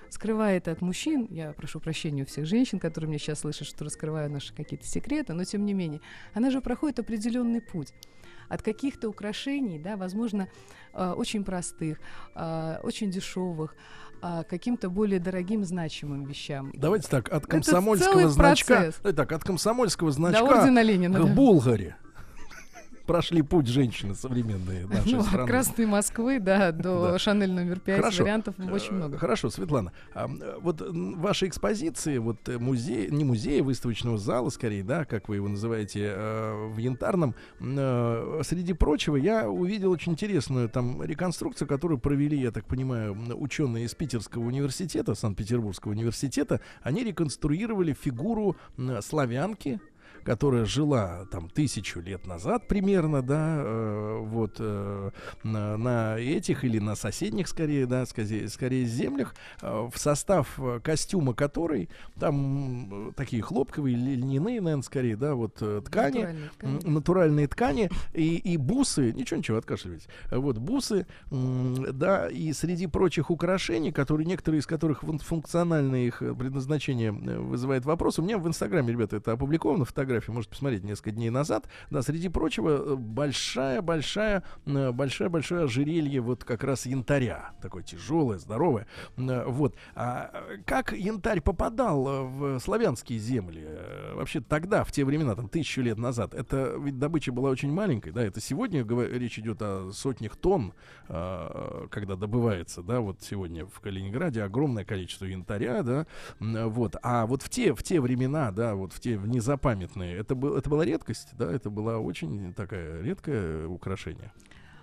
скрывая это от мужчин, я прошу прощения у всех женщин, которые меня сейчас слышат, что раскрываю наши какие-то секреты, но тем не менее, она же проходит определенный путь. От каких-то украшений, да, возможно, э, очень простых, э, очень дешевых, э, каким-то более дорогим, значимым вещам. Давайте так, от комсомольского значка, так, от комсомольского значка до ордена Ленина, к да. Булгаре прошли путь женщины современные нашей ну, страны. От Красной Москвы, да, до да. Шанель номер пять, Хорошо. Вариантов очень много. Хорошо, Светлана, а, вот ваши экспозиции, вот музей, не музея, выставочного зала, скорее, да, как вы его называете, э, в Янтарном, э, среди прочего, я увидел очень интересную там реконструкцию, которую провели, я так понимаю, ученые из Питерского университета, Санкт-Петербургского университета. Они реконструировали фигуру э, славянки, которая жила там тысячу лет назад примерно, да, э, вот э, на, на этих или на соседних, скорее, да, скорее, скорее землях, э, в состав костюма которой там э, такие хлопковые, льняные, наверное, скорее, да, вот э, ткани, натуральные ткани, м- натуральные ткани и, и бусы, ничего-ничего, откашливайтесь, вот бусы, м- да, и среди прочих украшений, которые, некоторые из которых функциональное их предназначение вызывает вопрос, у меня в Инстаграме, ребята, это опубликовано, фотография, можете посмотреть несколько дней назад. Да, среди прочего, большая-большая, большое-большое ожерелье вот как раз янтаря. Такое тяжелое, здоровое. Вот. А как янтарь попадал в славянские земли? Вообще тогда, в те времена, там, тысячу лет назад, это ведь добыча была очень маленькой, да? Это сегодня речь идет о сотнях тонн, когда добывается, да, вот сегодня в Калининграде огромное количество янтаря, да, вот. А вот в те, в те времена, да, вот в те в незапамятные, Это, был, это была редкость, да, это была очень такая редкое украшение.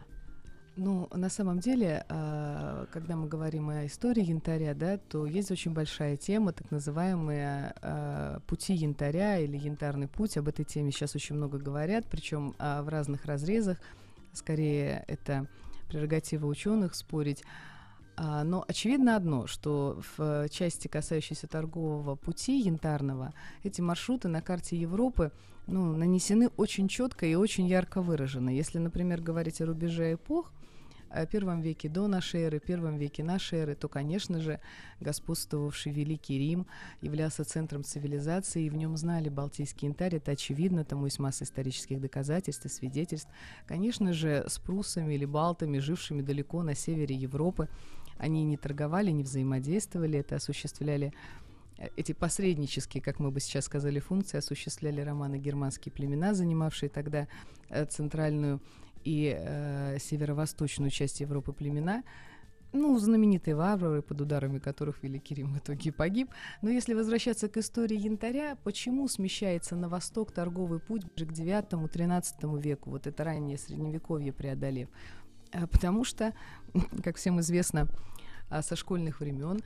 Ну, на самом деле, э, когда мы говорим о истории янтаря, да, то есть очень большая тема, так называемые э, пути янтаря или янтарный путь. Об этой теме сейчас очень много говорят, причем э, в разных разрезах. Скорее, это прерогатива ученых спорить. А, но очевидно одно, что в части, касающейся торгового пути янтарного, эти маршруты на карте Европы, ну, нанесены очень четко и очень ярко выражены. Если, например, говорить о рубеже эпох, о первом веке до нашей эры, первом веке нашей эры, то, конечно же, господствовавший Великий Рим являлся центром цивилизации, и в нем знали балтийский янтарь, это очевидно, тому есть масса исторических доказательств и свидетельств. Конечно же, с пруссами или балтами, жившими далеко на севере Европы, они не торговали, не взаимодействовали, это осуществляли, эти посреднические, как мы бы сейчас сказали, функции осуществляли романо-германские племена, занимавшие тогда э, центральную и э, северо-восточную часть Европы племена, ну, знаменитые варвары, под ударами которых Великий Рим в итоге погиб. Но если возвращаться к истории янтаря, почему смещается на восток торговый путь ближе к девятому-тринадцатому веку, вот это раннее средневековье преодолев? Потому что, как всем известно, со школьных времен,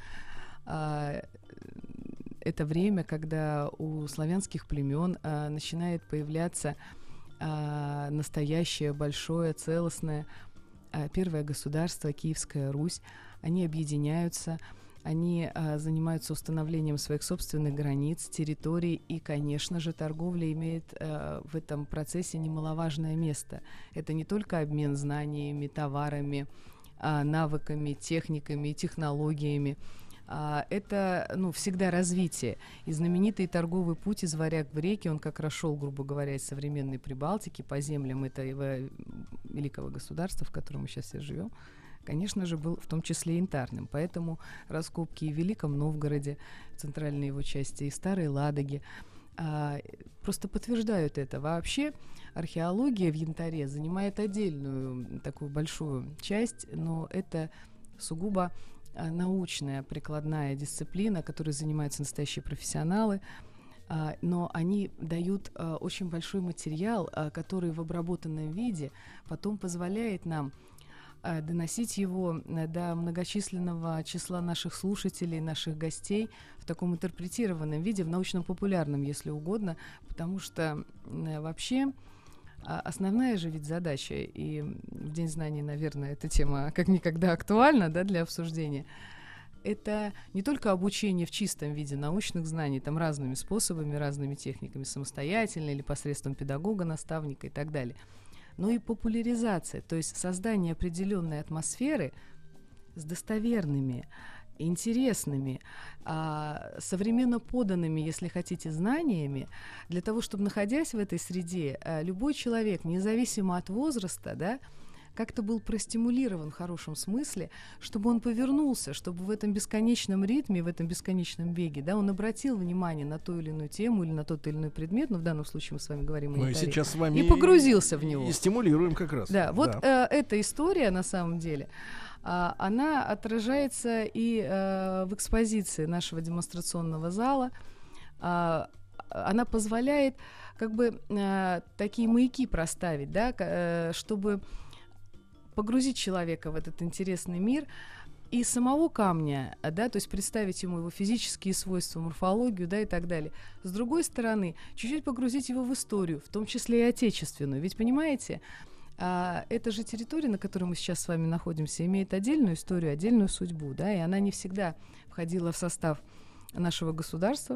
это время, когда у славянских племен начинает появляться настоящее, большое, целостное первое государство, Киевская Русь. Они объединяются, они а, занимаются установлением своих собственных границ, территорий, и, конечно же, торговля имеет а, в этом процессе немаловажное место. Это не только обмен знаниями, товарами, а, навыками, техниками, технологиями. А, это, ну, всегда развитие. И знаменитый торговый путь из Варяг в реки, он как раз шел, грубо говоря, из современной Прибалтики по землям этого великого государства, в котором мы сейчас все живем, конечно же, был в том числе янтарным. Поэтому раскопки и в Великом Новгороде, в центральной его части, и в Старой Ладоге а, просто подтверждают это. Вообще археология в янтаре занимает отдельную такую большую часть, но это сугубо а, научная, прикладная дисциплина, которой занимаются настоящие профессионалы. А, но они дают а, очень большой материал, а, который в обработанном виде потом позволяет нам доносить его до многочисленного числа наших слушателей, наших гостей в таком интерпретированном виде, в научно-популярном, если угодно, потому что вообще основная же ведь задача, и в День знаний, наверное, эта тема как никогда актуальна, да, для обсуждения, это не только обучение в чистом виде научных знаний, там разными способами, разными техниками, самостоятельно или посредством педагога, наставника и так далее, но и популяризация, то есть создание определенной атмосферы с достоверными интересными, а, современно поданными, если хотите, знаниями, для того, чтобы, находясь в этой среде, а, любой человек, независимо от возраста, да, как-то был простимулирован в хорошем смысле, чтобы он повернулся, чтобы в этом бесконечном ритме, в этом бесконечном беге, да, он обратил внимание на ту или иную тему или на тот или иной предмет, но в данном случае мы с вами говорим о Мы янтаре, сейчас с вами и погрузился в него. И стимулируем как раз. Да, вот да. Э, эта история, на самом деле, э, она отражается и э, в экспозиции нашего демонстрационного зала. Э, она позволяет как бы э, такие маяки проставить, да, э, чтобы погрузить человека в этот интересный мир и самого камня, да, то есть представить ему его физические свойства, морфологию, да, и так далее. С другой стороны, чуть-чуть погрузить его в историю, в том числе и отечественную. Ведь, понимаете, а, эта же территория, на которой мы сейчас с вами находимся, имеет отдельную историю, отдельную судьбу, да, и она не всегда входила в состав нашего государства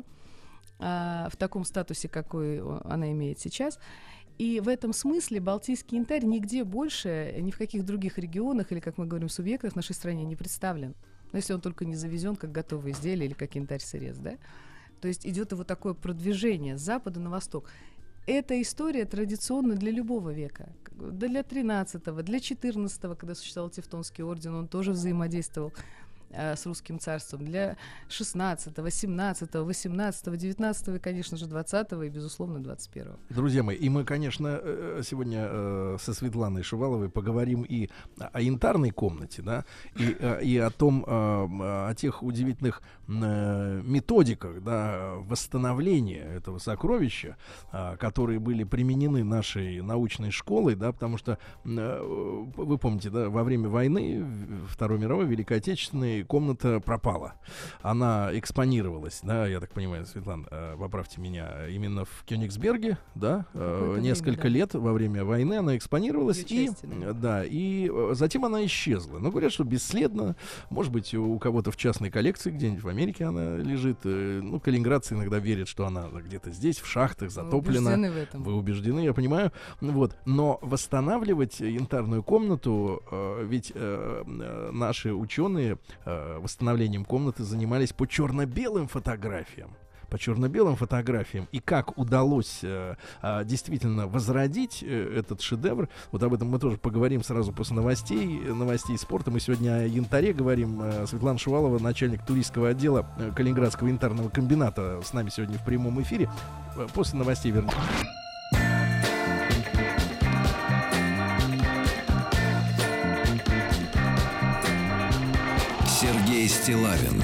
а, в таком статусе, какой она имеет сейчас. И в этом смысле балтийский янтарь нигде больше, ни в каких других регионах или, как мы говорим, субъектах в нашей стране не представлен. Но если он только не завезен как готовое изделие или как янтарь-сырец, да? То есть идет его такое продвижение с запада на восток. Эта история традиционна для любого века. Для тринадцатого, для четырнадцатого, когда существовал Тевтонский орден, он тоже взаимодействовал с русским царством, для шестнадцатого, семнадцатого, восемнадцатого, девятнадцатого и, конечно же, двадцатого и, безусловно, двадцать первого. Друзья мои, и мы, конечно, сегодня со Светланой Шуваловой поговорим и о янтарной комнате, да, и, и о том, о тех удивительных методиках, да, восстановления этого сокровища, которые были применены нашей научной школой, да, потому что, вы помните, да, во время войны, Второй мировой, Великой Отечественной, комната пропала. Она экспонировалась, да, я так понимаю, Светлана, э, поправьте меня, именно в Кёнигсберге, да, э, несколько время, да. лет во время войны она экспонировалась, и, части, да. да, и затем она исчезла. Но говорят, что бесследно, может быть, у кого-то в частной коллекции где-нибудь в Америке она лежит. Э, ну, калининградцы иногда верят, что она где-то здесь, в шахтах, затоплена. Вы убеждены в этом. Вы убеждены, я понимаю. Вот. Но восстанавливать янтарную комнату, э, ведь э, наши ученые э, восстановлением комнаты занимались по черно-белым фотографиям. По черно-белым фотографиям. И как удалось э, э, действительно возродить э, этот шедевр, вот об этом мы тоже поговорим сразу после новостей, новостей спорта. Мы сегодня о янтаре говорим. Э, Светлана Шувалова, начальник туристского отдела э, Калининградского янтарного комбината, с нами сегодня в прямом эфире. Э, после новостей вернемся. Сергей Стиллавин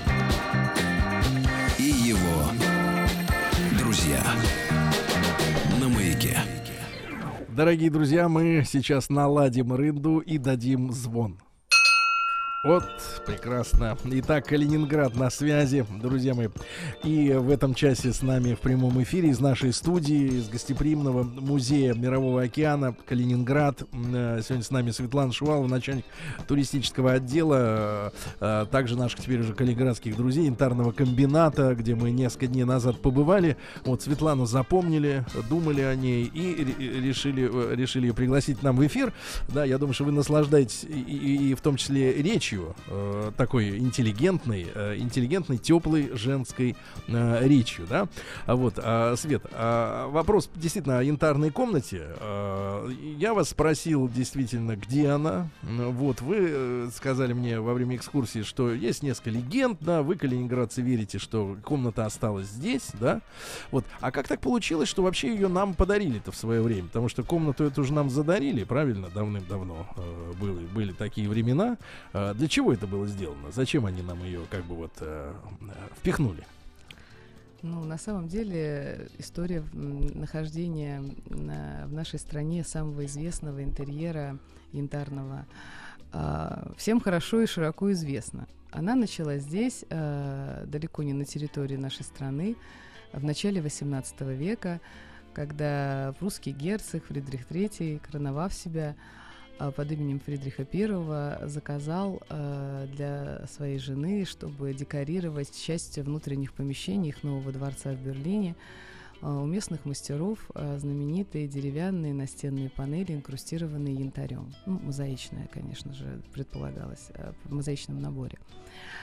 и его друзья на Маяке. Дорогие друзья, мы сейчас наладим рынду и дадим звон. Вот, прекрасно. Итак, Калининград на связи, друзья мои. И в этом часе с нами в прямом эфире из нашей студии, из гостеприимного музея Мирового океана Калининград. Сегодня с нами Светлана Шувалова, начальник туристического отдела, также наших теперь уже калининградских друзей, янтарного комбината, где мы несколько дней назад побывали. Вот Светлану запомнили, думали о ней и решили, решили ее пригласить к нам в эфир. Да, я думаю, что вы наслаждаетесь и, и, и в том числе речью, такой интеллигентной, интеллигентной, теплой женской э, речью, да. А вот, а, Свет, а, вопрос действительно о янтарной комнате. А, я вас спросил действительно, где она. Вот, вы сказали мне во время экскурсии, что есть несколько легенд, да, вы, калининградцы, верите, что комната осталась здесь, да. Вот, а как так получилось, что вообще ее нам подарили-то в свое время? Потому что комнату эту же нам задарили, правильно, давным-давно э, были, были такие времена. Для чего это было сделано? Зачем они нам ее как бы вот э, впихнули? Ну, на самом деле, история нахождения на, в нашей стране самого известного интерьера янтарного э, всем хорошо и широко известна. Она началась здесь, э, далеко не на территории нашей страны, в начале восемнадцатого века, когда прусский герцог Фридрих третий, короновав себя под именем Фридриха Первого, заказал э, для своей жены, чтобы декорировать часть внутренних помещений их нового дворца в Берлине, э, у местных мастеров э, знаменитые деревянные настенные панели, инкрустированные янтарем. Ну, мозаичная, конечно же, предполагалось, э, в мозаичном наборе.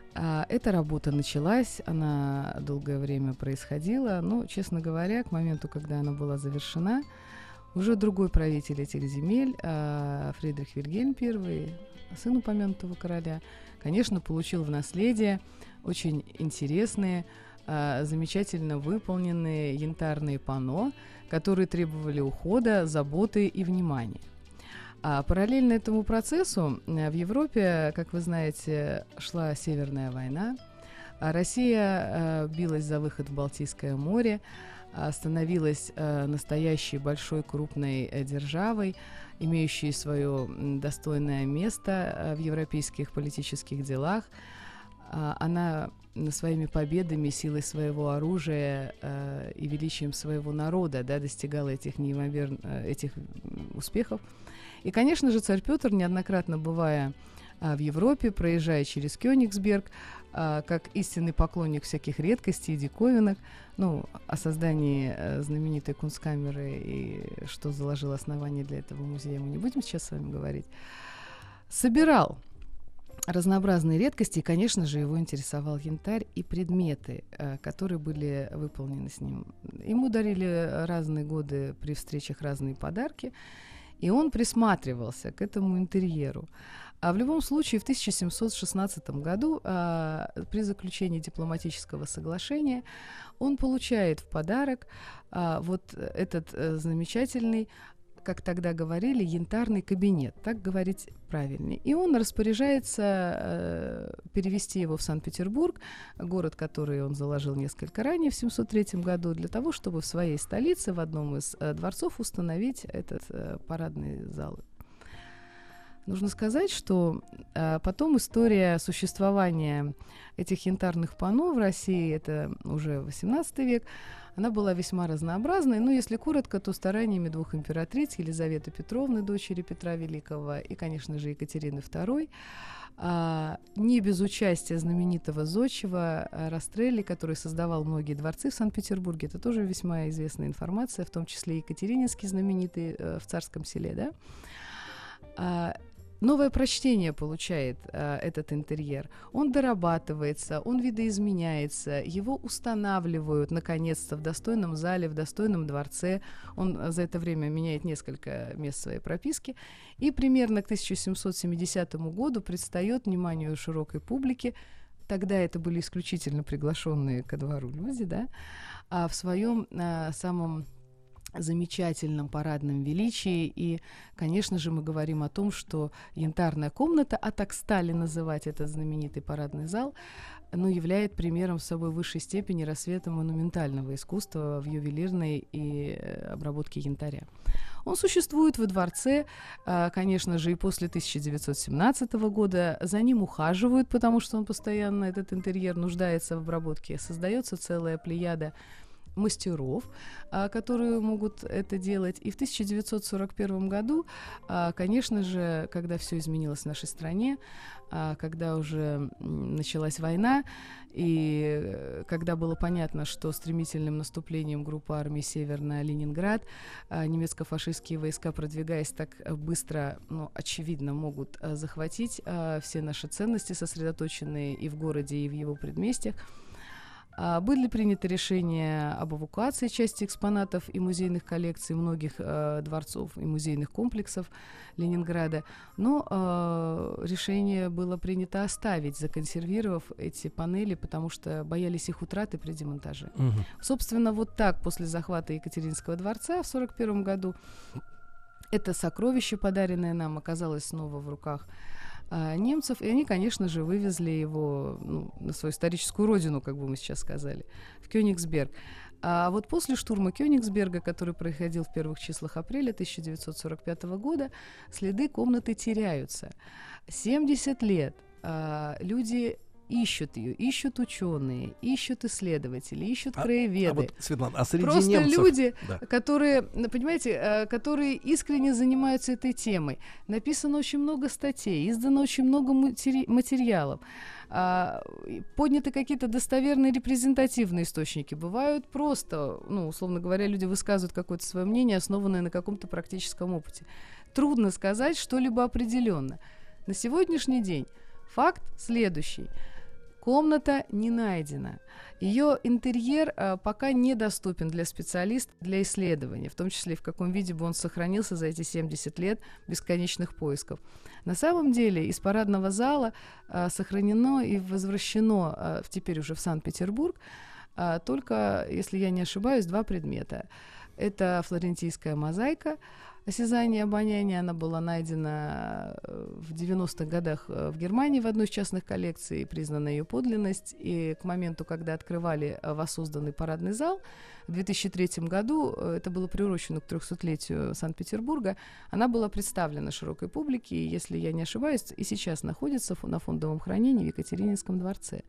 А, эта работа началась, она долгое время происходила, но, честно говоря, к моменту, когда она была завершена, уже другой правитель этих земель, а, Фридрих Вильгельм I, сын упомянутого короля, конечно, получил в наследие очень интересные, а, замечательно выполненные янтарные панно, которые требовали ухода, заботы и внимания. А параллельно этому процессу в Европе, как вы знаете, шла Северная война. А Россия а, билась за выход в Балтийское море, а, становилась а, настоящей большой крупной а, державой, имеющей свое достойное место а, в европейских политических делах. А, она своими победами, силой своего оружия э, и величием своего народа, да, достигала этих неимоверных этих успехов. И, конечно же, царь Петр, неоднократно бывая а, в Европе, проезжая через Кёнигсберг, а, как истинный поклонник всяких редкостей и диковинок, ну, о создании а, знаменитой кунсткамеры и что заложило основание для этого музея, мы не будем сейчас с вами говорить, собирал разнообразные редкости, и, конечно же, его интересовал янтарь и предметы, э, которые были выполнены с ним. Ему дарили разные годы при встречах разные подарки, и он присматривался к этому интерьеру. А в любом случае, в тысяча семьсот шестнадцатом году э, при заключении дипломатического соглашения он получает в подарок э, вот этот э, замечательный, как тогда говорили, янтарный кабинет, так говорить правильнее. И он распоряжается э, перевести его в Санкт-Петербург, город, который он заложил несколько ранее, в семьсот третьем году, для того, чтобы в своей столице, в одном из э, дворцов, установить этот э, парадный зал. Нужно сказать, что э, потом история существования этих янтарных панно в России, это уже восемнадцатый век, она была весьма разнообразной, но если коротко, то стараниями двух императриц, Елизаветы Петровны, дочери Петра Великого, и, конечно же, Екатерины второй, а, не без участия знаменитого зодчего Растрелли, который создавал многие дворцы в Санкт-Петербурге, это тоже весьма известная информация, в том числе Екатерининский знаменитый э, в Царском селе, да. А, Новое прочтение получает а, этот интерьер. Он дорабатывается, он видоизменяется, его устанавливают, наконец-то, в достойном зале, в достойном дворце. Он а, за это время меняет несколько мест своей прописки. И примерно к тысяча семьсот семидесятому году предстает вниманию широкой публики, тогда это были исключительно приглашенные ко двору люди, да, а в своем а, самом замечательном парадном величии. И, конечно же, мы говорим о том, что янтарная комната, а так стали называть этот знаменитый парадный зал, ну, является примером в собой высшей степени рассвета монументального искусства в ювелирной и обработке янтаря. Он существует во дворце, конечно же, и после тысяча девятьсот семнадцатого года. За ним ухаживают, потому что он постоянно, этот интерьер, нуждается в обработке. Создается целая плеяда мастеров, которые могут это делать. И в тысяча девятьсот сорок первом году, конечно же, когда все изменилось в нашей стране, когда уже началась война, и когда было понятно, что стремительным наступлением группы армий «Север» на Ленинград немецко-фашистские войска, продвигаясь так быстро, ну, очевидно, могут захватить все наши ценности, сосредоточенные и в городе, и в его предместьях, были приняты решения об эвакуации части экспонатов и музейных коллекций многих э, дворцов и музейных комплексов Ленинграда, но э, решение было принято оставить, законсервировав эти панели, потому что боялись их утраты при демонтаже. Угу. Собственно, вот так после захвата Екатерининского дворца в сорок первом году это сокровище, подаренное нам, оказалось снова в руках немцев, и они, конечно же, вывезли его, ну, на свою историческую родину, как бы мы сейчас сказали, в Кёнигсберг. А вот после штурма Кёнигсберга, который происходил в первых числах апреля тысяча девятьсот сорок пятого года, следы комнаты теряются. семьдесят лет а, люди ищут ее, ищут ученые, ищут исследователи, ищут а, краеведы. А вот, Светлана, а среди Просто немцев... люди, да. которые, понимаете, которые искренне занимаются этой темой. Написано очень много статей, издано очень много матери- материалов. А, подняты какие-то достоверные репрезентативные источники. Бывают просто, ну, условно говоря, люди высказывают какое-то свое мнение, основанное на каком-то практическом опыте. Трудно сказать что-либо определенно. На сегодняшний день факт следующий. Комната не найдена. Ее интерьер а, пока недоступен для специалистов для исследования, в том числе в каком виде бы он сохранился за эти семьдесят лет бесконечных поисков. На самом деле из парадного зала а, сохранено и возвращено а, теперь уже в Санкт-Петербург а, только, если я не ошибаюсь, два предмета. Это флорентийская мозаика осязание обоняния. Она была найдена в девяностых годах в Германии в одной из частных коллекций, признана ее подлинность. И к моменту, когда открывали воссозданный парадный зал, в две тысячи третьем году, это было приурочено к трехсотлетию Санкт-Петербурга, она была представлена широкой публике, и, если я не ошибаюсь, и сейчас находится на фондовом хранении в Екатерининском дворце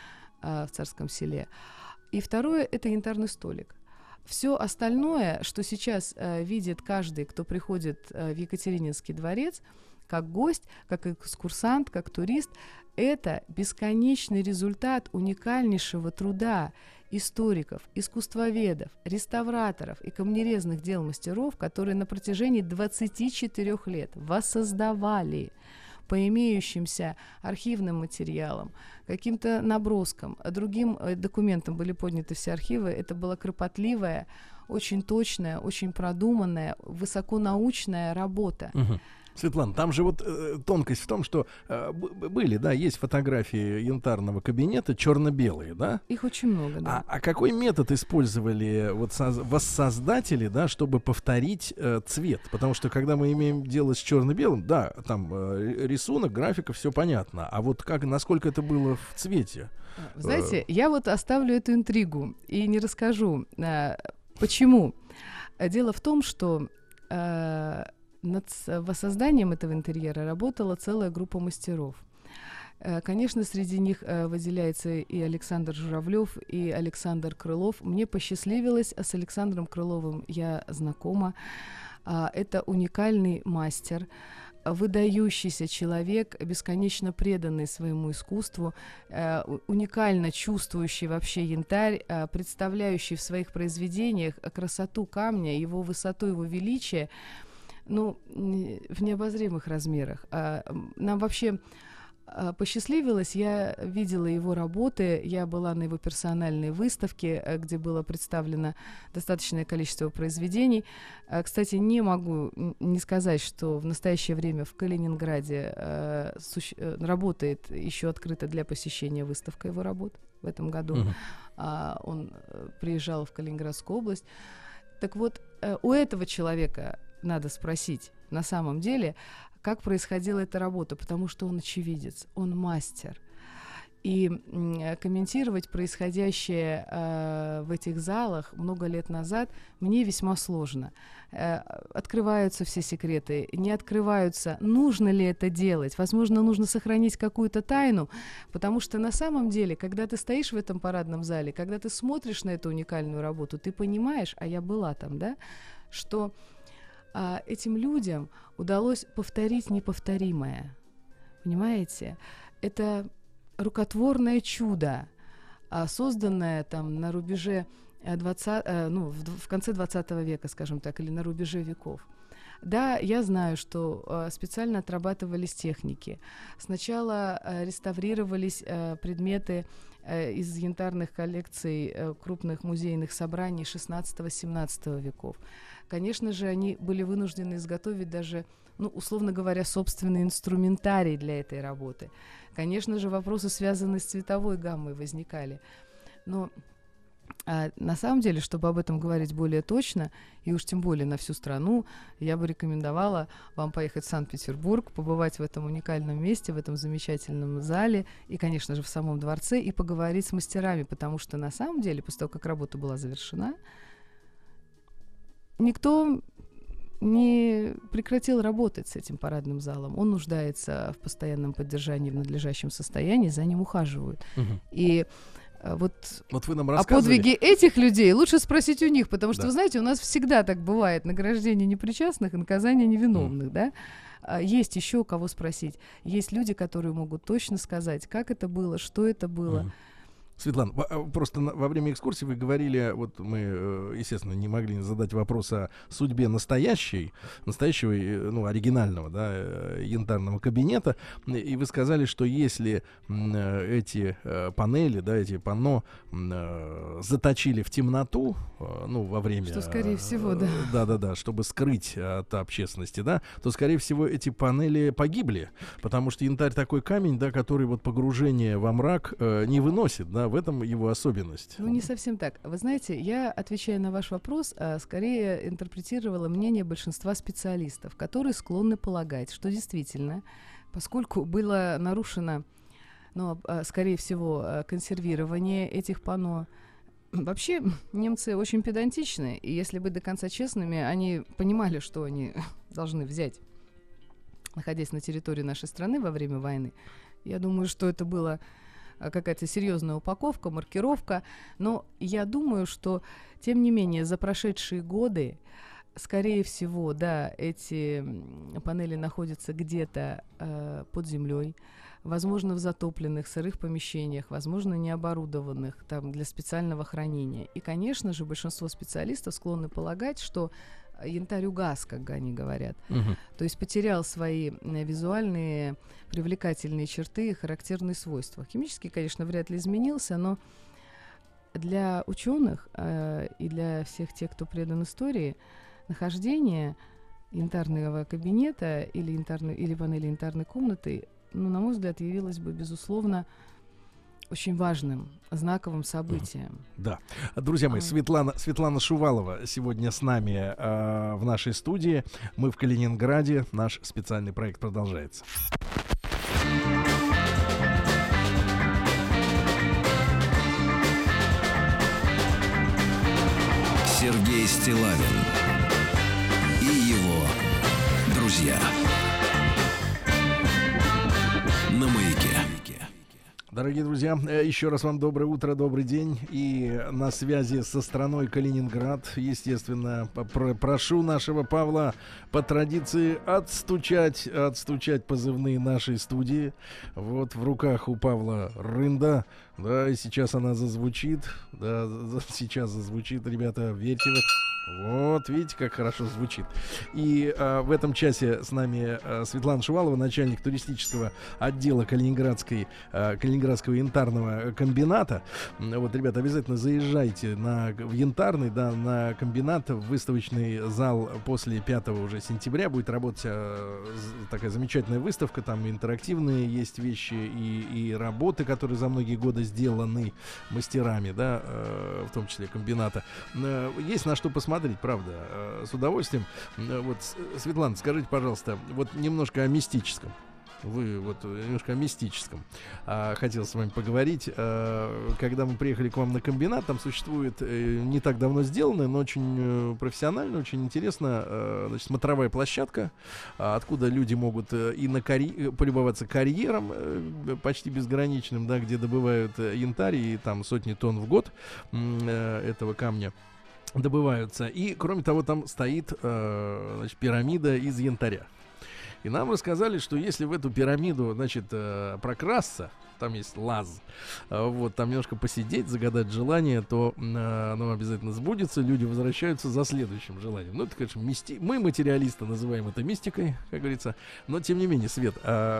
в Царском Селе. И второе – это янтарный столик. Все остальное, что сейчас э, видит каждый, кто приходит э, в Екатерининский дворец, как гость, как экскурсант, как турист, это бесконечный результат уникальнейшего труда историков, искусствоведов, реставраторов и камнерезных дел мастеров, которые на протяжении двадцати четырёх лет воссоздавали по имеющимся архивным материалам, каким-то наброскам, другим документам были подняты все архивы. Это была кропотливая, очень точная, очень продуманная, высоконаучная работа. Угу. Светлана, там же вот э, тонкость в том, что э, были, да, есть фотографии янтарного кабинета черно-белые, да? Их очень много, да. А, а какой метод использовали вот соз- воссоздатели, да, чтобы повторить э, цвет? Потому что когда мы имеем дело с черно-белым, да, там э, рисунок, графика, все понятно. А вот как, насколько это было в цвете? Знаете, э- я вот оставлю эту интригу и не расскажу. Э, почему? Дело в том, что э- над воссозданием этого интерьера работала целая группа мастеров. Конечно, среди них выделяется и Александр Журавлев, и Александр Крылов. Мне посчастливилось, с Александром Крыловым я знакома. Это уникальный мастер, выдающийся человек, бесконечно преданный своему искусству, уникально чувствующий вообще янтарь, представляющий в своих произведениях красоту камня, его высоту, его величие, ну, в необозримых размерах. А, нам вообще а, посчастливилось, я видела его работы, я была на его персональной выставке, где было представлено достаточное количество произведений. А, кстати, не могу не сказать, что в настоящее время в Калининграде а, суще- работает, еще открыта для посещения выставка его работ в этом году. Uh-huh. А, он приезжал в Калининградскую область. Так вот, у этого человека надо спросить, на самом деле, как происходила эта работа, потому что он очевидец, он мастер. И м, комментировать происходящее э, в этих залах много лет назад мне весьма сложно. Э, открываются все секреты, не открываются. Нужно ли это делать? Возможно, нужно сохранить какую-то тайну, потому что на самом деле, когда ты стоишь в этом парадном зале, когда ты смотришь на эту уникальную работу, ты понимаешь, а я была там, да, что а, этим людям удалось повторить неповторимое. Понимаете? Это рукотворное чудо, а, созданное там на рубеже двадцатого, ну, в, в конце двадцатого века, скажем так, или на рубеже веков. Да, я знаю, что э, специально отрабатывались техники. Сначала э, реставрировались э, предметы э, из янтарных коллекций э, крупных музейных собраний шестнадцатого-семнадцатого веков. Конечно же, они были вынуждены изготовить даже, ну, условно говоря, собственный инструментарий для этой работы. Конечно же, вопросы, связанные с цветовой гаммой, возникали. Но а на самом деле, чтобы об этом говорить более точно, и уж тем более на всю страну, я бы рекомендовала вам поехать в Санкт-Петербург, побывать в этом уникальном месте, в этом замечательном зале, и, конечно же, в самом дворце, и поговорить с мастерами, потому что на самом деле, после того, как работа была завершена, никто не прекратил работать с этим парадным залом. Он нуждается в постоянном поддержании, в надлежащем состоянии, за ним ухаживают. Угу. И Вот, вот вы нам о подвиге этих людей лучше спросить у них, потому что, да. Вы знаете, у нас всегда так бывает: награждение непричастных и наказание невиновных, mm. да? Есть еще у кого спросить. Есть люди, которые могут точно сказать, как это было, что это было. Светлана, просто во время экскурсии вы говорили, вот мы, естественно, не могли не задать вопрос о судьбе настоящей, настоящего, ну, оригинального, да, янтарного кабинета, и вы сказали, что если эти панели, да, эти панно заточили в темноту, ну, во время... Что, скорее всего, да. Да-да-да, чтобы скрыть от общественности, да, то, скорее всего, эти панели погибли, потому что янтарь такой камень, да, который вот погружение во мрак не выносит, да, в этом его особенность. Ну, не совсем так. Вы знаете, я, отвечая на ваш вопрос, скорее интерпретировала мнение большинства специалистов, которые склонны полагать, что действительно, поскольку было нарушено, ну, скорее всего, консервирование этих панно, вообще немцы очень педантичны, и если быть до конца честными, они понимали, что они должны взять, находясь на территории нашей страны во время войны. Я думаю, что это было какая-то серьезная упаковка, маркировка, но я думаю, что, тем не менее, за прошедшие годы, скорее всего, да, эти панели находятся где-то э, под землей, возможно, в затопленных сырых помещениях, возможно, необорудованных там для специального хранения. И, конечно же, большинство специалистов склонны полагать, что янтарь угас, как они говорят. Uh-huh. То есть потерял свои визуальные привлекательные черты и характерные свойства. Химически, конечно, вряд ли изменился, но для ученых э, и для всех тех, кто предан истории, нахождение янтарного кабинета или, янтарной, или панели янтарной комнаты, ну, на мой взгляд, явилось бы, безусловно, очень важным, знаковым событием. Да. Друзья мои, Светлана, Светлана Шувалова сегодня с нами э, в нашей студии. Мы в Калининграде. Наш специальный проект продолжается. Сергей Стиллавин и его друзья на Маяке. Дорогие друзья, еще раз вам доброе утро, добрый день. И на связи со страной Калининград, естественно, про- прошу нашего Павла по традиции отстучать, отстучать позывные нашей студии. Вот в руках у Павла рында, да, и сейчас она зазвучит, да, за- сейчас зазвучит, ребята, верьте в это. Вот, видите, как хорошо звучит. И а, в этом часе с нами а, Светлана Шувалова, начальник туристического отдела Калининградской, а, Калининградского янтарного комбината. Вот, ребята, обязательно заезжайте на, в янтарный, да, на комбинат, в выставочный зал после пятого уже сентября. Будет работать а, такая замечательная выставка, там интерактивные есть вещи и, и работы, которые за многие годы сделаны мастерами, да, а, в том числе комбината. А, есть на что посмотреть. Смотреть, правда, с удовольствием. Вот, Светлана, скажите, пожалуйста, вот немножко о мистическом. Вы вот немножко о мистическом. А, хотел с вами поговорить. А, когда мы приехали к вам на комбинат, там существует э, не так давно сделанная, но очень э, профессионально, очень интересно, э, значит, смотровая площадка, а, откуда люди могут э, и на карь... полюбоваться карьером э, почти безграничным, да, где добывают э, янтарь, и там сотни тонн в год э, этого камня добываются. И, кроме того, там стоит э, значит, пирамида из янтаря. И нам рассказали, что если в эту пирамиду, значит, э, прокрасться, там есть лаз, э, вот, там немножко посидеть, загадать желание, то э, оно обязательно сбудется, люди возвращаются за следующим желанием. Ну, это, конечно, мисти... мы, материалисты, называем это мистикой, как говорится, но, тем не менее, Свет,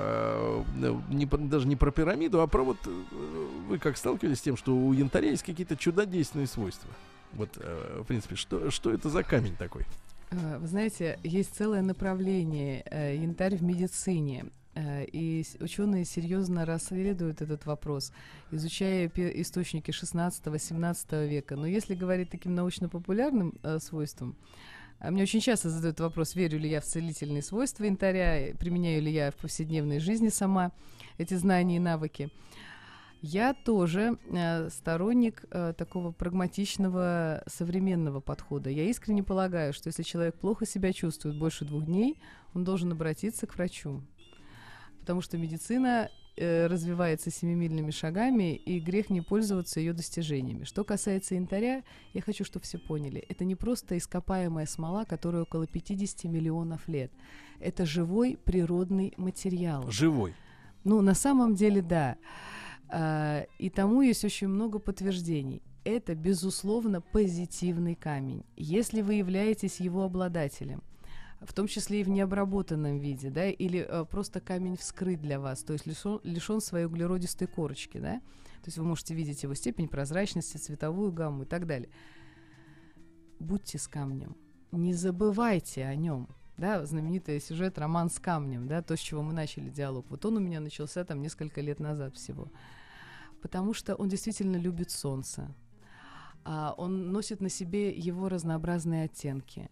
э, не, даже не про пирамиду, а про вот, э, вы как сталкивались с тем, что у янтаря есть какие-то чудодейственные свойства? Вот, э, в принципе, что, что это за камень такой? Вы знаете, есть целое направление э, янтарь в медицине. Э, и ученые серьезно расследуют этот вопрос, изучая пи- источники шестнадцатого-семнадцатого века. Но если говорить таким научно-популярным э, свойством, э, мне очень часто задают вопрос, верю ли я в целительные свойства янтаря, применяю ли я в повседневной жизни сама эти знания и навыки. Я тоже э, сторонник э, такого прагматичного современного подхода. Я искренне полагаю, что если человек плохо себя чувствует больше двух дней, он должен обратиться к врачу. Потому что медицина э, развивается семимильными шагами, и грех не пользоваться ее достижениями. Что касается янтаря, я хочу, чтобы все поняли. Это не просто ископаемая смола, которая около пятьдесят миллионов лет. Это живой природный материал. Живой? Ну, на самом деле, да. А, и тому есть очень много подтверждений. Это, безусловно, позитивный камень. Если вы являетесь его обладателем, в том числе и в необработанном виде, да, или э, просто камень вскрыт для вас, то есть лишен, лишен своей углеродистой корочки, да, то есть вы можете видеть его степень прозрачности, цветовую гамму и так далее. Будьте с камнем, не забывайте о нем, да, знаменитый сюжет «Роман с камнем», да, то, с чего мы начали диалог, вот он у меня начался там несколько лет назад всего, потому что он действительно любит солнце, а, он носит на себе его разнообразные оттенки.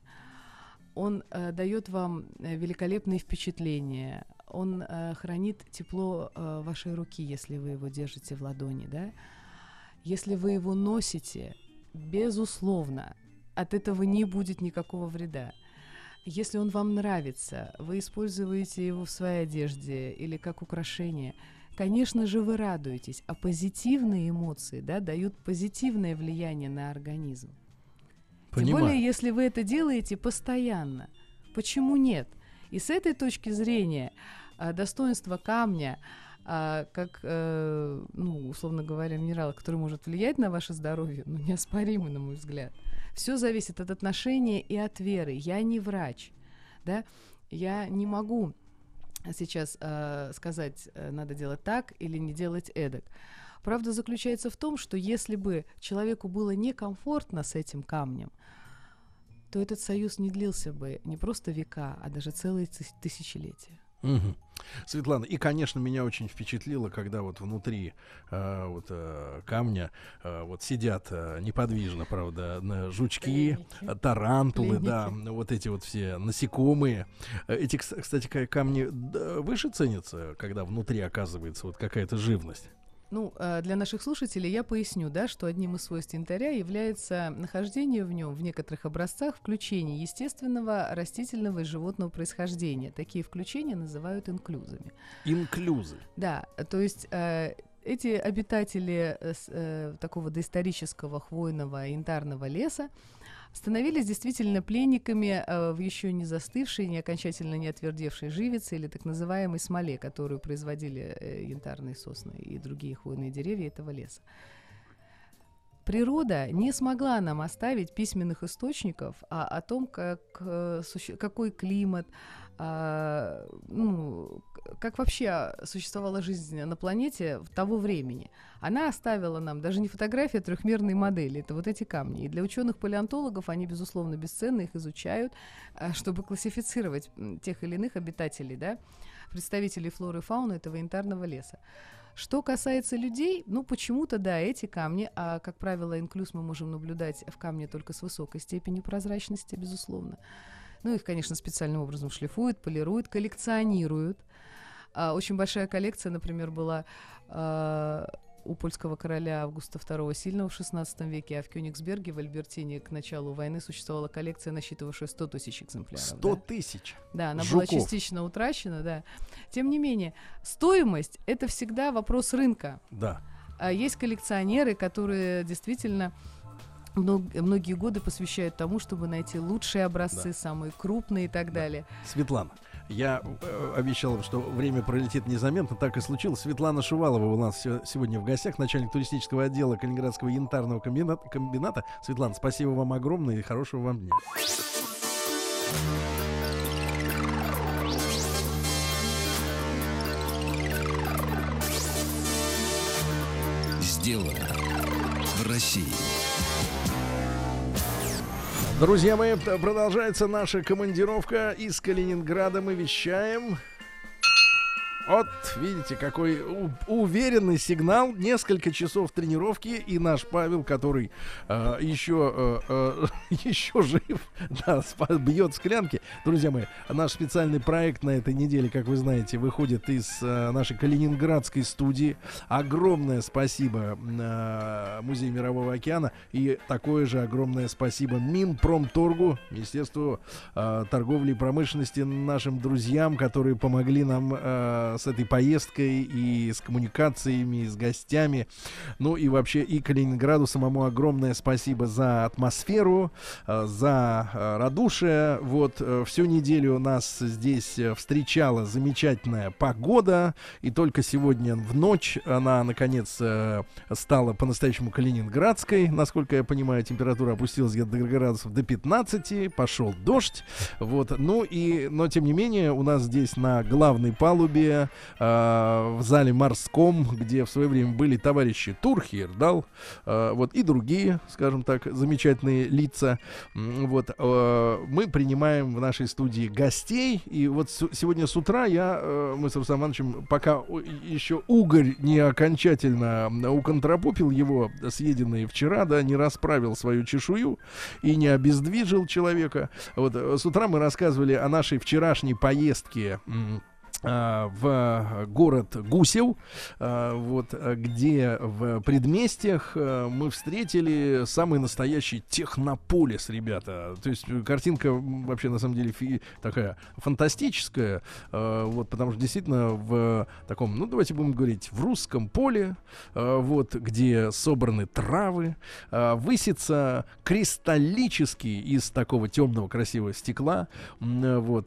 Он э, дает вам э, великолепные впечатления. Он э, хранит тепло э, вашей руки, если вы его держите в ладони, да? Если вы его носите, безусловно, от этого не будет никакого вреда. Если он вам нравится, вы используете его в своей одежде или как украшение, конечно же, вы радуетесь, а позитивные эмоции, да, дают позитивное влияние на организм. Тем Понимаю. более, если вы это делаете постоянно. Почему нет? И с этой точки зрения а, достоинство камня, а, как, э, ну, условно говоря, минерал, который может влиять на ваше здоровье, ну, неоспоримо, на мой взгляд. Все зависит от отношения и от веры. Я не врач, да? Я не могу сейчас э, сказать, надо делать так или не делать эдак. Правда заключается в том, что если бы человеку было некомфортно с этим камнем, то этот союз не длился бы не просто века, а даже целые тысячелетия. Угу. Светлана, и, конечно, меня очень впечатлило, когда вот внутри э, вот, э, камня э, вот сидят э, неподвижно, правда, жучки, Пленники. тарантулы, Пленники. да, вот эти вот все насекомые. Эти, кстати, камни выше ценятся, когда внутри оказывается вот какая-то живность? Ну, для наших слушателей я поясню, да, что одним из свойств янтаря является нахождение в нем в некоторых образцах включений естественного, растительного и животного происхождения. Такие включения называют инклюзами. Инклюзы. Да, то есть э, эти обитатели э, такого доисторического хвойного янтарного леса становились действительно пленниками э, в еще не застывшей, не окончательно не отвердевшей живице или так называемой смоле, которую производили э, янтарные сосны и другие хвойные деревья этого леса. Природа не смогла нам оставить письменных источников а, о том, как, э, суще- какой климат, а, ну, как вообще существовала жизнь на планете того времени. Она оставила нам даже не фотографии, а трехмерные модели. Это вот эти камни. И для ученых-палеонтологов они, безусловно, бесценны, их изучают, чтобы классифицировать тех или иных обитателей, да, представителей флоры и фауны этого янтарного леса. Что касается людей, ну, почему-то, да, эти камни, а, как правило, инклюз мы можем наблюдать в камне только с высокой степенью прозрачности, безусловно. Ну, их, конечно, специальным образом шлифуют, полируют, коллекционируют. А, очень большая коллекция, например, была а, у польского короля Августа второго Сильного в шестнадцатом веке, а в Кёнигсберге, в Альбертине, к началу войны существовала коллекция, насчитывавшая сто тысяч экземпляров. сто тысяч? Да, она Жуков. была частично утрачена, да. Тем не менее, стоимость — это всегда вопрос рынка. Да. А есть коллекционеры, которые действительно многие годы посвящают тому, чтобы найти лучшие образцы, да. самые крупные и так да. далее. Светлана, я э, обещал, что время пролетит незаметно, так и случилось. Светлана Шувалова у нас сегодня в гостях, начальник туристического отдела Калининградского янтарного комбината. комбината. Светлана, спасибо вам огромное и хорошего вам дня. Сделано в России. Друзья мои, продолжается наша командировка из Калининграда. Мы вещаем. Вот, видите, какой у- уверенный сигнал. Несколько часов тренировки, и наш Павел, который э, еще, э, э, еще жив, да, спа- бьет склянки. Друзья мои, наш специальный проект на этой неделе, как вы знаете, выходит из э, нашей калининградской студии. Огромное спасибо э, Музею Мирового океана, и такое же огромное спасибо Минпромторгу, Министерству э, торговли и промышленности, нашим друзьям, которые помогли нам э, с этой поездкой и с коммуникациями, и с гостями. Ну и вообще и Калининграду самому огромное спасибо за атмосферу, э, за э, радушие. Вот э, всю неделю нас здесь э, встречала замечательная погода, и только сегодня в ночь она наконец э, стала по-настоящему калининградской. Насколько я понимаю, температура опустилась где-то до градусов до пятнадцати, пошел дождь. Вот. Ну и, но тем не менее, у нас здесь на главной палубе, э, в зале морском, где в свое время были товарищи Турхи, Ирдал, э, вот, и другие, скажем так, замечательные лица. Вот, э, мы принимаем в нашей студии гостей. И вот с- сегодня с утра я, э, мы с Рустамом Ивановичем, пока еще угорь не окончательно уконтропупил его, съеденный вчера, да, не расправил свою чешую и не обездвижил человека. Вот, э, с утра мы рассказывали о нашей вчерашней поездке м, а, в город Гусев, а, вот, а, где в предместьях а, мы встретили самый настоящий технополис, ребята. То есть картинка м, вообще на самом деле фи- такая фантастическая, а, вот, потому что действительно в таком, ну давайте будем говорить, в русском поле, а, вот, где собраны травы, а, высится кристаллический из такого темного красивого стекла, м, вот,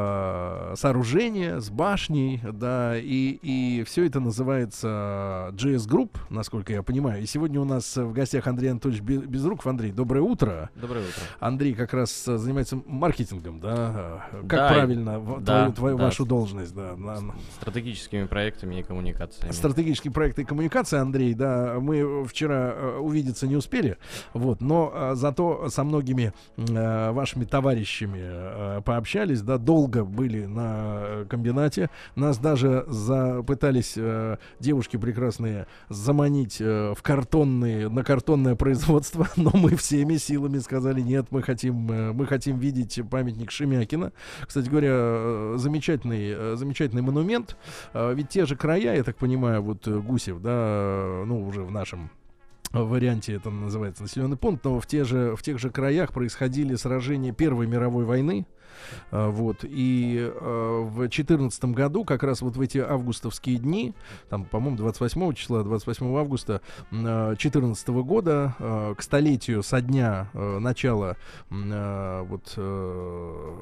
а, сооружение с башней, да, и, и все это называется джей эс Group, насколько я понимаю. И сегодня у нас в гостях Андрей Анатольевич Бе- Безруков. Андрей, доброе утро. Доброе утро. Андрей как раз э, занимается маркетингом, да? Как Да, правильно в- да, твою, твою да. вашу должность, да? на- на- Стратегическими проектами и коммуникациями. Стратегические проекты и коммуникации, Андрей, да, мы вчера э, увидеться не успели, вот, но э, зато со многими э, вашими товарищами э, пообщались, да, долго были на комбинате, нас даже за, пытались э, девушки прекрасные заманить э, в картонные, на картонное производство, но мы всеми силами сказали: нет, мы хотим, э, мы хотим видеть памятник Шемякина. Кстати говоря, э, замечательный, э, замечательный монумент. Э, ведь те же края, я так понимаю, вот э, Гусев, да, э, ну, уже в нашем варианте это называется населенный пункт, но в, те же, в тех же краях происходили сражения Первой мировой войны. А, вот, и а, в четырнадцатом году, как раз вот в эти августовские дни, там, по-моему, двадцать восьмого числа, двадцать восьмого августа четырнадцатого года, а, к столетию со дня а, начала а, вот, а,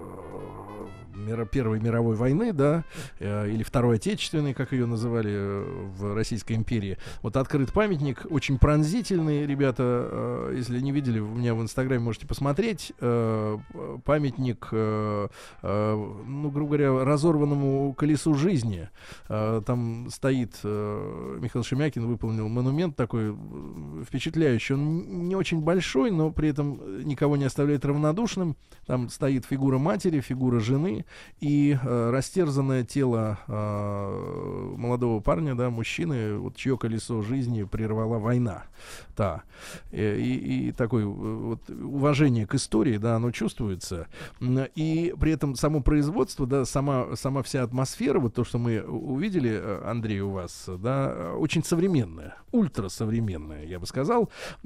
мира, Первой мировой войны, да, а, или Второй Отечественной, как ее называли в Российской империи, вот открыт памятник, очень пронзительный, ребята, а, если не видели, у меня в Инстаграме можете посмотреть, а, памятник, а, ну, грубо говоря, разорванному колесу жизни. Там стоит Михаил Шемякин, выполнил монумент такой впечатляющий. Он не очень большой, но при этом никого не оставляет равнодушным. Там стоит фигура матери, фигура жены и растерзанное тело молодого парня, да, мужчины, вот, чье колесо жизни прервала война. Да. И, и, и такое вот уважение к истории, да, оно чувствуется. И И при этом само производство, да, сама, сама вся атмосфера, вот то, что мы увидели, Андрей, у вас, да, очень современная, ультрасовременная, я бы сказал.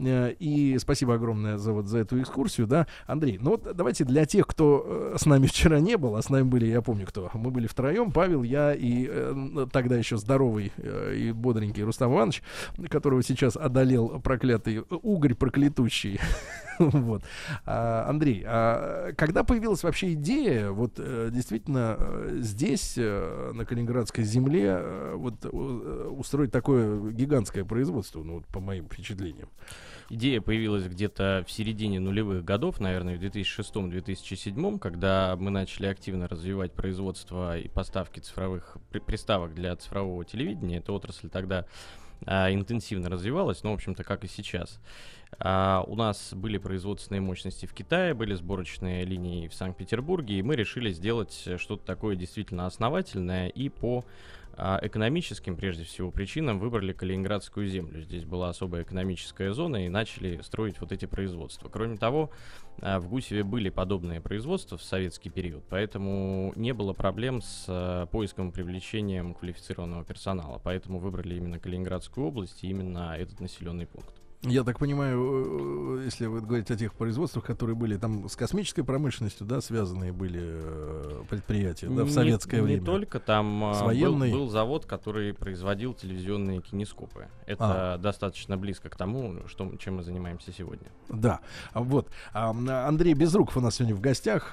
И спасибо огромное за, вот, за эту экскурсию, да. Андрей, ну вот давайте для тех, кто с нами вчера не был, а с нами были, я помню кто, мы были втроем, Павел, я и э, тогда еще здоровый э, и бодренький Рустам Иванович, которого сейчас одолел проклятый угорь проклятущий. Вот. А, Андрей, а когда появилась вообще идея вот э, действительно э, здесь, э, на Калининградской земле, э, вот э, устроить такое гигантское производство, ну вот по моим впечатлениям? Идея появилась где-то в середине нулевых годов, наверное, в две тысячи шестом — две тысячи седьмом, когда мы начали активно развивать производство и поставки цифровых при- приставок для цифрового телевидения. Эта отрасль тогда а, интенсивно развивалась, но, в общем-то, как и сейчас. А, у нас были производственные мощности в Китае, были сборочные линии в Санкт-Петербурге, и мы решили сделать что-то такое действительно основательное и по а, экономическим, прежде всего, причинам выбрали Калининградскую землю. Здесь была особая экономическая зона, и начали строить вот эти производства. Кроме того, а, в Гусеве были подобные производства в советский период, поэтому не было проблем с а, поиском и привлечением квалифицированного персонала. Поэтому выбрали именно Калининградскую область и именно этот населенный пункт. Я так понимаю, если вы говорите о тех производствах, которые были там с космической промышленностью, да, связанные были э, предприятия, да, в Не- советское не время. только, там С а, был, военной. был завод, который производил телевизионные кинескопы. Это А. достаточно близко к тому, что, чем мы занимаемся сегодня. Да, а вот. А, м, Андрей Безруков у нас сегодня в гостях.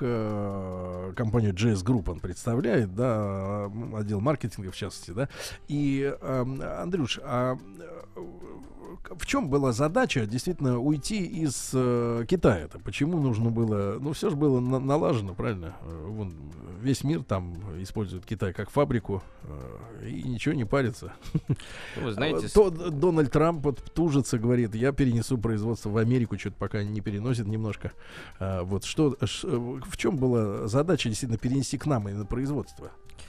э, Компанию джей эс Group он представляет, да, м, отдел маркетинга в частности, да. И, эм, Андрюш, а э, в чем была задача действительно уйти из э, Китая-то? Почему нужно было... Ну, все же было на- налажено, правильно? Э, Вон, весь мир там использует Китай как фабрику, э, и ничего не парится. Ну, вы знаете, То Д- Дональд Трамп вот тужится, говорит, я перенесу производство в Америку, что-то пока не переносит немножко. А, вот что, ш- в чем была задача действительно перенести к нам именно производство?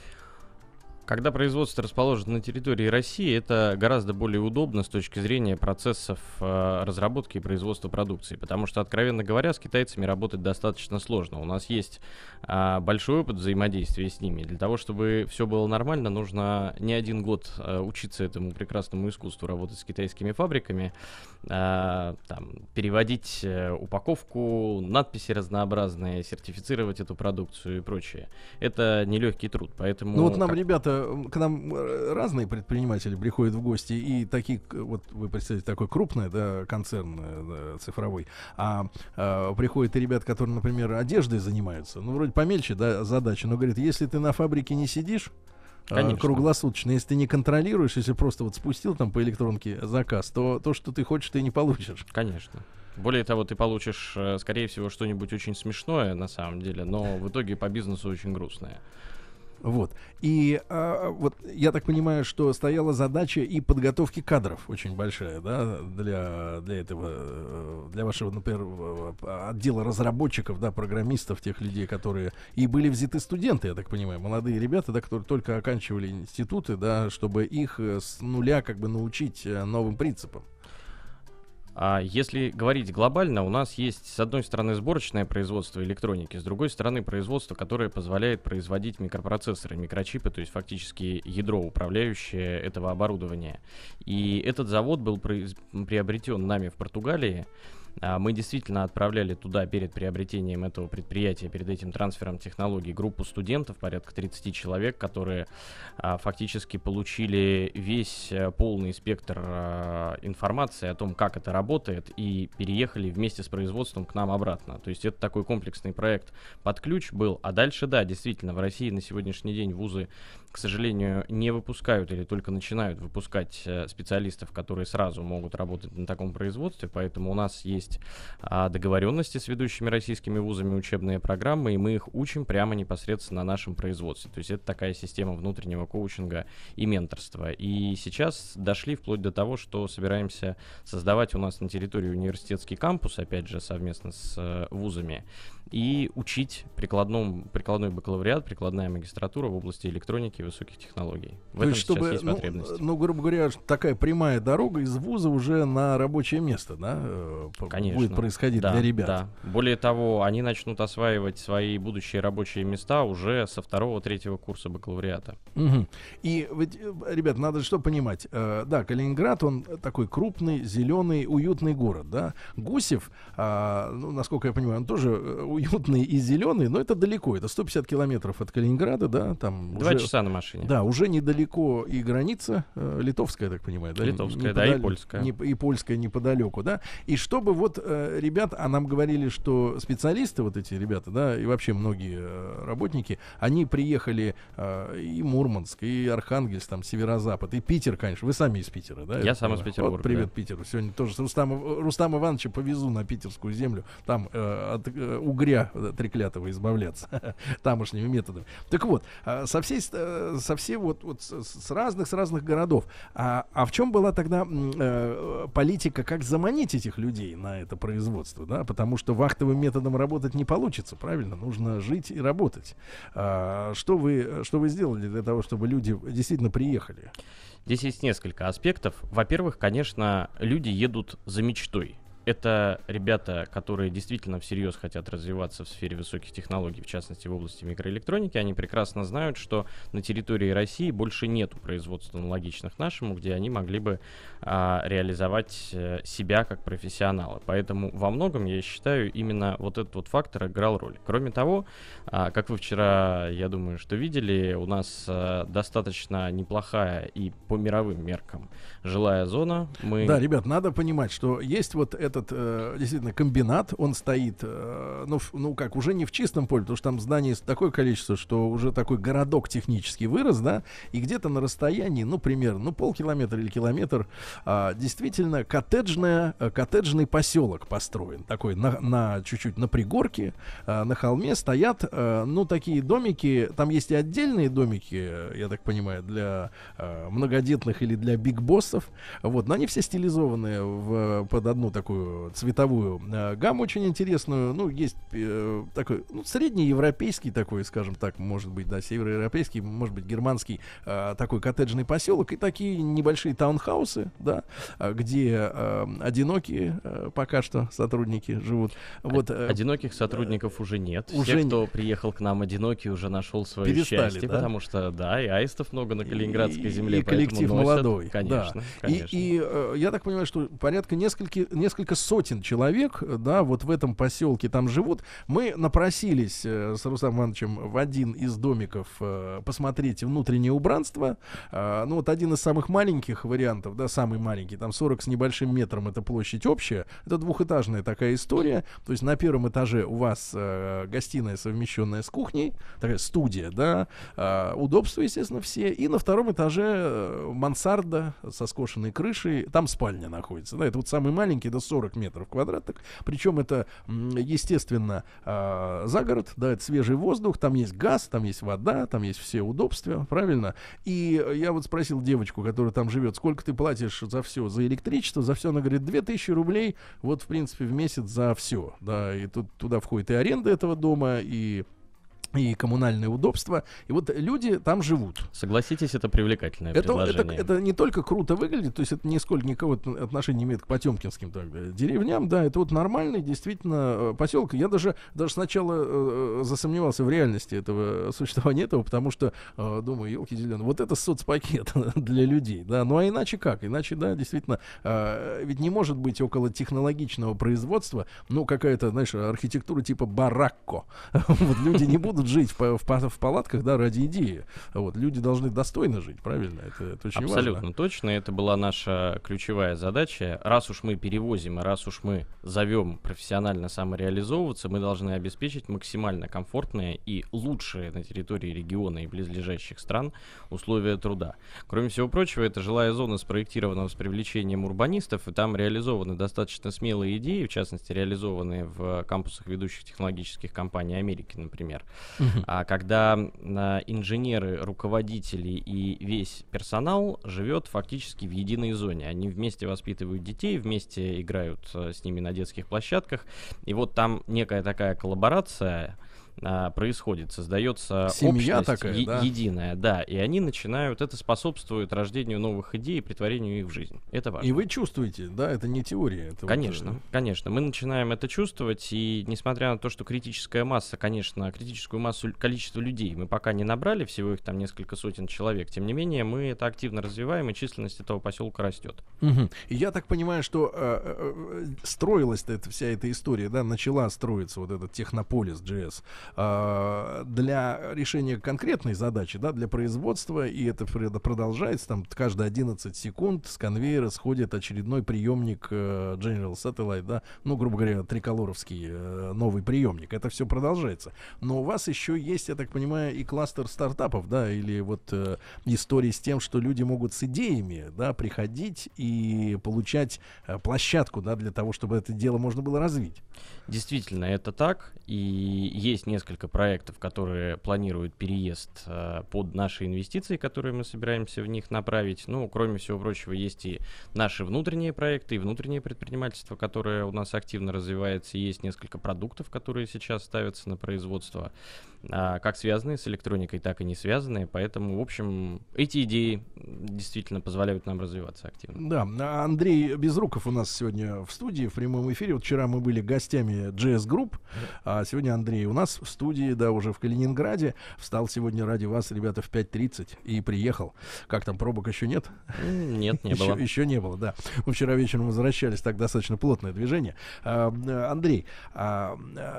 Когда производство расположено на территории России, это гораздо более удобно с точки зрения процессов э, разработки и производства продукции, потому что, откровенно говоря, с китайцами работать достаточно сложно. У нас есть э, большой опыт взаимодействия с ними. Для того, чтобы все было нормально, нужно не один год э, учиться этому прекрасному искусству работать с китайскими фабриками, э, там, переводить э, упаковку, надписи разнообразные, сертифицировать эту продукцию и прочее. Это нелегкий труд, поэтому... Ну вот нам, как- ребята, к нам э, разные предприниматели приходят в гости, и такие, к- вот вы представляете, такой крупный, да, концерн э, да, цифровой, а э, приходят и ребята, которые, например, одеждой занимаются, ну, вроде помельче, да, задача, но, говорит, если ты на фабрике не сидишь, э, Конечно. круглосуточно, если ты не контролируешь, если просто вот спустил там по электронке заказ, то то, что ты хочешь, ты не получишь. Конечно. Более того, ты получишь, э, скорее всего, что-нибудь очень смешное на самом деле, но в итоге по бизнесу очень грустное. Вот. И а, вот я так понимаю, что стояла задача и подготовки кадров очень большая, да, для, для этого, э, для вашего, например, э, отдела разработчиков, да, программистов, тех людей, которые... И были взяты студенты, я так понимаю, молодые ребята, да, которые только оканчивали институты, да, чтобы их э, с нуля как бы научить э, новым принципам. А если говорить глобально, у нас есть, с одной стороны, сборочное производство электроники, с другой стороны, производство, которое позволяет производить микропроцессоры, микрочипы, то есть фактически ядро, управляющее этого оборудования. И этот завод был произ- приобретен нами в Португалии. А, Мы действительно отправляли туда перед приобретением этого предприятия, перед этим трансфером технологий, группу студентов, порядка тридцать человек, которые а, фактически получили весь а, полный спектр а, информации о том, как это работает, и переехали вместе с производством к нам обратно. То есть это такой комплексный проект под ключ был. А дальше, да, действительно, в России на сегодняшний день вузы, к сожалению, не выпускают или только начинают выпускать э, специалистов, которые сразу могут работать на таком производстве, поэтому у нас есть а, договоренности с ведущими российскими вузами, учебные программы, и мы их учим прямо непосредственно на нашем производстве. То есть это такая система внутреннего коучинга и менторства. И сейчас дошли вплоть до того, что собираемся создавать у нас на территории университетский кампус, опять же, совместно с э, вузами, и учить прикладном, прикладной бакалавриат, прикладная магистратура в области электроники и высоких технологий. В То этом есть, чтобы, сейчас есть ну, потребность. ну, грубо говоря, такая прямая дорога из вуза уже на рабочее место, да, э, п- Конечно. будет происходить Да, для ребят. да. Более того, они начнут осваивать свои будущие рабочие места уже со второго-третьего курса бакалавриата. Мгм. И, ведь, э, ребят, надо что понимать. Э, да, Калининград, он такой крупный, зеленый, уютный город, да. Гусев, а, ну, насколько я понимаю, он тоже э, уютный и зеленый, но это далеко. Это сто пятьдесят километров от Калининграда, да. Там Два уже- часа на машине. Да, уже недалеко и граница э, литовская, я так понимаю, да? Литовская, да, и Неподаль- польская. не- и польская неподалеку, да? И чтобы вот э, ребят, а нам говорили, что специалисты, вот эти ребята, да, и вообще многие э, работники, они приехали э, и Мурманск, и Архангельск, там, Северозапад, и Питер, конечно. Вы сами из Питера, да? Я так сам из понимаю? Петербурга, Вот, привет, да. Питеру. Сегодня тоже с Рустама, Рустама Ивановича повезу на питерскую землю, там э, от э, угря э, треклятого избавляться тамошними методами. Так вот, э, со всей, э, со всей вот, вот с, с разных, с разных городов. А, а в чем была тогда м, э, политика, как заманить этих людей на это производство, да? Потому что вахтовым методом работать не получится, правильно? Нужно жить и работать. А, что вы, что вы сделали для того, чтобы люди действительно приехали? Здесь есть несколько аспектов. Во-первых, конечно, люди едут за мечтой. это ребята, которые действительно всерьез хотят развиваться в сфере высоких технологий, в частности в области микроэлектроники. Они прекрасно знают, что на территории России больше нету производства аналогичных нашему, где они могли бы а, реализовать а, себя как профессионалы. Поэтому во многом, я считаю, именно вот этот вот фактор играл роль. Кроме того, а, как вы вчера, я думаю, что видели, у нас а, достаточно неплохая и по мировым меркам жилая зона. Мы... Да, ребят, надо понимать, что есть вот этот э, действительно комбинат, он стоит, э, ну, в, ну как, уже не в чистом поле, потому что там зданий такое количество, что уже такой городок технически вырос, да, и где-то на расстоянии, ну, примерно, ну, полкилометра или километр, э, действительно коттеджная, э, коттеджный поселок построен, такой на, на чуть-чуть на пригорке, э, на холме стоят, э, ну, такие домики, там есть и отдельные домики, я так понимаю, для э, многодетных или для биг-боссов, вот, но они все стилизованные в, под одну такую цветовую э, гамму очень интересную. Ну, есть э, такой, ну, среднеевропейский такой, скажем так, может быть, да, североевропейский, может быть, германский э, такой коттеджный поселок и такие небольшие таунхаусы, да, где э, одинокие э, пока что сотрудники живут. Вот, э, Одиноких сотрудников уже нет. Уже Все, кто приехал к нам одинокий, уже нашел свое перестали, счастье, да? Потому что, да, и аистов много на Калининградской земле. И коллектив носят, молодой. Конечно, да. конечно. И, и э, я так понимаю, что порядка несколько, несколько сотен человек, да, вот в этом поселке там живут. Мы напросились э, с Рустамом Ивановичем в один из домиков э, посмотреть внутреннее убранство. Э, ну, вот один из самых маленьких вариантов, да, самый маленький, там сорок с небольшим метром, это площадь общая. Это двухэтажная такая история. То есть на первом этаже у вас э, гостиная, совмещенная с кухней, такая студия, да, э, удобства, естественно, все. И на втором этаже э, мансарда со скошенной крышей, там спальня находится, да, это вот самый маленький, это сорок метров квадратных, причем это, естественно, э, за город, да, это свежий воздух, там есть газ, там есть вода, там есть все удобства, правильно, и я вот спросил девочку, которая там живет, сколько ты платишь за все, за электричество, за все, она говорит, две тысячи рублей, вот, в принципе, в месяц за все, да, и тут туда входит и аренда этого дома, и и коммунальные удобства, и вот люди там живут. Согласитесь, это привлекательное это, предложение. Это, это не только круто выглядит, то есть это нисколько никакого отношения не имеет к потемкинским так, деревням, да, это вот нормальный действительно поселок. Я даже, даже сначала э, засомневался в реальности этого существования этого, потому что э, думаю, елки зеленые, вот это соцпакет для людей, да, ну а иначе как? Иначе, да, действительно, э, ведь не может быть около технологичного производства, ну какая-то, знаешь, архитектура типа баракко. Вот люди не будут жить в, в, в палатках, да, ради идеи. Вот, люди должны достойно жить, правильно? Это, это очень Абсолютно важно. точно. Это была наша ключевая задача. Раз уж мы перевозим, и раз уж мы зовем профессионально самореализовываться, мы должны обеспечить максимально комфортные и лучшие на территории региона и близлежащих стран условия труда. Кроме всего прочего, эта жилая зона спроектирована с привлечением урбанистов, и там реализованы достаточно смелые идеи, в частности, реализованные в кампусах ведущих технологических компаний Америки, например. Uh-huh. А когда а, инженеры, руководители и весь персонал живет фактически в единой зоне. Они вместе воспитывают детей, вместе играют а, с ними на детских площадках. И вот там некая такая коллаборация а, происходит, создается семья общность такая, е- да? единая, да, и они начинают, это способствует рождению новых идей и претворению их в жизнь. Это важно. И вы чувствуете, да, это не теория. Это конечно, вот... конечно, мы начинаем это чувствовать, и несмотря на то, что критическая масса, конечно, критическую массу, количество людей мы пока не набрали, всего их там несколько сотен человек, тем не менее мы это активно развиваем, и численность этого поселка растет. Угу. И я так понимаю, что э, э, строилась эта вся эта история, да, начала строиться вот этот Технополис джей эс э, для решения конкретной задачи, да, для производства, и это продолжается, там каждые одиннадцать секунд с конвейера сходит очередной приемник э, General Satellite, да, ну, грубо говоря, триколоровский э, новый приемник, это все продолжается. Но у вас еще есть, я так понимаю, и кластер стартапов, да, или вот э, истории с тем, что люди могут с идеями, да, приходить и получать э, площадку, да, для того, чтобы это дело можно было развить. Действительно, это так, и есть несколько проектов, которые планируют переезд э, под наши инвестиции, которые мы собираемся в них направить. Ну, кроме всего прочего, есть и наши внутренние проекты, и внутреннее предпринимательство, которое у нас активно развивается. Есть несколько продуктов, которые сейчас ставятся на производство, э, как связанные с электроникой, так и не связанные. Поэтому, в общем, эти идеи действительно позволяют нам развиваться активно. Да, Андрей Безруков у нас сегодня в студии в прямом эфире. Вот вчера мы были гостями джи эс Group, а сегодня Андрей у нас в студии, да, уже в Калининграде. Встал сегодня ради вас, ребята, в пять тридцать и приехал. Как там, пробок еще нет? Нет, не еще, было. Еще не было, да. Мы вчера вечером возвращались, так достаточно плотное движение. А, Андрей, а,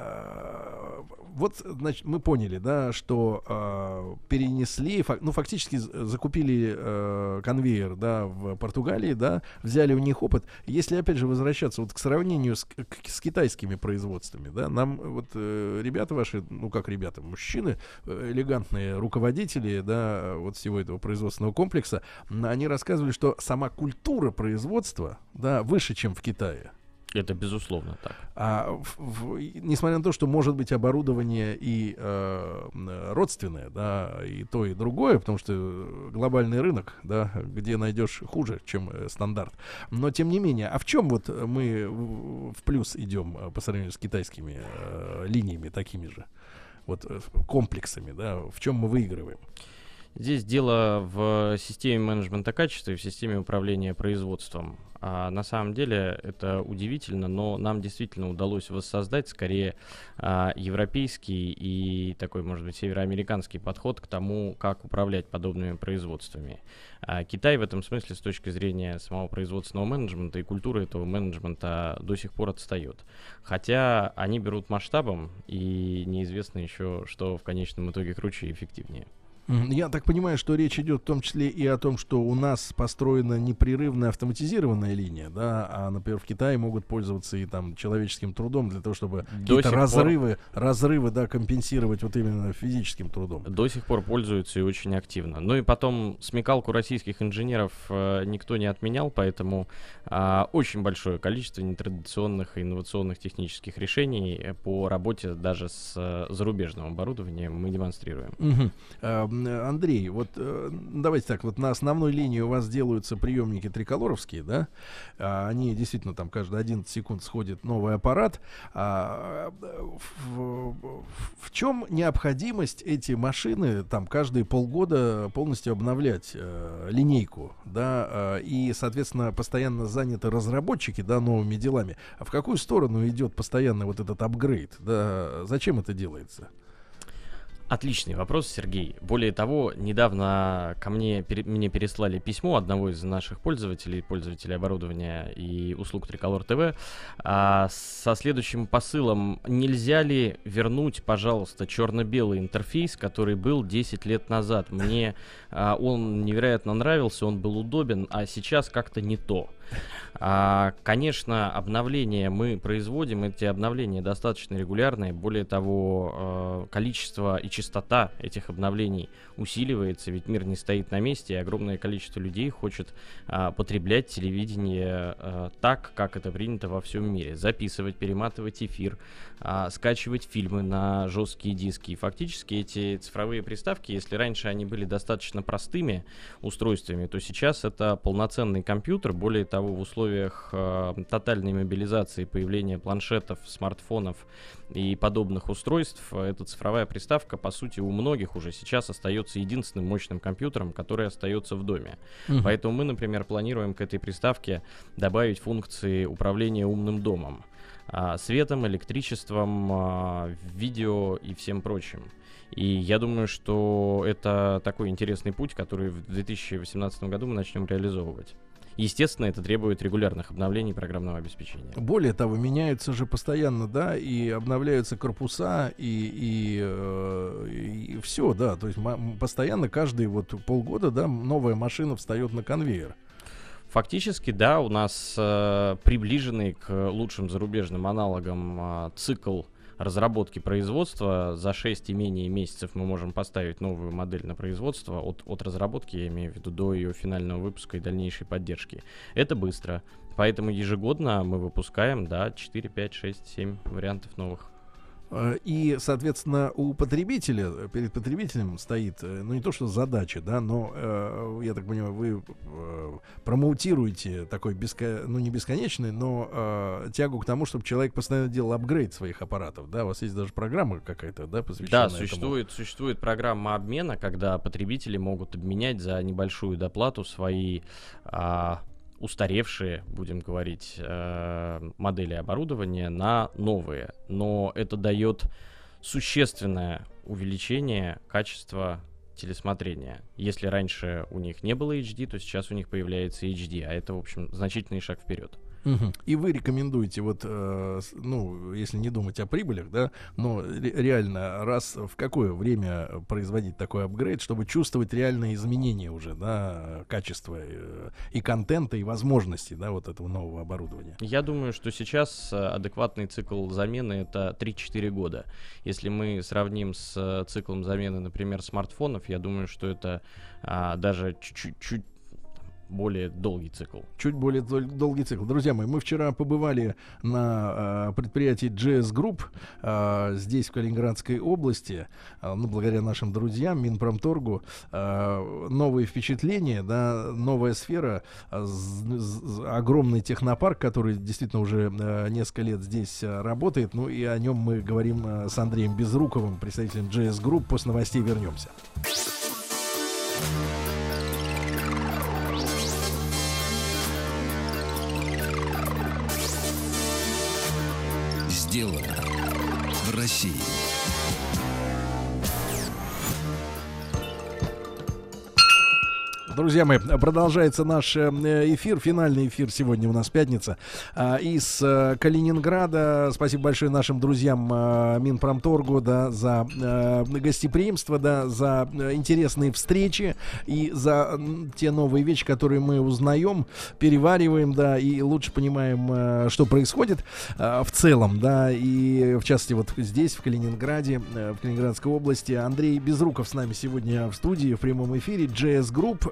а, вот, значит, мы поняли, да, что а, перенесли, ну, фактически закупили а, конвейер, да, в Португалии, да, взяли у них опыт. Если, опять же, возвращаться вот к сравнению с, к, с китайскими производствами, да, нам вот э, ребята ваши, ну, как ребята, мужчины, э, элегантные руководители, да, вот всего этого производственного комплекса, они рассказывали, что сама культура производства, да, выше, чем в Китае. Это безусловно так. А в, в, несмотря на то, что может быть оборудование и э, родственное, да, и то, и другое, потому что глобальный рынок, да, где найдешь хуже, чем э, стандарт. Но тем не менее, а в чем вот мы в, в плюс идем по сравнению с китайскими э, линиями такими же, вот комплексами, да, в чем мы выигрываем? Здесь дело в системе менеджмента качества и в системе управления производством. А на самом деле это удивительно, но нам действительно удалось воссоздать скорее а, европейский и такой, может быть, североамериканский подход к тому, как управлять подобными производствами. А Китай в этом смысле с точки зрения самого производственного менеджмента и культуры этого менеджмента до сих пор отстает. Хотя они берут масштабом, и неизвестно еще, что в конечном итоге круче и эффективнее. Я так понимаю, что речь идет в том числе и о том, что у нас построена непрерывная автоматизированная линия, да, а, например, в Китае могут пользоваться и там человеческим трудом для того, чтобы До какие-то разрывы, пор... разрывы, да, компенсировать вот именно физическим трудом. До сих пор пользуются и очень активно. Ну и потом смекалку российских инженеров э, никто не отменял, поэтому э, очень большое количество нетрадиционных и инновационных технических решений по работе даже с э, зарубежным оборудованием мы демонстрируем. Угу. Андрей, вот э, давайте так, вот на основной линии у вас делаются приемники триколоровские, да? А, они действительно там каждые одиннадцать секунд сходит новый аппарат. А, в, в, в чем необходимость эти машины там каждые полгода полностью обновлять э, линейку, да? А, и, соответственно, постоянно заняты разработчики, да, новыми делами. А в какую сторону идет постоянно вот этот апгрейд? Да? Зачем это делается? Отличный вопрос, Сергей. Более того, недавно ко мне, пере, мне переслали письмо одного из наших пользователей, пользователей оборудования и услуг Триколор ТВ, а, со следующим посылом: нельзя ли вернуть, пожалуйста, черно-белый интерфейс, который был десять лет назад? Мне а, он невероятно нравился, он был удобен, а сейчас как-то не то. А, конечно, обновления мы производим, эти обновления достаточно регулярные. Более того, количество и частота этих обновлений усиливается, ведь мир не стоит на месте, и огромное количество людей хочет а, потреблять телевидение а, так, как это принято во всем мире. Записывать, перематывать эфир, а, скачивать фильмы на жесткие диски. И фактически эти цифровые приставки, если раньше они были достаточно простыми устройствами, то сейчас это полноценный компьютер. Более того, в условиях э, тотальной мобилизации, появления планшетов, смартфонов и подобных устройств, эта цифровая приставка, по сути, у многих уже сейчас остается единственным мощным компьютером, который остается в доме. Uh-huh. Поэтому мы, например, планируем к этой приставке добавить функции управления умным домом, э, светом, электричеством, э, видео и всем прочим. И я думаю, что это такой интересный путь, который в две тысячи восемнадцатом году мы начнем реализовывать. Естественно, это требует регулярных обновлений программного обеспечения. Более того, меняются же постоянно, да, и обновляются корпуса, и, и, э, и все, да, то есть м- постоянно каждые вот полгода, да, новая машина встает на конвейер. Фактически, да, у нас э, приближенный к лучшим зарубежным аналогам э, цикл разработки производства. За шесть и менее месяцев мы можем поставить новую модель на производство. От, от разработки, я имею в виду, до ее финального выпуска и дальнейшей поддержки. Это быстро. Поэтому ежегодно мы выпускаем, да, четыре, пять, шесть, семь вариантов новых. И, соответственно, у потребителя, перед потребителем стоит, ну, не то что задача, да, но, э, я так понимаю, вы э, промоутируете такой, беско... ну, не бесконечный, но э, тягу к тому, чтобы человек постоянно делал апгрейд своих аппаратов, да, у вас есть даже программа какая-то, да, посвященная Да, существует, этому. существует программа обмена, когда потребители могут обменять за небольшую доплату свои... А... устаревшие, будем говорить, э, модели оборудования на новые. Но это дает существенное увеличение качества телесмотрения. Если раньше у них не было эйч ди, то сейчас у них появляется эйч ди, а это, в общем, значительный шаг вперед. Угу. И вы рекомендуете, вот, э, ну, если не думать о прибылях, да, но ре- реально раз в какое время производить такой апгрейд, чтобы чувствовать реальные изменения уже, да, качества э, и контента, и возможностей, да, вот этого нового оборудования? Я думаю, что сейчас адекватный цикл замены — это три-четыре года. Если мы сравним с циклом замены, например, смартфонов, я думаю, что это а, даже чуть-чуть более долгий цикл. Чуть более дол- долгий цикл. Друзья мои, мы вчера побывали на э, предприятии джей эс Group э, здесь, в Калининградской области, э, ну, благодаря нашим друзьям, Минпромторгу. Э, новые впечатления, да, новая сфера, э, з- з- огромный технопарк, который действительно уже э, несколько лет здесь э, работает. Ну и о нем мы говорим э, с Андреем Безруковым, представителем джей эс Group. После новостей вернемся. Сделано в России. Друзья мои, продолжается наш эфир, финальный эфир сегодня у нас пятница, из Калининграда. Спасибо большое нашим друзьям Минпромторгу, да, за гостеприимство, да, за интересные встречи и за те новые вещи, которые мы узнаем, перевариваем, да, и лучше понимаем, что происходит в целом, да, и в частности вот здесь, в Калининграде, в Калининградской области. Андрей Безруков с нами сегодня в студии, в прямом эфире, джей эс Group.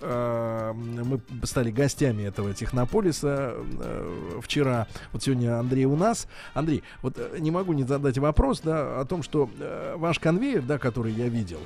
Мы стали гостями этого технополиса э, вчера. Вот сегодня Андрей у нас. Андрей, вот не могу не задать вопрос, да, о том, что э, ваш конвейер, да, который я видел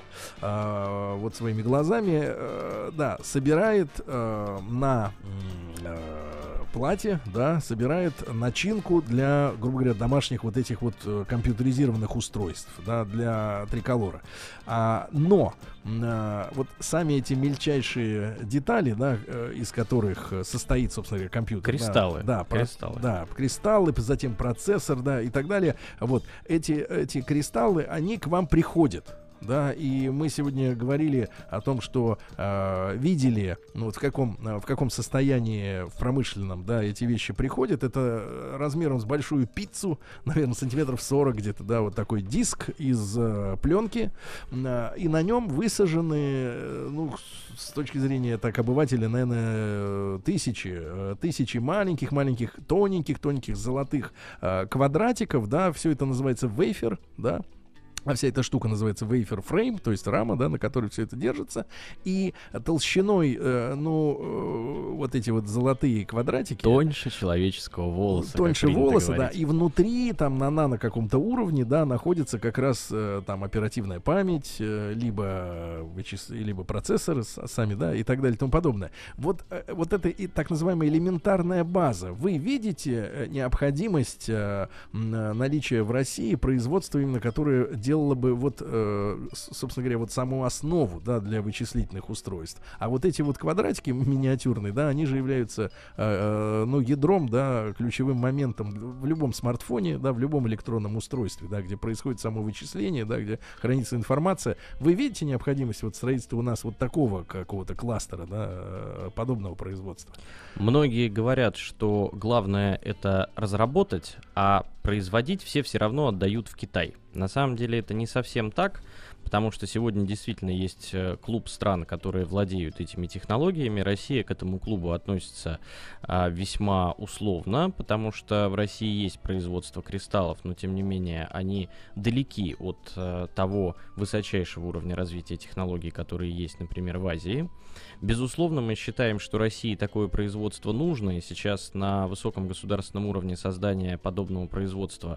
э, вот своими глазами, э, да, собирает э, на э, плате, да, собирает начинку для, грубо говоря, домашних вот этих вот э, компьютеризированных устройств, да, для триколора. А, но э, вот сами эти мельчайшие детали, да, э, из которых состоит, собственно говоря, компьютер. Кристаллы. Да, да, кристаллы. Про, да, кристаллы, затем процессор, да, и так далее. Вот эти, эти кристаллы, они к вам приходят. Да, и мы сегодня говорили о том, что э, видели, ну, вот в каком, в каком состоянии в промышленном, да, эти вещи приходят. Это размером с большую пиццу, наверное, сантиметров сорок где-то, да, вот такой диск из э, пленки, э, и на нем высажены, э, ну, с точки зрения, так, обывателя, наверное, тысячи, э, тысячи маленьких-маленьких, тоненьких-тоненьких золотых э, квадратиков, да, все это называется вейфер, да. А вся эта штука называется wafer frame, то есть рама, да, на которой все это держится. И толщиной, э, ну, э, вот эти вот золотые квадратики. Тоньше человеческого волоса. Тоньше волоса, да. И внутри, там, на нано каком-то уровне, да, находится как раз э, там оперативная память, э, либо, вычис... либо процессоры сами, да, и так далее и тому подобное. Вот, э, вот это и так называемая элементарная база. Вы видите необходимость э, наличия в России производства, именно которое делало бы вот, э, собственно говоря, вот саму основу, да, для вычислительных устройств. А вот эти вот квадратики миниатюрные, да, они же являются, э, ну, ядром, да, ключевым моментом в любом смартфоне, да, в любом электронном устройстве, да, где происходит само вычисление, да, где хранится информация. Вы видите необходимость вот строительства у нас вот такого какого-то кластера, да, подобного производства? Многие говорят, что главное это разработать, а производить все все равно отдают в Китай. На самом деле это не совсем так, потому что сегодня действительно есть клуб стран, которые владеют этими технологиями. Россия к этому клубу относится а, весьма условно, потому что в России есть производство кристаллов, но тем не менее они далеки от а, того высочайшего уровня развития технологий, которые есть, например, в Азии. Безусловно, мы считаем, что России такое производство нужно, и сейчас на высоком государственном уровне создание подобного производства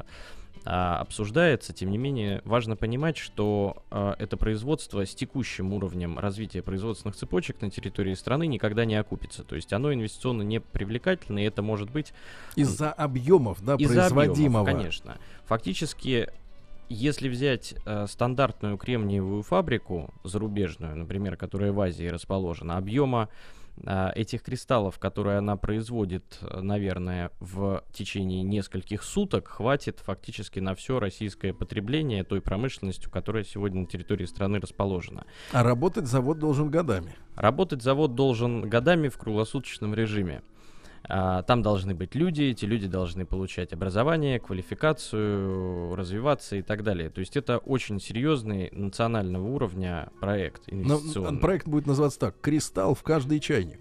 а, обсуждается. Тем не менее, важно понимать, что а, это производство с текущим уровнем развития производственных цепочек на территории страны никогда не окупится. То есть оно инвестиционно не привлекательно, и это может быть... Из-за объемов, да, из-за производимого. Объемов, конечно. Фактически, если взять э, стандартную кремниевую фабрику зарубежную, например, которая в Азии расположена, объема э, этих кристаллов, которые она производит, э, наверное, в течение нескольких суток, хватит фактически на все российское потребление той промышленностью, которая сегодня на территории страны расположена. А работать завод должен годами. Работать завод должен годами в круглосуточном режиме. Там должны быть люди, эти люди должны получать образование, квалификацию, развиваться и так далее. То есть это очень серьезный национального уровня проект инвестиционный. Но проект будет называться так: «Кристалл в каждый чайник».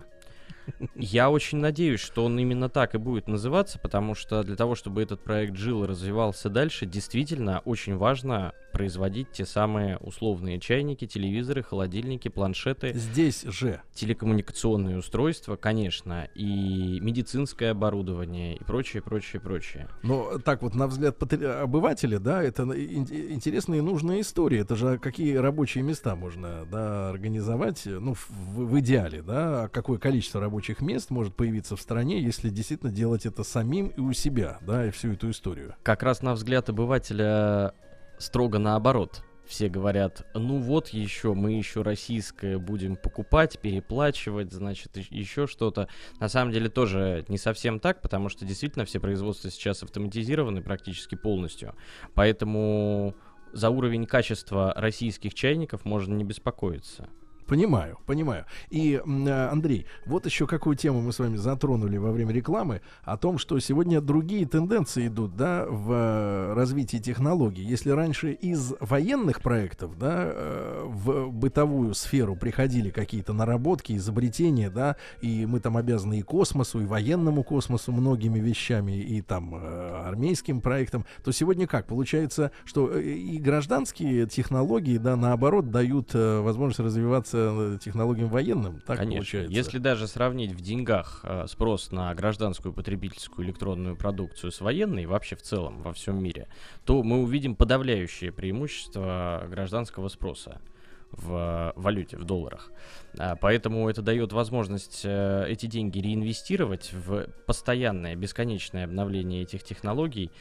Я очень надеюсь, что он именно так и будет называться, потому что для того, чтобы этот проект жил и развивался дальше, действительно очень важно производить те самые условные чайники, телевизоры, холодильники, планшеты. Здесь же. Телекоммуникационные устройства, конечно, и медицинское оборудование, и прочее, прочее, прочее. Но так вот, на взгляд обывателя, да, это интересная и нужная история. Это же какие рабочие места можно, да, организовать, ну, в, в идеале, да, какое количество рабочих мест может появиться в стране, если действительно делать это самим и у себя, да, и всю эту историю. Как раз на взгляд обывателя строго наоборот. Все говорят, ну вот еще, мы еще российское будем покупать, переплачивать, значит, еще что-то. На самом деле тоже не совсем так, потому что действительно все производства сейчас автоматизированы практически полностью. Поэтому за уровень качества российских чайников можно не беспокоиться. Понимаю, понимаю. И, Андрей, вот еще какую тему мы с вами затронули во время рекламы, о том, что сегодня другие тенденции идут, да, в развитии технологий. Если раньше из военных проектов, да, в бытовую сферу приходили какие-то наработки, изобретения, да, и мы там обязаны и космосу, и военному космосу многими вещами, и там армейским проектам, то сегодня как? Получается, что и гражданские технологии, да, наоборот, дают возможность развиваться технологиям военным, так Конечно. Получается. Если даже сравнить в деньгах э, спрос на гражданскую потребительскую электронную продукцию с военной, вообще в целом во всем мире, то мы увидим подавляющее преимущество гражданского спроса в валюте, в долларах. А, поэтому это дает возможность э, эти деньги реинвестировать в постоянное, бесконечное обновление этих технологий,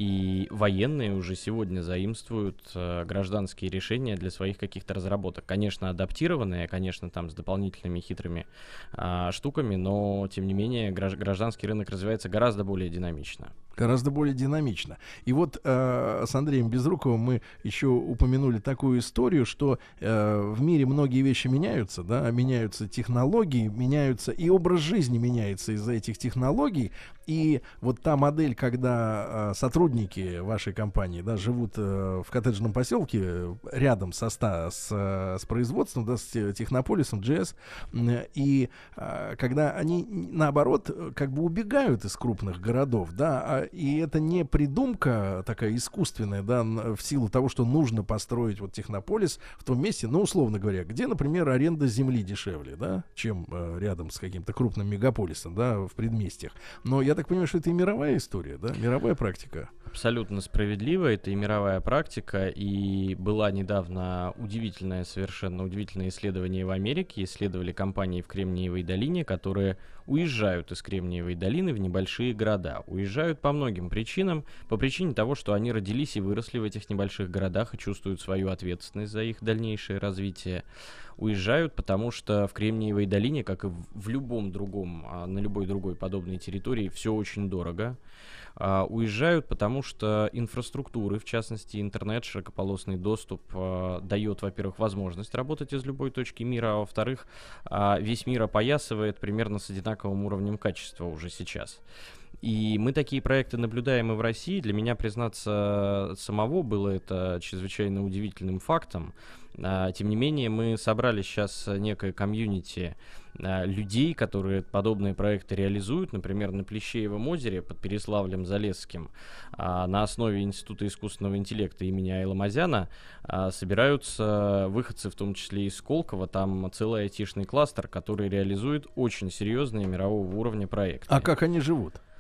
и военные уже сегодня заимствуют э, гражданские решения для своих каких-то разработок. Конечно, адаптированные, конечно, там с дополнительными хитрыми э, штуками, но, тем не менее, гражд- гражданский рынок развивается гораздо более динамично. Гораздо более динамично. И вот э, с Андреем Безруковым мы еще упомянули такую историю, что э, в мире многие вещи меняются, да, меняются технологии, меняются, и образ жизни меняется из-за этих технологий. И вот та модель, когда э, сотрудники вашей компании, да, живут э, в коттеджном поселке рядом со ста, с, э, с производством, да, с технополисом джи эс, э, и э, когда они, наоборот, как бы убегают из крупных городов, да, и это не придумка такая искусственная, да, в силу того, что нужно построить вот технополис в том месте, ну, условно говоря, где, например, аренда земли дешевле, да, чем э, рядом с каким-то крупным мегаполисом, да, в предместьях. Но я так понимаю, что это и мировая история, да, мировая практика. Абсолютно справедливо, это и мировая практика, и была недавно удивительное, совершенно удивительное исследование в Америке. Исследовали компании в Кремниевой долине, которые уезжают из Кремниевой долины в небольшие города. Уезжают по многим причинам. По причине того, что они родились и выросли в этих небольших городах и чувствуют свою ответственность за их дальнейшее развитие. Уезжают, потому что в Кремниевой долине, как и в любом другом, на любой другой подобной территории, все очень дорого. Uh, уезжают, потому что инфраструктуры, в частности интернет, широкополосный доступ uh, дает, во-первых, возможность работать из любой точки мира, а во-вторых, uh, весь мир опоясывает примерно с одинаковым уровнем качества уже сейчас. И мы такие проекты наблюдаем и в России. Для меня, признаться, самого было это чрезвычайно удивительным фактом. Uh, тем не менее, мы собрали сейчас некое комьюнити uh, людей, которые подобные проекты реализуют. Например, на Плещеевом озере под Переславлем-Залесским uh, на основе Института искусственного интеллекта имени Айла Мазяна uh, собираются выходцы, в том числе из Сколково. Там целый айтишный кластер, который реализует очень серьезные мирового уровня проекты. А как они живут?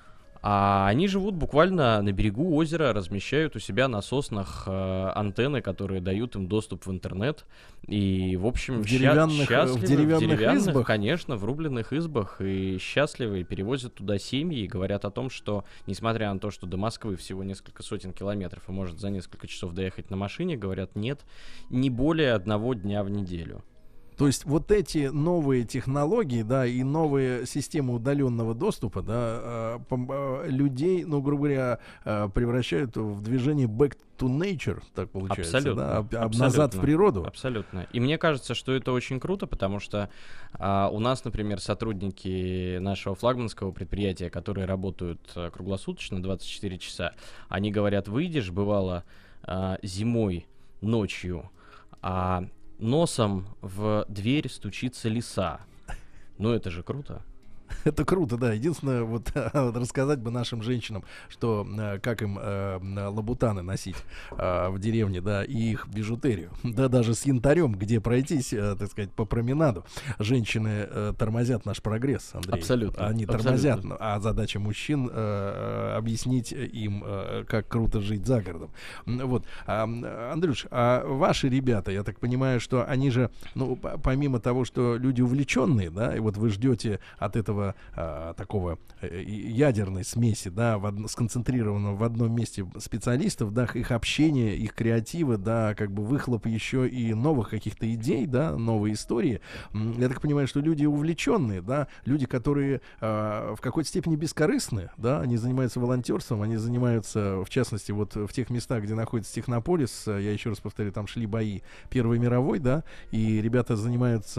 А они живут буквально на берегу озера, размещают у себя на соснах э, антенны, которые дают им доступ в интернет. И, в общем, в деревянных, счастливы, в деревянных, в деревянных избах? Конечно, в рубленных избах. И счастливы, и перевозят туда семьи, и говорят о том, что, несмотря на то, что до Москвы всего несколько сотен километров, и может за несколько часов доехать на машине, говорят, нет, не более одного дня в неделю. То есть вот эти новые технологии, да, и новые системы удаленного доступа, да, людей, ну, грубо говоря, превращают в движение back to nature, так получается, абсолютно, да, абсолютно, назад в природу. Абсолютно. И мне кажется, что это очень круто, потому что а, у нас, например, сотрудники нашего флагманского предприятия, которые работают а, круглосуточно, двадцать четыре часа, они говорят, выйдешь, бывало, а, зимой, ночью, а носом в дверь стучится лиса. Ну это же круто. Это круто, да. Единственное, вот, вот рассказать бы нашим женщинам, что э, как им э, лабутаны носить э, в деревне, да, и их бижутерию, да, даже с янтарем, где пройтись, э, так сказать, по променаду. Женщины э, тормозят наш прогресс, Андрей. Абсолютно. Они тормозят, абсолютно. А задача мужчин э, объяснить им, э, как круто жить за городом. Вот, а, Андрюш, а ваши ребята, я так понимаю, что они же, ну, помимо того, что люди увлеченные, да, и вот вы ждете от этого А, такого э, ядерной смеси, да, в од... сконцентрированного в одном месте специалистов, да, их общение, их креатива, да, как бы выхлоп еще и новых каких-то идей, да, новые истории. Я так понимаю, что люди увлеченные, да, люди, которые э, в какой-то степени бескорыстны, да, они занимаются волонтерством, они занимаются, в частности, вот в тех местах, где находится Технополис, я еще раз повторю, там шли бои Первой мировой, да, и ребята занимаются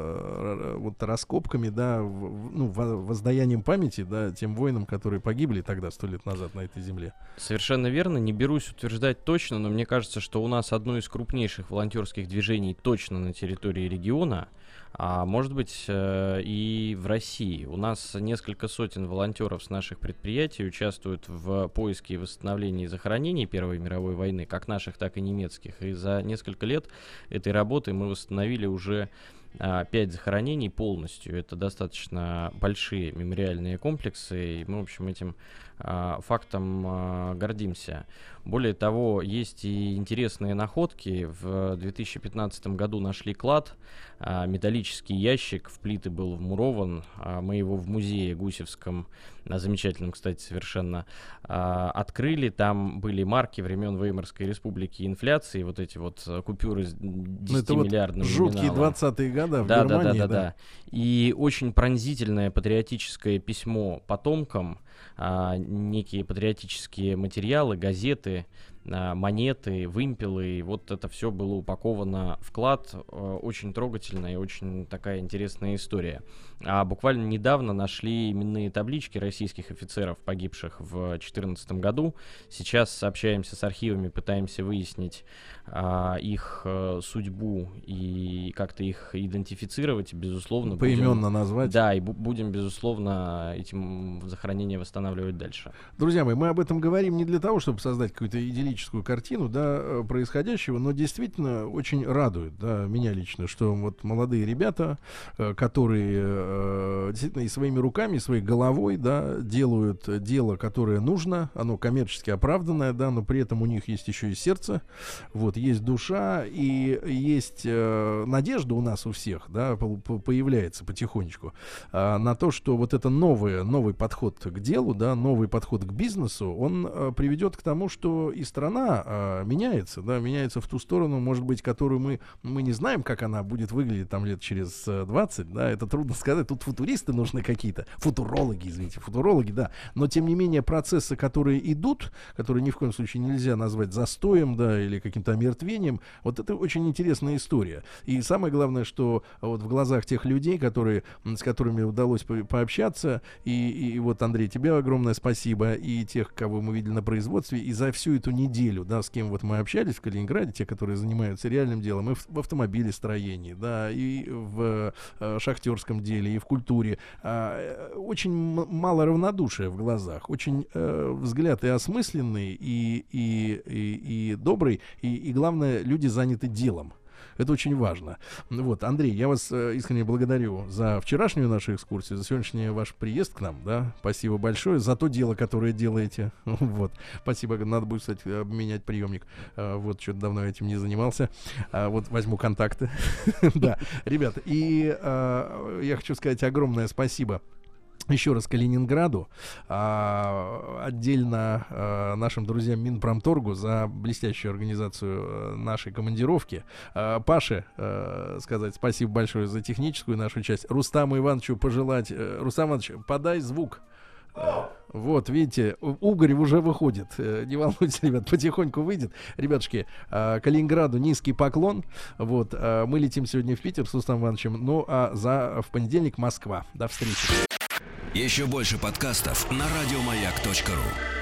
э, вот раскопками, да, в, ну, воздаянием памяти, да, тем воинам, которые погибли тогда, сто лет назад на этой земле. Совершенно верно, не берусь утверждать точно, но мне кажется, что у нас одно из крупнейших волонтерских движений точно на территории региона, а может быть э, и в России. У нас несколько сотен волонтеров с наших предприятий участвуют в поиске и восстановлении захоронений Первой мировой войны, как наших, так и немецких. И за несколько лет этой работы мы восстановили уже пять захоронений полностью. Это достаточно большие мемориальные комплексы, и мы, в общем, этим а, фактом а, гордимся. Более того, есть и интересные находки. В две тысячи пятнадцатом году нашли клад, а, металлический ящик в плиты был вмурован. А, мы его в музее Гусевском, а, замечательном, кстати, совершенно, а, открыли. Там были марки времен Веймарской республики инфляции, вот эти вот купюры с десятимиллиардным номиналом. Жуткие двадцатые годы. Да, в да, Германии, да, да, да. да. И очень пронзительное патриотическое письмо потомкам, а, некие патриотические материалы, газеты, а, монеты, вымпелы. И вот это все было упаковано в клад. А, очень трогательная и очень такая интересная история. А буквально недавно нашли именные таблички российских офицеров, погибших в две тысячи четырнадцатом году. Сейчас общаемся с архивами, пытаемся выяснить а, их а, судьбу и как-то их идентифицировать, безусловно. Поименно будем, назвать. Да, и бу- будем, безусловно, этим захоронения восстанавливать дальше. Друзья мои, мы об этом говорим не для того, чтобы создать какую-то идиллическую картину, да, происходящего, но действительно очень радует, да, меня лично, что вот молодые ребята, которые действительно и своими руками, и своей головой, да, делают дело, которое нужно, оно коммерчески оправданное, да, но при этом у них есть еще и сердце, вот, есть душа, и есть э, надежда у нас у всех, да, по- по- появляется потихонечку, э, на то, что вот это новое, новый подход к делу, да, новый подход к бизнесу, он э, приведет к тому, что и страна э, меняется, да, меняется в ту сторону, может быть, которую мы, мы не знаем, как она будет выглядеть там лет через двадцать, да, это трудно сказать. Тут футуристы нужны какие-то, футурологи, извините, футурологи, да. Но, тем не менее, процессы, которые идут, которые ни в коем случае нельзя назвать застоем, да, или каким-то омертвением, вот это очень интересная история. И самое главное, что вот в глазах тех людей, которые, с которыми удалось по- пообщаться, и, и вот, Андрей, тебе огромное спасибо, и тех, кого мы видели на производстве, и за всю эту неделю, да, с кем вот мы общались в Калининграде, те, которые занимаются реальным делом, и в, в автомобилестроении, да, и в э, шахтерском деле, и в культуре, а, очень м- мало равнодушия в глазах, очень э, взгляд и осмысленный, и, и, и, и добрый, и, и главное, люди заняты делом. Это очень важно. Вот, Андрей, я вас э, искренне благодарю за вчерашнюю нашу экскурсию, за сегодняшний ваш приезд к нам, да. Спасибо большое за то дело, которое делаете. Вот. Спасибо. Надо будет, кстати, обменять приемник. А, вот, что-то давно этим не занимался. А, вот возьму контакты. Да, ребята, и а, я хочу сказать огромное спасибо еще раз Калининграду, а, отдельно а, нашим друзьям Минпромторгу за блестящую организацию а, нашей командировки. А, Паше а, сказать спасибо большое за техническую нашу часть. Рустаму Ивановичу пожелать. А, Рустам Иванович, подай звук. А, вот, видите, угорь уже выходит. А, не волнуйтесь, ребят, потихоньку выйдет. Ребятушки, а, Калининграду низкий поклон. Вот, а, мы летим сегодня в Питер с Рустамом Ивановичем. Ну, а за в понедельник Москва. До встречи. Еще больше подкастов на радиомаяк точка ру.